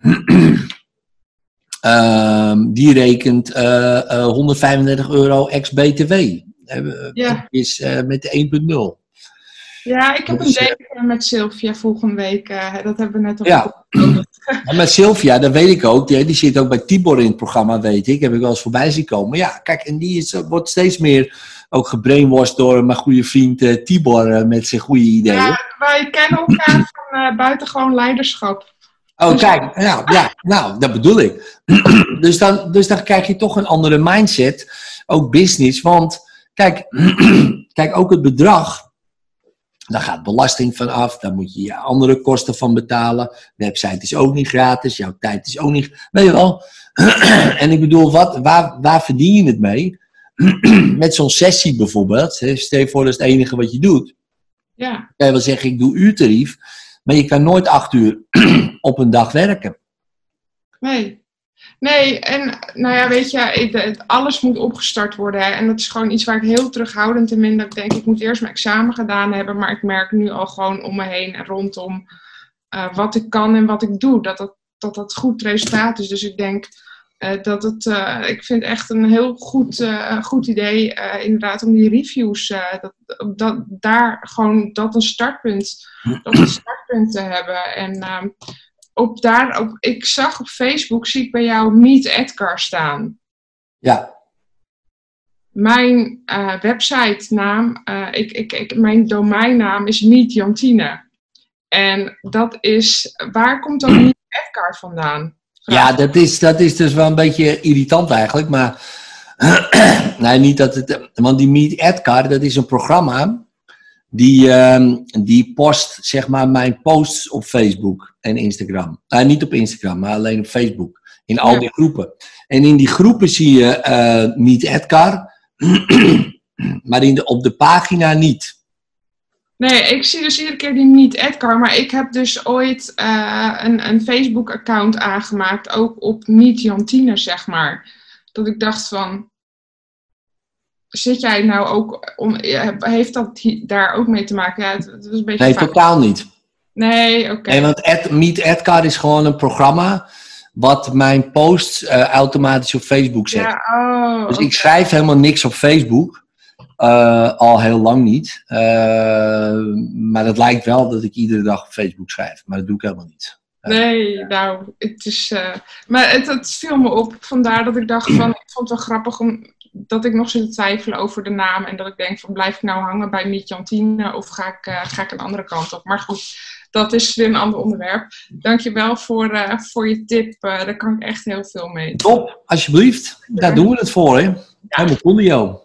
Uh, die rekent uh, uh, honderdvijfendertig euro ex-B T W. Uh, ja. Is uh, met de één punt nul. Ja, ik heb dus, een date uh, met Sylvia volgende week. Uh, dat hebben we net al ja. En met Sylvia, dat weet ik ook. Die, die zit ook bij Tibor in het programma, weet ik. Heb ik wel eens voorbij zien komen. Ja, kijk, en die is, wordt steeds meer ook gebrainwashed door mijn goede vriend uh, Tibor uh, met zijn goede ideeën. Ja, wij kennen elkaar van uh, buitengewoon leiderschap. Oh, kijk, ja, ja, nou, dat bedoel ik. dus, dan, dus dan krijg je toch een andere mindset, ook business. Want, kijk, kijk ook het bedrag, daar gaat belasting van af, daar moet je je andere kosten van betalen. Website is ook niet gratis, jouw tijd is ook niet... Weet je wel? En ik bedoel, wat, waar, waar verdien je het mee? Met zo'n sessie bijvoorbeeld, stel je voor dat is het enige wat je doet. Ja. Kan je wel zeggen, ik doe uurtarief. Maar je kan nooit acht uur op een dag werken. Nee. Nee, en nou ja, weet je, alles moet opgestart worden. Hè? En dat is gewoon iets waar ik heel terughoudend in ben. Dat ik denk, ik moet eerst mijn examen gedaan hebben. Maar ik merk nu al gewoon om me heen en rondom uh, wat ik kan en wat ik doe. Dat dat, dat, dat goed resultaat is. Dus ik denk uh, dat het, uh, ik vind echt een heel goed, uh, goed idee uh, inderdaad om die reviews, uh, dat, dat, daar gewoon dat een startpunt, dat een startpunt te hebben. En uh, op daar, op, ik zag op Facebook, zie ik bij jou Meet Edgar staan. Ja. Mijn uh, website-naam, uh, ik, ik, ik, mijn domeinnaam is Meet Jantine. En dat is, waar komt dan Meet Edgar vandaan? Vraag. Ja, dat is, dat is dus wel een beetje irritant eigenlijk, maar nee, niet dat het, want die Meet Edgar, dat is een programma die, um, die post, zeg maar, mijn posts op Facebook en Instagram. Uh, niet op Instagram, maar alleen op Facebook. In al Ja. die groepen. En in die groepen zie je uh, Meet Edgar, maar in de, op de pagina niet. Nee, ik zie dus iedere keer die Meet Edgar, maar ik heb dus ooit uh, een, een Facebook-account aangemaakt, ook op Meet Jantine, zeg maar. Dat ik dacht van, zit jij nou ook, om, heeft dat hi- daar ook mee te maken? Ja, het, het is een beetje Nee, vaak. totaal niet. Nee, oké. Okay. Nee, want Ed, Meet Edgar is gewoon een programma wat mijn posts uh, automatisch op Facebook zet. Ja, oh, dus okay. ik schrijf helemaal niks op Facebook. Uh, al heel lang niet. Uh, maar het lijkt wel dat ik iedere dag op Facebook schrijf. Maar dat doe ik helemaal niet. Uh, Nee, nou, het is... Uh, maar het, het viel me op. Vandaar dat ik dacht van... Ik vond het wel grappig om, dat ik nog zit te twijfelen over de naam. En dat ik denk van, blijf ik nou hangen bij Meet Jantine? Of ga ik, uh, ga ik een andere kant op? Maar goed, dat is weer een ander onderwerp. Dankjewel voor, uh, voor je tip. Uh, daar kan ik echt heel veel mee. Top, alsjeblieft. Daar doen we het voor, hè. Helemaal coolio.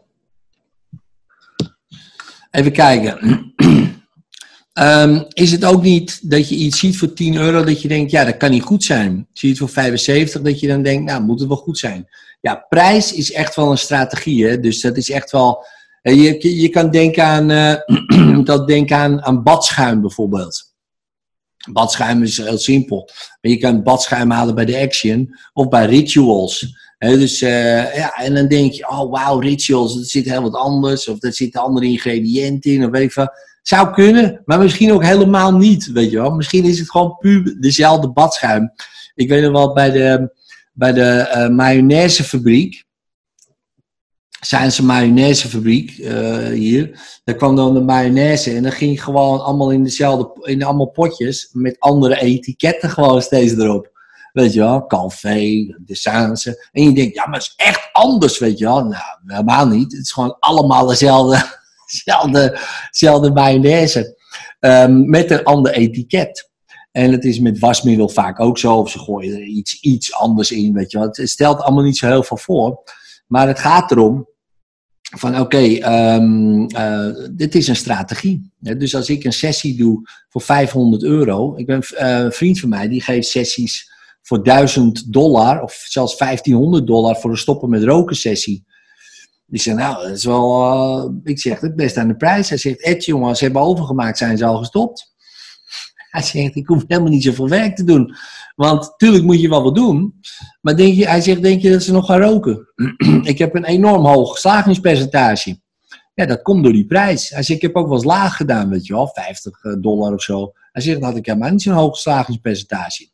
Even kijken. um, is het ook niet dat je iets ziet voor tien euro dat je denkt, ja, dat kan niet goed zijn. Zie je het voor vijfenzeventig dat je dan denkt, nou, moet het wel goed zijn. Ja, prijs is echt wel een strategie, hè. Dus dat is echt wel... Je, je kan denken aan, uh, dat denken aan, aan badschuim bijvoorbeeld. Badschuim is heel simpel. Maar je kan badschuim halen bij de Action of bij Rituals. He, dus, uh, ja, en dan denk je, oh wauw, Rituals, dat zit heel wat anders. Of daar zitten andere ingrediënten in. Of even. Zou kunnen, maar misschien ook helemaal niet. Weet je wel. Misschien is het gewoon puur dezelfde badschuim. Ik weet nog wel, bij de, bij de uh, mayonaisefabriek. Zijn ze mayonaisefabriek uh, hier. Daar kwam dan de mayonaise en dan ging gewoon allemaal in dezelfde, in allemaal potjes met andere etiketten gewoon steeds erop. Weet je wel, Calvé, de Saanse. En je denkt, ja, maar het is echt anders, weet je wel. Nou, helemaal niet. Het is gewoon allemaal dezelfde, dezelfde, dezelfde mayonaise. Um, met een ander etiket. En het is met wasmiddel vaak ook zo. Of ze gooien er iets, iets anders in, weet je wel. Het stelt allemaal niet zo heel veel voor. Maar het gaat erom van oké, okay, um, uh, dit is een strategie. Dus als ik een sessie doe voor vijfhonderd euro. Ik ben uh, een vriend van mij die geeft sessies voor duizend dollar of zelfs vijftienhonderd dollar voor een stoppen met roken sessie. Die zegt nou, dat is wel, uh, ik zeg het best aan de prijs. Hij zegt, Ed jongen, ze hebben overgemaakt, zijn ze al gestopt. Hij zegt, ik hoef helemaal niet zoveel werk te doen. Want tuurlijk moet je wel wat doen. Maar denk je, hij zegt, denk je dat ze nog gaan roken? Ik heb een enorm hoog slagingspercentage. Ja, dat komt door die prijs. Hij zegt, ik heb ook wel eens laag gedaan, weet je wel, vijftig dollar of zo. Hij zegt, dat had ik helemaal niet zo'n hoog slagingspercentage.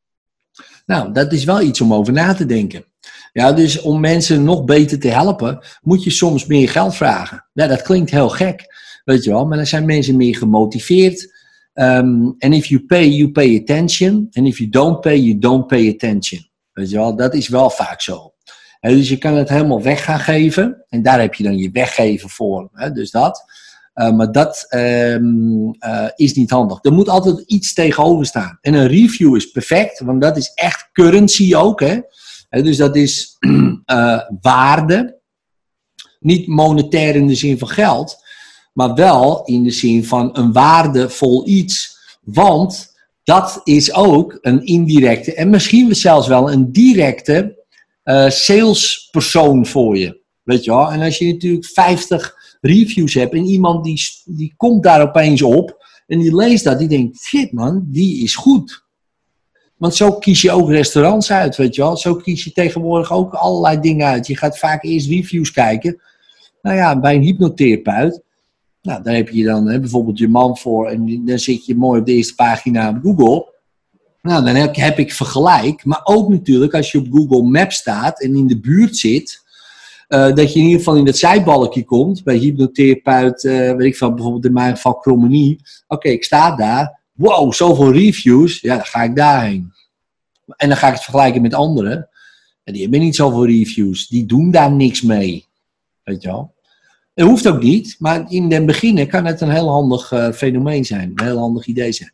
Nou, dat is wel iets om over na te denken. Ja, dus om mensen nog beter te helpen, moet je soms meer geld vragen. Ja, dat klinkt heel gek, weet je wel, maar dan zijn mensen meer gemotiveerd. Um, and if you pay, you pay attention. And if you don't pay, you don't pay attention. Weet je wel, dat is wel vaak zo. He, dus je kan het helemaal weg gaan geven. En daar heb je dan je weggeven voor. He, dus dat. Uh, maar dat um, uh, is niet handig. Er moet altijd iets tegenover staan. En een review is perfect. Want dat is echt currency ook. Hè? He, dus dat is uh, waarde. Niet monetair in de zin van geld. Maar wel in de zin van een waardevol iets. Want dat is ook een indirecte en misschien zelfs wel een directe uh, salespersoon voor je. Weet je wel? En als je natuurlijk vijftig reviews hebt en iemand die, die komt daar opeens op en die leest dat, die denkt, shit man, die is goed. Want zo kies je ook restaurants uit, weet je wel. Zo kies je tegenwoordig ook allerlei dingen uit. Je gaat vaak eerst reviews kijken. Nou ja, bij een hypnotherapeut. Nou, daar heb je dan hè, bijvoorbeeld je man voor en dan zit je mooi op de eerste pagina op Google. Nou, dan heb, heb ik vergelijk. Maar ook natuurlijk als je op Google Maps staat en in de buurt zit, uh, dat je in ieder geval in dat zijbalkje komt. Bij hypnotherapeut, uh, weet ik van, bijvoorbeeld in mijn geval Cromanie. Oké, okay, ik sta daar. Wow, zoveel reviews. Ja, dan ga ik daarheen. En dan ga ik het vergelijken met anderen. En die hebben niet zoveel reviews. Die doen daar niks mee. Weet je wel. Dat hoeft ook niet, maar in den beginnen kan het een heel handig uh, fenomeen zijn. Een heel handig idee zijn.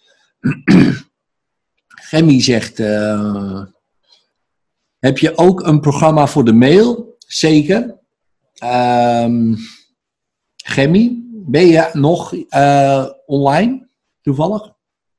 Gemmy zegt, uh, heb je ook een programma voor de mail? Zeker. Um, Gemmy, ben je nog uh, online, toevallig?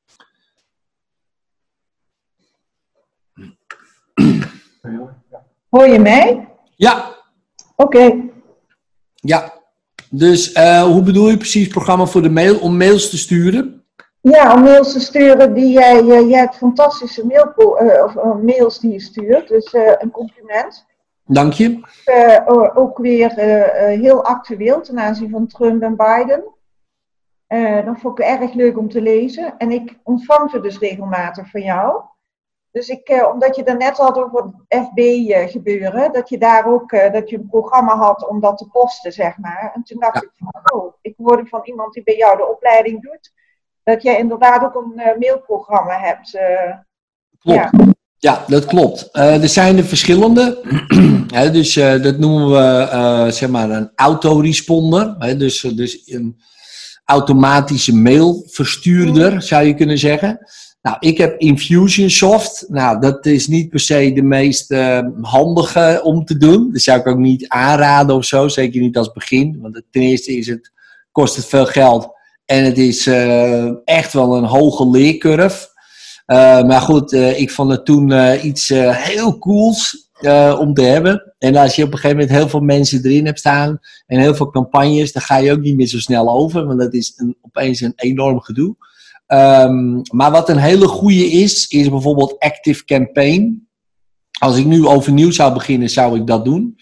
Hoor je mij? Ja. Oké. Okay. Ja, dus uh, hoe bedoel je precies programma voor de mail? Om mails te sturen? Ja, om mails te sturen die jij, uh, jij hebt fantastische mail, uh, of, uh, mails die je stuurt, dus uh, een compliment. Dank je. Uh, ook weer uh, uh, heel actueel ten aanzien van Trump en Biden. Uh, dat vond ik erg leuk om te lezen en ik ontvang ze dus regelmatig van jou. Dus ik, uh, omdat je daarnet had over het F B uh, gebeuren, dat je daar ook uh, dat je een programma had om dat te posten, zeg maar. En toen dacht ja. ik van, oh, ik hoorde van iemand die bij jou de opleiding doet, dat jij inderdaad ook een uh, mailprogramma hebt. Uh, klopt. Ja. ja, dat klopt. Uh, er zijn er verschillende. He, dus uh, dat noemen we uh, zeg maar een autoresponder. He, dus, dus een automatische mailverstuurder, zou je kunnen zeggen. Nou, ik heb Infusionsoft. Nou, dat is niet per se de meest uh, handige om te doen. Dat zou ik ook niet aanraden of zo. Zeker niet als begin. Want ten eerste is het, kost het veel geld. En het is uh, echt wel een hoge leercurve. Uh, maar goed, uh, ik vond het toen uh, iets uh, heel cools uh, om te hebben. En als je op een gegeven moment heel veel mensen erin hebt staan. En heel veel campagnes. Dan ga je ook niet meer zo snel over. Want dat is een, opeens een enorm gedoe. Um, maar wat een hele goede is, is bijvoorbeeld Active Campaign. Als ik nu overnieuw zou beginnen, zou ik dat doen.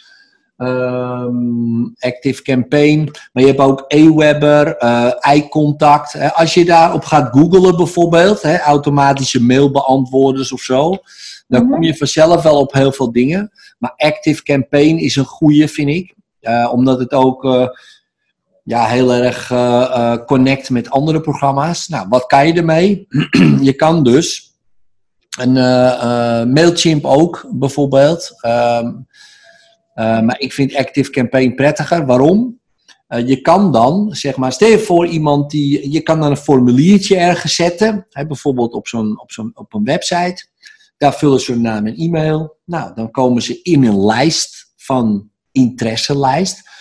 Um, Active Campaign. Maar je hebt ook Aweber, uh, iContact. Hè. Als je daarop gaat googlen bijvoorbeeld, hè, automatische mailbeantwoorders of zo, dan kom je vanzelf wel op heel veel dingen. Maar Active Campaign is een goede, vind ik. Uh, omdat het ook Uh, Ja, heel erg uh, uh, connect met andere programma's. Nou, wat kan je ermee? Je kan dus een uh, uh, Mailchimp ook, bijvoorbeeld. Um, uh, maar ik vind Active Campaign prettiger. Waarom? Uh, je kan dan, zeg maar, stel je voor iemand die, je kan dan een formuliertje ergens zetten. Hè, bijvoorbeeld op, zo'n, op, zo'n, op een website. Daar vullen ze hun naam en e-mail. Nou, dan komen ze in een lijst van interesselijst.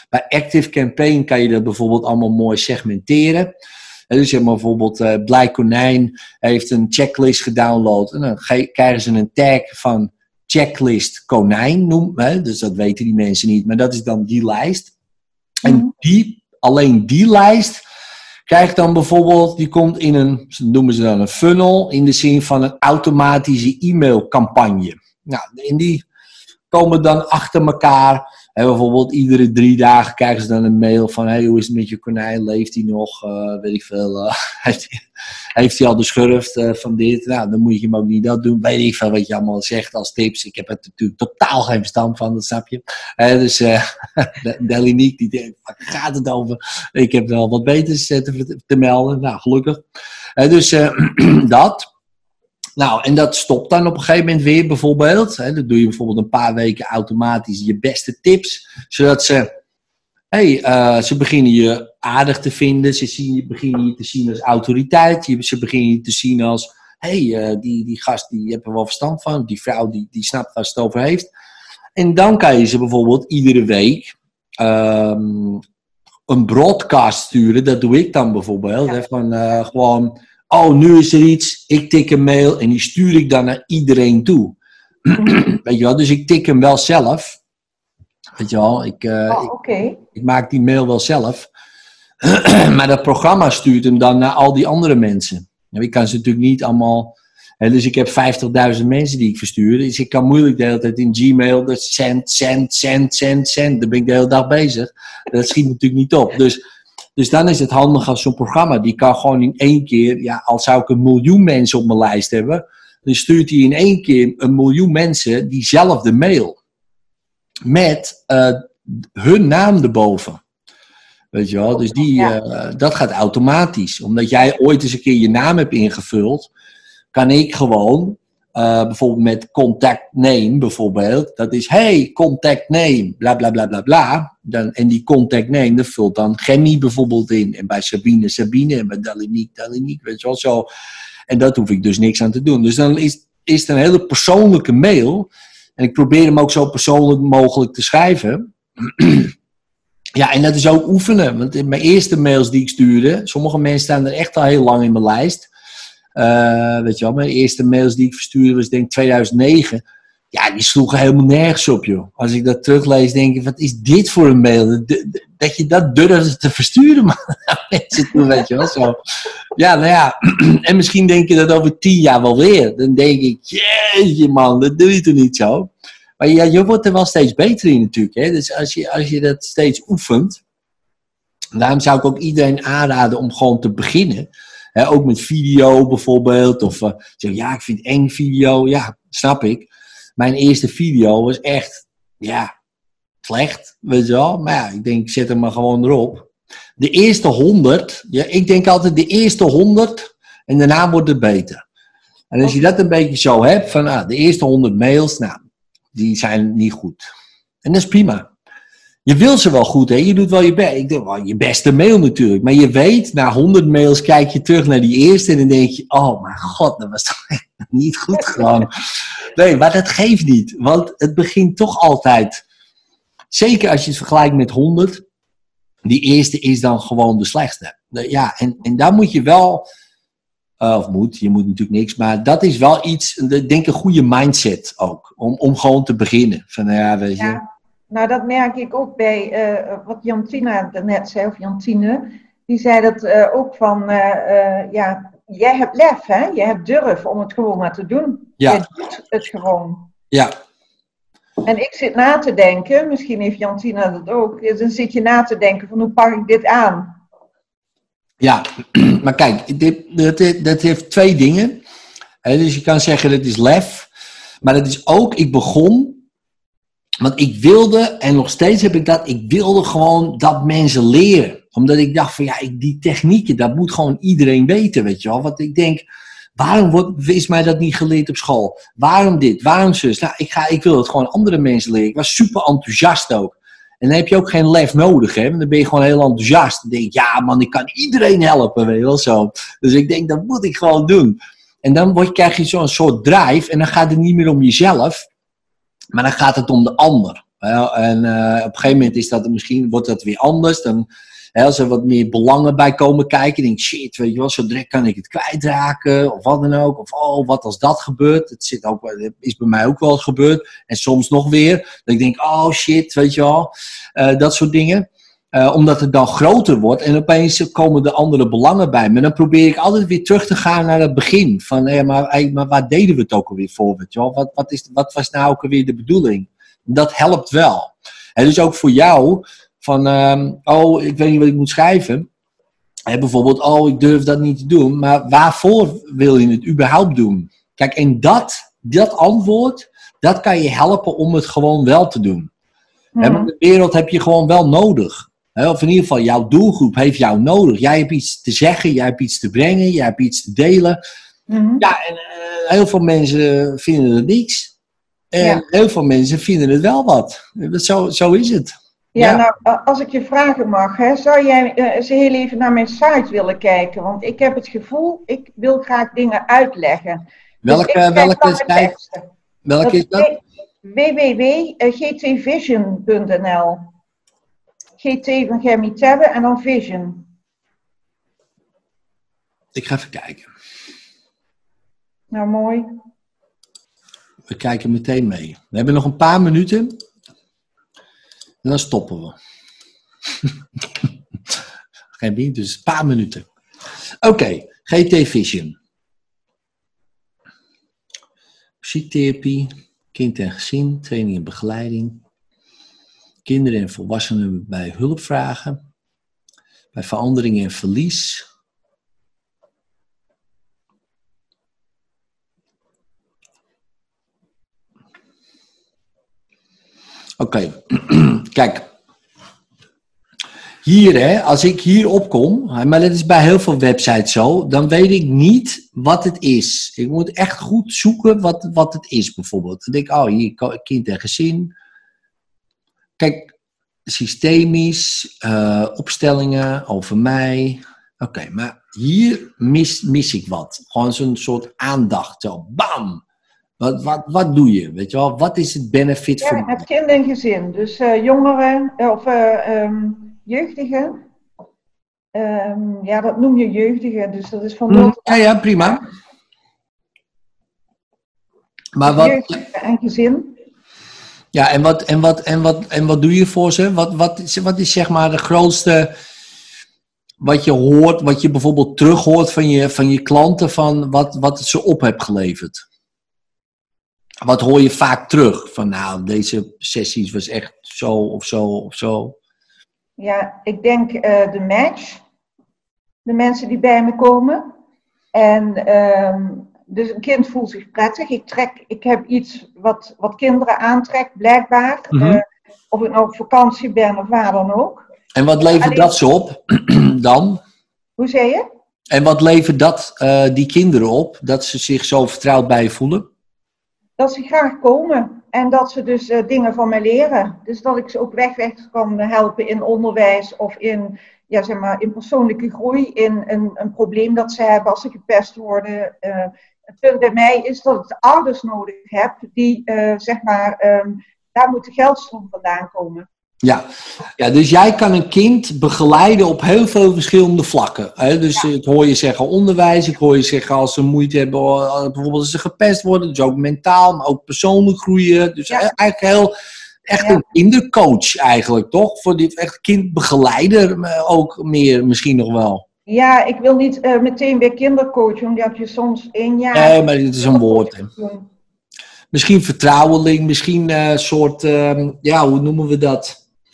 Bij Active Campaign kan je dat bijvoorbeeld allemaal mooi segmenteren. En dus zeg maar bijvoorbeeld uh, Blij Konijn heeft een checklist gedownload. En dan ge- krijgen ze een tag van checklist konijn. Noem, hè? Dus dat weten die mensen niet. Maar dat is dan die lijst. En die, alleen die lijst krijgt dan bijvoorbeeld, die komt in een, noemen ze dan een funnel, in de zin van een automatische e-mailcampagne. Nou, en die komen dan achter elkaar. En bijvoorbeeld iedere drie dagen krijgen ze dan een mail van, hey, hoe is het met je konijn? Leeft hij nog? Uh, weet ik veel. Uh, heeft, hij, heeft hij al de schurft uh, van dit? Nou, dan moet je hem ook niet dat doen. Weet ik veel wat je allemaal zegt als tips. Ik heb er natuurlijk totaal geen verstand van, dat snap je. Uh, dus uh, Deliniek, die denkt, waar gaat het over? Ik heb wel wat beters uh, te, te melden. Nou, gelukkig. Uh, dus uh, dat. Nou, en dat stopt dan op een gegeven moment weer bijvoorbeeld. Hè, dan doe je bijvoorbeeld een paar weken automatisch je beste tips. Zodat ze, hey, uh, ze beginnen je aardig te vinden. Ze zien, je beginnen je te zien als autoriteit. Je, ze beginnen je te zien als, hé, hey, uh, die, die gast die heeft er wel verstand van. Die vrouw die, die snapt waar ze het over heeft. En dan kan je ze bijvoorbeeld iedere week um, een broadcast sturen. Dat doe ik dan bijvoorbeeld. Ja. Hè, van uh, gewoon... Oh, nu is er iets. Ik tik een mail en die stuur ik dan naar iedereen toe. Weet je wel, dus ik tik hem wel zelf. Weet je wel, ik, uh, oh, okay. ik, ik maak die mail wel zelf. Maar dat programma stuurt hem dan naar al die andere mensen. Nou, ik kan ze natuurlijk niet allemaal... Hè, dus ik heb vijftigduizend mensen die ik verstuur. Dus ik kan moeilijk de hele tijd in Gmail... Dat send, send, send, send, send. Daar ben ik de hele dag bezig. Dat schiet natuurlijk niet op. Dus... Dus dan is het handig als zo'n programma, die kan gewoon in één keer, ja, al zou ik een miljoen mensen op mijn lijst hebben, dan stuurt hij in één keer een miljoen mensen diezelfde mail. Met uh, hun naam erboven. Weet je wel, dus die, uh, dat gaat automatisch. Omdat jij ooit eens een keer je naam hebt ingevuld, kan ik gewoon, uh, bijvoorbeeld met contact name bijvoorbeeld, dat is, hey, contact name, bla bla bla bla bla. Dan, en die contact name, dat vult dan Gemmy bijvoorbeeld in. En bij Sabine, Sabine. En bij Daliniek, Daliniek. Weet je wel zo. En dat hoef ik dus niks aan te doen. Dus dan is, is het een hele persoonlijke mail. En ik probeer hem ook zo persoonlijk mogelijk te schrijven. Ja, en dat is ook oefenen. Want in mijn eerste mails die ik stuurde, sommige mensen staan er echt al heel lang in mijn lijst. Uh, weet je wel, mijn eerste mails die ik verstuurde was denk ik tweeduizend negen. Ja, die sloegen helemaal nergens op, joh. Als ik dat teruglees, denk ik, wat is dit voor een mail? Dat je dat durft te versturen, man. Mensen doen, weet je wel, zo. Ja, nou ja. En misschien denk je dat over tien jaar wel weer. Dan denk ik, jeetje, man, dat doe je toch niet zo? Maar ja, je wordt er wel steeds beter in natuurlijk, hè. Dus als je, als je dat steeds oefent, daarom zou ik ook iedereen aanraden om gewoon te beginnen. Hè, ook met video bijvoorbeeld. Of uh, zeg, ja, ik vind eng video. Ja, snap ik. Mijn eerste video was echt, ja, slecht, weet je wel. Maar ja, ik denk, ik zet hem maar gewoon erop. De eerste honderd, ja, ik denk altijd de eerste honderd en daarna wordt het beter. En als je dat een beetje zo hebt, van ah, de eerste honderd mails, nou, die zijn niet goed. En dat is prima. Je wil ze wel goed, hè? Je doet wel je best. Ik denk, wel je beste mail natuurlijk. Maar je weet, na honderd mails kijk je terug naar die eerste en dan denk je, oh mijn god, dat was toch niet goed gewoon. Nee, maar dat geeft niet. Want het begint toch altijd, zeker als je het vergelijkt met honderd, die eerste is dan gewoon de slechtste. Ja, en, en daar moet je wel, uh, of moet, je moet natuurlijk niks, maar dat is wel iets, ik denk een goede mindset ook, om, om gewoon te beginnen. Van, ja, weet je. Ja. Nou, dat merk ik ook bij uh, wat Jantina net zei, of Jantine. Die zei dat uh, ook van, uh, uh, ja, jij hebt lef, hè? Je hebt durf om het gewoon maar te doen. Ja. Je doet het gewoon. Ja. En ik zit na te denken, misschien heeft Jantina dat ook, dan zit je na te denken van hoe pak ik dit aan? Ja, maar kijk, dit, dat, dat heeft twee dingen. He, dus je kan zeggen dat is lef, maar dat is ook, ik begon... Want ik wilde, en nog steeds heb ik dat, ik wilde gewoon dat mensen leren. Omdat ik dacht van, ja, ik, die technieken, dat moet gewoon iedereen weten, weet je wel. Want ik denk, waarom wordt, is mij dat niet geleerd op school? Waarom dit? Waarom zus? Nou, ik, ga, ik wil het gewoon andere mensen leren. Ik was super enthousiast ook. En dan heb je ook geen lef nodig, hè. Want dan ben je gewoon heel enthousiast. Dan denk ik, ja man, ik kan iedereen helpen, weet je wel zo. Dus ik denk, dat moet ik gewoon doen. En dan word, krijg je zo'n soort drive en dan gaat het niet meer om jezelf. Maar dan gaat het om de ander. Wel, en uh, op een gegeven moment is dat misschien, wordt dat weer anders. Dan, hè, als er wat meer belangen bij komen kijken, denk ik, shit, weet je wel, zo direct kan ik het kwijtraken, of wat dan ook. Of oh, wat als dat gebeurt. Het zit ook, het is bij mij ook wel eens gebeurd. En soms nog weer. Dat ik denk, oh shit, weet je wel. Uh, dat soort dingen. Uh, omdat het dan groter wordt en opeens komen er andere belangen bij. Maar dan probeer ik altijd weer terug te gaan naar het begin. Van, hé, maar, hey, maar waar deden we het ook alweer voor? Weet je wel? Wat, wat, is, wat was nou ook alweer de bedoeling? Dat helpt wel. En dus ook voor jou, van, um, oh, ik weet niet wat ik moet schrijven. En bijvoorbeeld, oh, ik durf dat niet te doen. Maar waarvoor wil je het überhaupt doen? Kijk, en dat, dat antwoord, dat kan je helpen om het gewoon wel te doen. Mm. He, want de wereld heb je gewoon wel nodig. He, of in ieder geval, jouw doelgroep heeft jou nodig. Jij hebt iets te zeggen, jij hebt iets te brengen, jij hebt iets te delen. Mm. Ja, en uh, heel veel mensen vinden het niks. En ja. heel veel mensen vinden het wel wat. Zo, zo is het. Ja, ja, nou, als ik je vragen mag, hè, zou jij uh, eens heel even naar mijn site willen kijken? Want ik heb het gevoel, ik wil graag dingen uitleggen. Welke, dus welke site? Welke is dat? w w w punt g t vision punt n l. G T van Gemmy Tebbe en dan Vision. Ik ga even kijken. Nou, mooi. We kijken meteen mee. We hebben nog een paar minuten. En dan stoppen we. Geen ding, dus een paar minuten. Oké, okay, G T Vision. Muziektherapie, kind en gezin, training en begeleiding. Kinderen en volwassenen bij hulpvragen. Bij verandering en verlies. Oké, okay. Kijk. Hier, hè, als ik hier opkom, maar dat is bij heel veel websites zo, dan weet ik niet wat het is. Ik moet echt goed zoeken wat, wat het is, bijvoorbeeld. Dan denk ik, oh, hier, kind en gezin. Kijk, systemisch, uh, opstellingen over mij. Oké, okay, maar hier mis, mis ik wat. Gewoon zo'n soort aandacht, zo, bam! Wat, wat, wat doe je? Weet je wel? Wat is het benefit ja, voor het kind en gezin. Dus uh, jongeren of uh, um, jeugdigen. Um, ja, dat noem je jeugdigen. Dus dat is van mm, ja, ja, prima. Maar wat... Jeugdigen en gezin. Ja, en wat, en wat, en wat, en wat doe je voor ze? Wat, wat, is, wat is zeg maar de grootste... Wat je hoort, wat je bijvoorbeeld terughoort van je, van je klanten... van wat, wat het ze op hebt geleverd? Wat hoor je vaak terug? Van nou, deze sessies was echt zo of zo of zo. Ja, ik denk uh, de match. De mensen die bij me komen. En um, dus een kind voelt zich prettig. Ik, trek, ik heb iets wat, wat kinderen aantrekt, blijkbaar. Mm-hmm. Uh, of ik nou op vakantie ben of waar dan ook. En wat levert Alleen... dat ze op dan? Hoe zei je? En wat levert dat uh, die kinderen op? Dat ze zich zo vertrouwd bij je voelen? Dat ze graag komen en dat ze dus uh, dingen van mij leren. Dus dat ik ze ook weg, weg kan helpen in onderwijs of in, ja, zeg maar, in persoonlijke groei, in een, een probleem dat ze hebben als ze gepest worden. Uh, het punt bij mij is dat ik de ouders nodig heb die, uh, zeg maar, um, daar moet de geldstroom vandaan komen. Ja. ja, dus jij kan een kind begeleiden op heel veel verschillende vlakken. Hè? Dus ja. Ik hoor je zeggen onderwijs, ik hoor je zeggen als ze moeite hebben, bijvoorbeeld als ze gepest worden. Dus ook mentaal, maar ook persoonlijk groeien. Dus ja. eigenlijk heel, echt ja. een kindercoach eigenlijk, toch? Voor die echt kindbegeleider ook meer misschien nog wel. Ja, ik wil niet uh, meteen weer kindercoach, omdat je soms één jaar... Nee, maar dit is een woord. Hè. Misschien vertrouweling, misschien een uh, soort, uh, ja, hoe noemen we dat?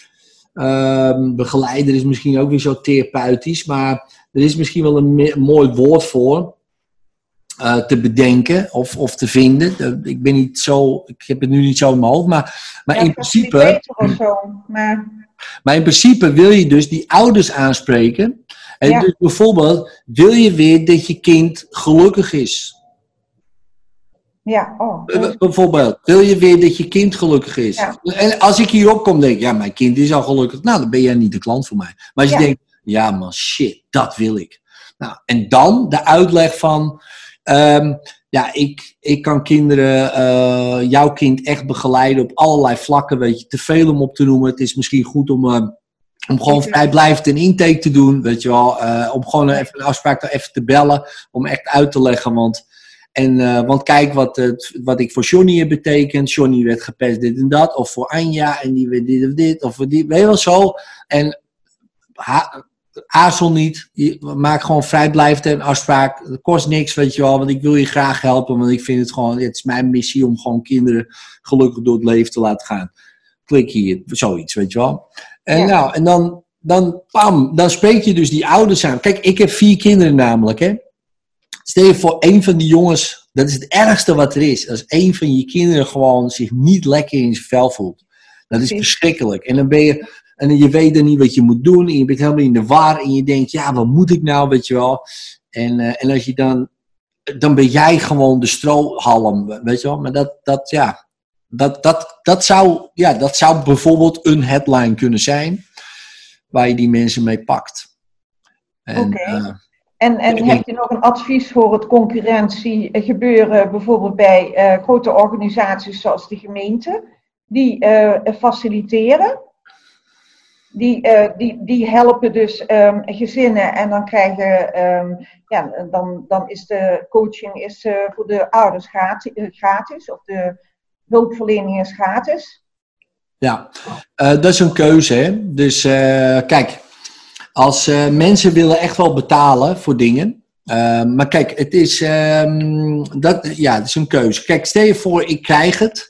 Um, begeleider is misschien ook weer zo therapeutisch, maar er is misschien wel een me- mooi woord voor uh, te bedenken of, of te vinden. Uh, ik ben niet zo, ik heb het nu niet zo in mijn hoofd, maar, maar, ja, in principe, zo, maar... maar in principe wil je dus die ouders aanspreken. En ja. dus bijvoorbeeld wil je weer dat je kind gelukkig is. Ja, oh. Dus... Bijvoorbeeld, wil je weer dat je kind gelukkig is? Ja. En als ik hierop kom, denk ik, ja, mijn kind is al gelukkig. Nou, dan ben jij niet de klant voor mij. Maar als je ja. denkt, ja man, shit, dat wil ik. Nou, en dan de uitleg van, Um, ja, ik, ik kan kinderen, uh, jouw kind echt begeleiden op allerlei vlakken. Weet je, te veel om op te noemen. Het is misschien goed om, uh, om gewoon vrijblijvend een intake te doen. Weet je wel, uh, om gewoon even een afspraak even te bellen. Om echt uit te leggen. Want, en, uh, want kijk wat, uh, wat ik voor Johnny heb betekend. Johnny werd gepest dit en dat. Of voor Anja en die werd dit of dit. Of voor die, weet je wel zo. En ha, aarzel niet. Je, maak gewoon vrijblijvend een afspraak. Het kost niks, weet je wel. Want ik wil je graag helpen. Want ik vind het gewoon, het is mijn missie om gewoon kinderen gelukkig door het leven te laten gaan. Klik hier, zoiets, weet je wel. En, ja. nou, en dan, dan, pam, dan spreek je dus die ouders aan. Kijk, ik heb vier kinderen namelijk, hè. Stel je voor, één van die jongens, dat is het ergste wat er is. Als één van je kinderen gewoon zich niet lekker in zijn vel voelt. Dat is verschrikkelijk. En dan ben je... En je weet dan niet wat je moet doen. En je bent helemaal in de war. En je denkt, ja, wat moet ik nou, weet je wel. En, uh, en als je dan... Dan ben jij gewoon de strohalm, weet je wel. Maar dat, dat ja... Dat, dat, dat, zou, ja, dat zou bijvoorbeeld een headline kunnen zijn. Waar je die mensen mee pakt. Oké. Okay. Uh, en en heb denk... je nog een advies voor het concurrentie gebeuren? Bijvoorbeeld bij uh, grote organisaties zoals de gemeente. Die uh, faciliteren. Die, uh, die, die helpen dus um, gezinnen en dan krijgen, um, ja, dan, dan is de coaching is, uh, voor de ouders gratis, gratis of de hulpverlening is gratis. Ja, uh, dat is een keuze, hè. Dus uh, kijk, als uh, mensen willen echt wel betalen voor dingen, uh, maar kijk, het is, um, dat, ja, het is een keuze. Kijk, stel je voor, ik krijg het.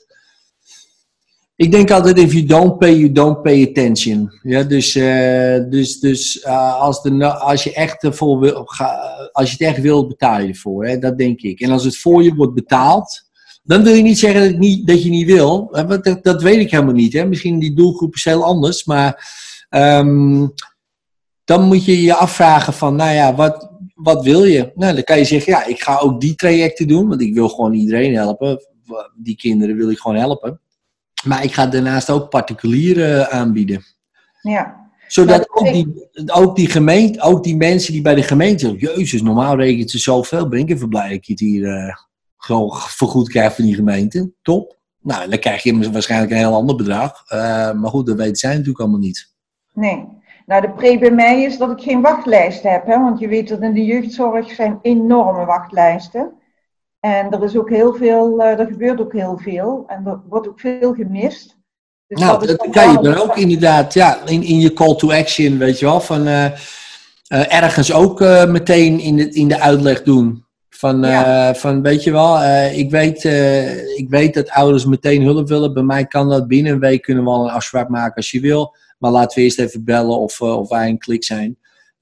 Ik denk altijd, if you don't pay, you don't pay attention. Ja, dus uh, dus, dus uh, als, de, als, je echt ervoor wil, als je het echt wilt, betaal je ervoor. Hè? Dat denk ik. En als het voor je wordt betaald, dan wil je niet zeggen dat, niet, dat je niet wil. Want dat, dat weet ik helemaal niet. Hè? Misschien die doelgroep is heel anders. Maar um, dan moet je je afvragen van, nou ja, wat, wat wil je? Nou, dan kan je zeggen, ja, ik ga ook die trajecten doen. Want ik wil gewoon iedereen helpen. Die kinderen wil ik gewoon helpen. Maar ik ga daarnaast ook particulieren aanbieden. Ja. Zodat ook die, ook die gemeente, ook die mensen die bij de gemeente zeggen, jezus, normaal rekent ze zoveel. Ben ik even blij dat ik het hier uh, gewoon vergoed krijg van die gemeente. Top. Nou, dan krijg je waarschijnlijk een heel ander bedrag. Uh, maar goed, dat weten zij natuurlijk allemaal niet. Nee. Nou, de pre bij mij is dat ik geen wachtlijst heb. Hè? Want je weet dat in de jeugdzorg zijn enorme wachtlijsten. En er is ook heel veel, uh, er gebeurt ook heel veel. En er wordt ook veel gemist. Dus nou, dat, dat kan je dan ook inderdaad, ja, in, in je call to action, weet je wel. Van uh, uh, ergens ook uh, meteen in de, in de uitleg doen. Van, uh, ja. van weet je wel, uh, ik, weet, uh, ik weet dat ouders meteen hulp willen. Bij mij kan dat binnen een week, kunnen we al een afspraak maken als je wil. Maar laten we eerst even bellen of, uh, of wij een klik zijn.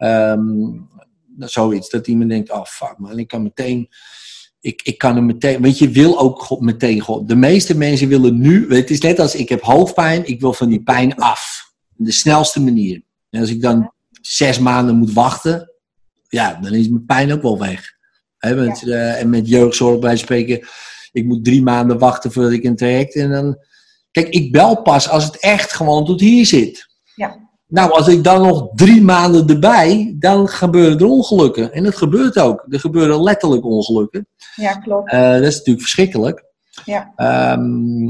Um, zoiets, dat iemand denkt, oh fuck man, ik kan meteen... Ik, ik kan hem meteen, weet je, wil ook meteen, de meeste mensen willen nu, het is net als ik heb hoofdpijn, ik wil van die pijn af. De snelste manier. En als ik dan zes maanden moet wachten, ja, dan is mijn pijn ook wel weg. He, met, ja. uh, en met jeugdzorg bij spreken, ik moet drie maanden wachten voordat ik een traject, en dan, kijk, ik bel pas als het echt gewoon tot hier zit. Ja. Nou, als ik dan nog drie maanden erbij, dan gebeuren er ongelukken. En dat gebeurt ook. Er gebeuren letterlijk ongelukken. Ja, klopt. Uh, dat is natuurlijk verschrikkelijk. Ja, um,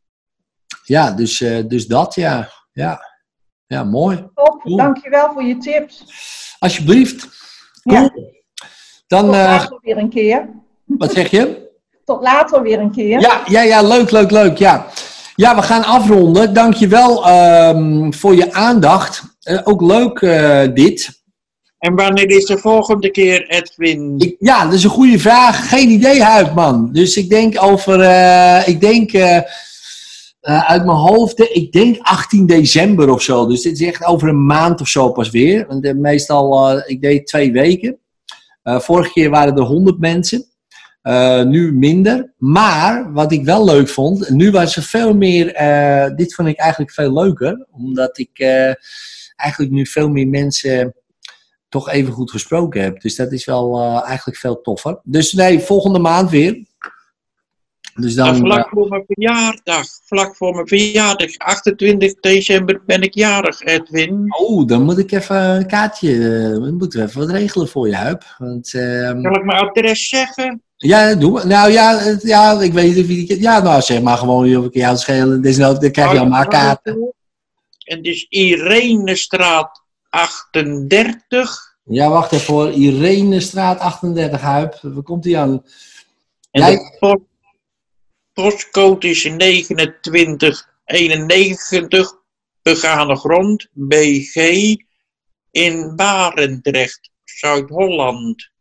ja dus, uh, dus dat, ja. Ja, ja mooi. Top, cool. Dankjewel voor je tips. Alsjeblieft. Cool. Ja. Dan, Tot uh, later weer een keer. Wat zeg je? Tot later weer een keer. Ja, ja, ja, leuk, leuk, leuk, ja. Ja, we gaan afronden. Dankjewel um, voor je aandacht. Uh, ook leuk uh, dit. En wanneer is de volgende keer, Edwin? Ik, ja, dat is een goede vraag. Geen idee, Huidman. Dus ik denk over, uh, ik denk uh, uh, uit mijn hoofd, ik denk achttien december of zo. Dus dit is echt over een maand of zo pas weer. Want, uh, meestal, uh, ik deed twee weken. Uh, vorige keer waren er honderd mensen. Uh, nu minder. Maar, wat ik wel leuk vond, nu was er veel meer, uh, dit vond ik eigenlijk veel leuker. Omdat ik uh, eigenlijk nu veel meer mensen toch even goed gesproken heb. Dus dat is wel uh, eigenlijk veel toffer. Dus nee, volgende maand weer. Dus dan, dan vlak voor mijn verjaardag. Vlak voor mijn verjaardag. achtentwintig december ben ik jarig, Edwin. Oh, dan moet ik even een kaartje, uh, dan moeten we even wat regelen voor je, Huip. Want, uh, Zal ik mijn adres zeggen? Ja, doe maar. Nou ja, het- ja, ik weet niet of je... Ja, nou zeg maar gewoon of ik jou schelen. Desnoods, dan krijg je allemaal kaarten. En het is Irenestraat achtendertig. Ja, wacht even hoor. Irenestraat achtendertig, Huip. Waar komt die aan? En Jij- de post, postcode is negenentwintig eenennegentig. Begane grond, B G, in Barendrecht, Zuid-Holland.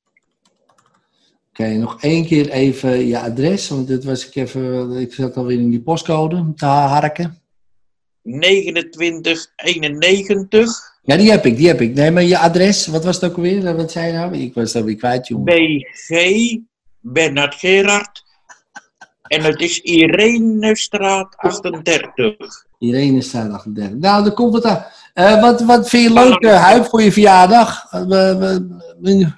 Oké, nog één keer even je adres. Want dit was ik even... Ik zat alweer in die postcode te harken. negenentwintig eenennegentig, Ja, die heb ik, die heb ik. Nee, maar je adres, wat was het ook alweer? Wat zei je nou? Ik was dat weer kwijt, jongen. B G, Bernard Gerard. En het is Irenestraat achtendertig. Irene staat achtendertig. Nou, dan komt het aan. Eh, wat, wat vind je leuk, uh, Huip, voor je verjaardag? Uh, we- we- we-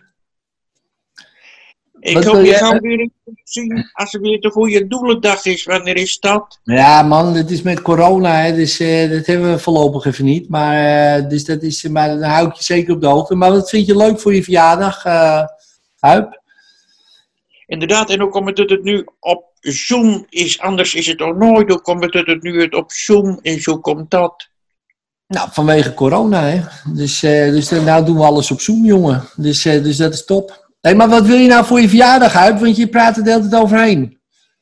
Ik Wat hoop wil je je- gauw weer eens te zien als er weer de goede doelendag is. Wanneer is dat? Ja, man, het is met corona, hè, dus eh, dat hebben we voorlopig even niet. Maar, eh, dus dat is, maar dan hou ik je zeker op de hoogte. Maar wat vind je leuk voor je verjaardag, eh Huip? Inderdaad, en hoe komt het dat het nu op Zoom is? Anders is het ook nooit. Hoe komt het dat het nu het op Zoom is? Hoe komt dat? Nou, vanwege corona, hè. Dus, eh, dus eh, nou doen we alles op Zoom, jongen. Dus, eh, dus dat is top. Hé, maar wat wil je nou voor je verjaardag, Huip? Want je praat er de hele tijd overheen.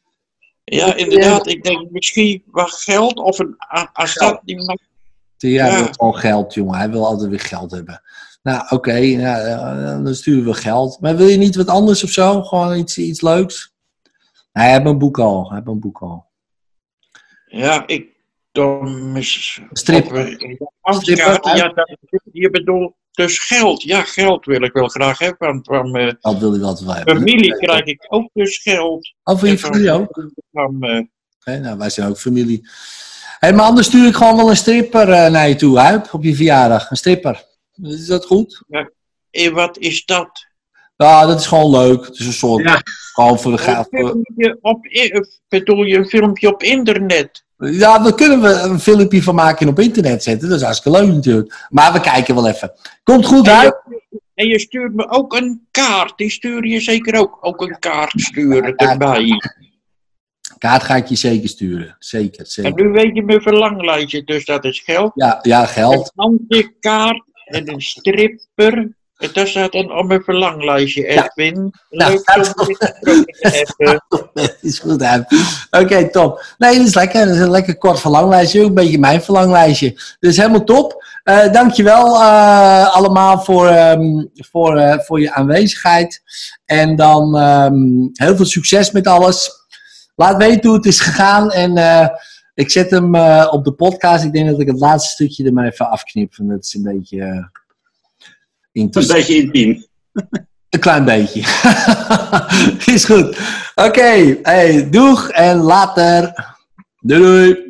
Ja, inderdaad. Ik denk misschien wat geld of een... Als dat niet mag. Ja, hij Ja. wil gewoon geld, jongen. Hij wil altijd weer geld hebben. Nou, oké, okay, nou, eh, dan sturen we geld. Maar wil je niet wat anders of zo? Gewoon iets, iets leuks? Hij heeft een boek al. Hij heeft een boek al. Ja, ik... Dan mis... Strip. Of, eh, afkaarten, ja, dat, je bedoelt dus geld. Ja, geld wil ik wel graag hebben. Want van mijn Dat wil hij wel wel hebben. familie krijg ik ook dus geld. Oh, voor je En van- familie ook? Van, eh, Oké, nou, wij zijn ook familie. Hé, maar anders stuur ik gewoon wel een stripper eh, naar je toe, Huip, op je verjaardag. Een stripper. Is dat goed? en wat is dat? Ja, dat is gewoon leuk. Het is een soort... Gewoon voor de Een gaaf. filmpje op, i- of bedoel je een filmpje op internet? Ja, daar kunnen we een filmpje van maken en op internet zetten. Dat is hartstikke leuk natuurlijk. Maar we kijken wel even. Komt goed, En Huip? je, en je stuurt me ook een kaart. Die stuur je zeker ook. Ook een kaart sturen erbij. Kaart ga ik je zeker sturen. Zeker, En zeker. nu weet je mijn verlanglijstje, dus dat is geld. Ja, ja, geld. Een handjekaart en een stripper. En daar staat dan op mijn verlanglijstje, Edwin. Nou, Leuk om je gesproken te hebben. Dat is goed, Huip. Oké, top. Nee, dat is lekker. Dat is een lekker kort verlanglijstje. Ook een beetje mijn verlanglijstje. Dus helemaal top. Uh, dankjewel uh, allemaal voor, um, voor, uh, voor je aanwezigheid. En dan um, heel veel succes met alles. Laat weten hoe het is gegaan. En uh, ik zet hem uh, op de podcast. Ik denk dat ik het laatste stukje er maar even afknip. Want dat is een beetje... Uh, Een beetje intiem. Een klein beetje. Is goed. Oké, okay. Hey, doeg en later. Doei doei.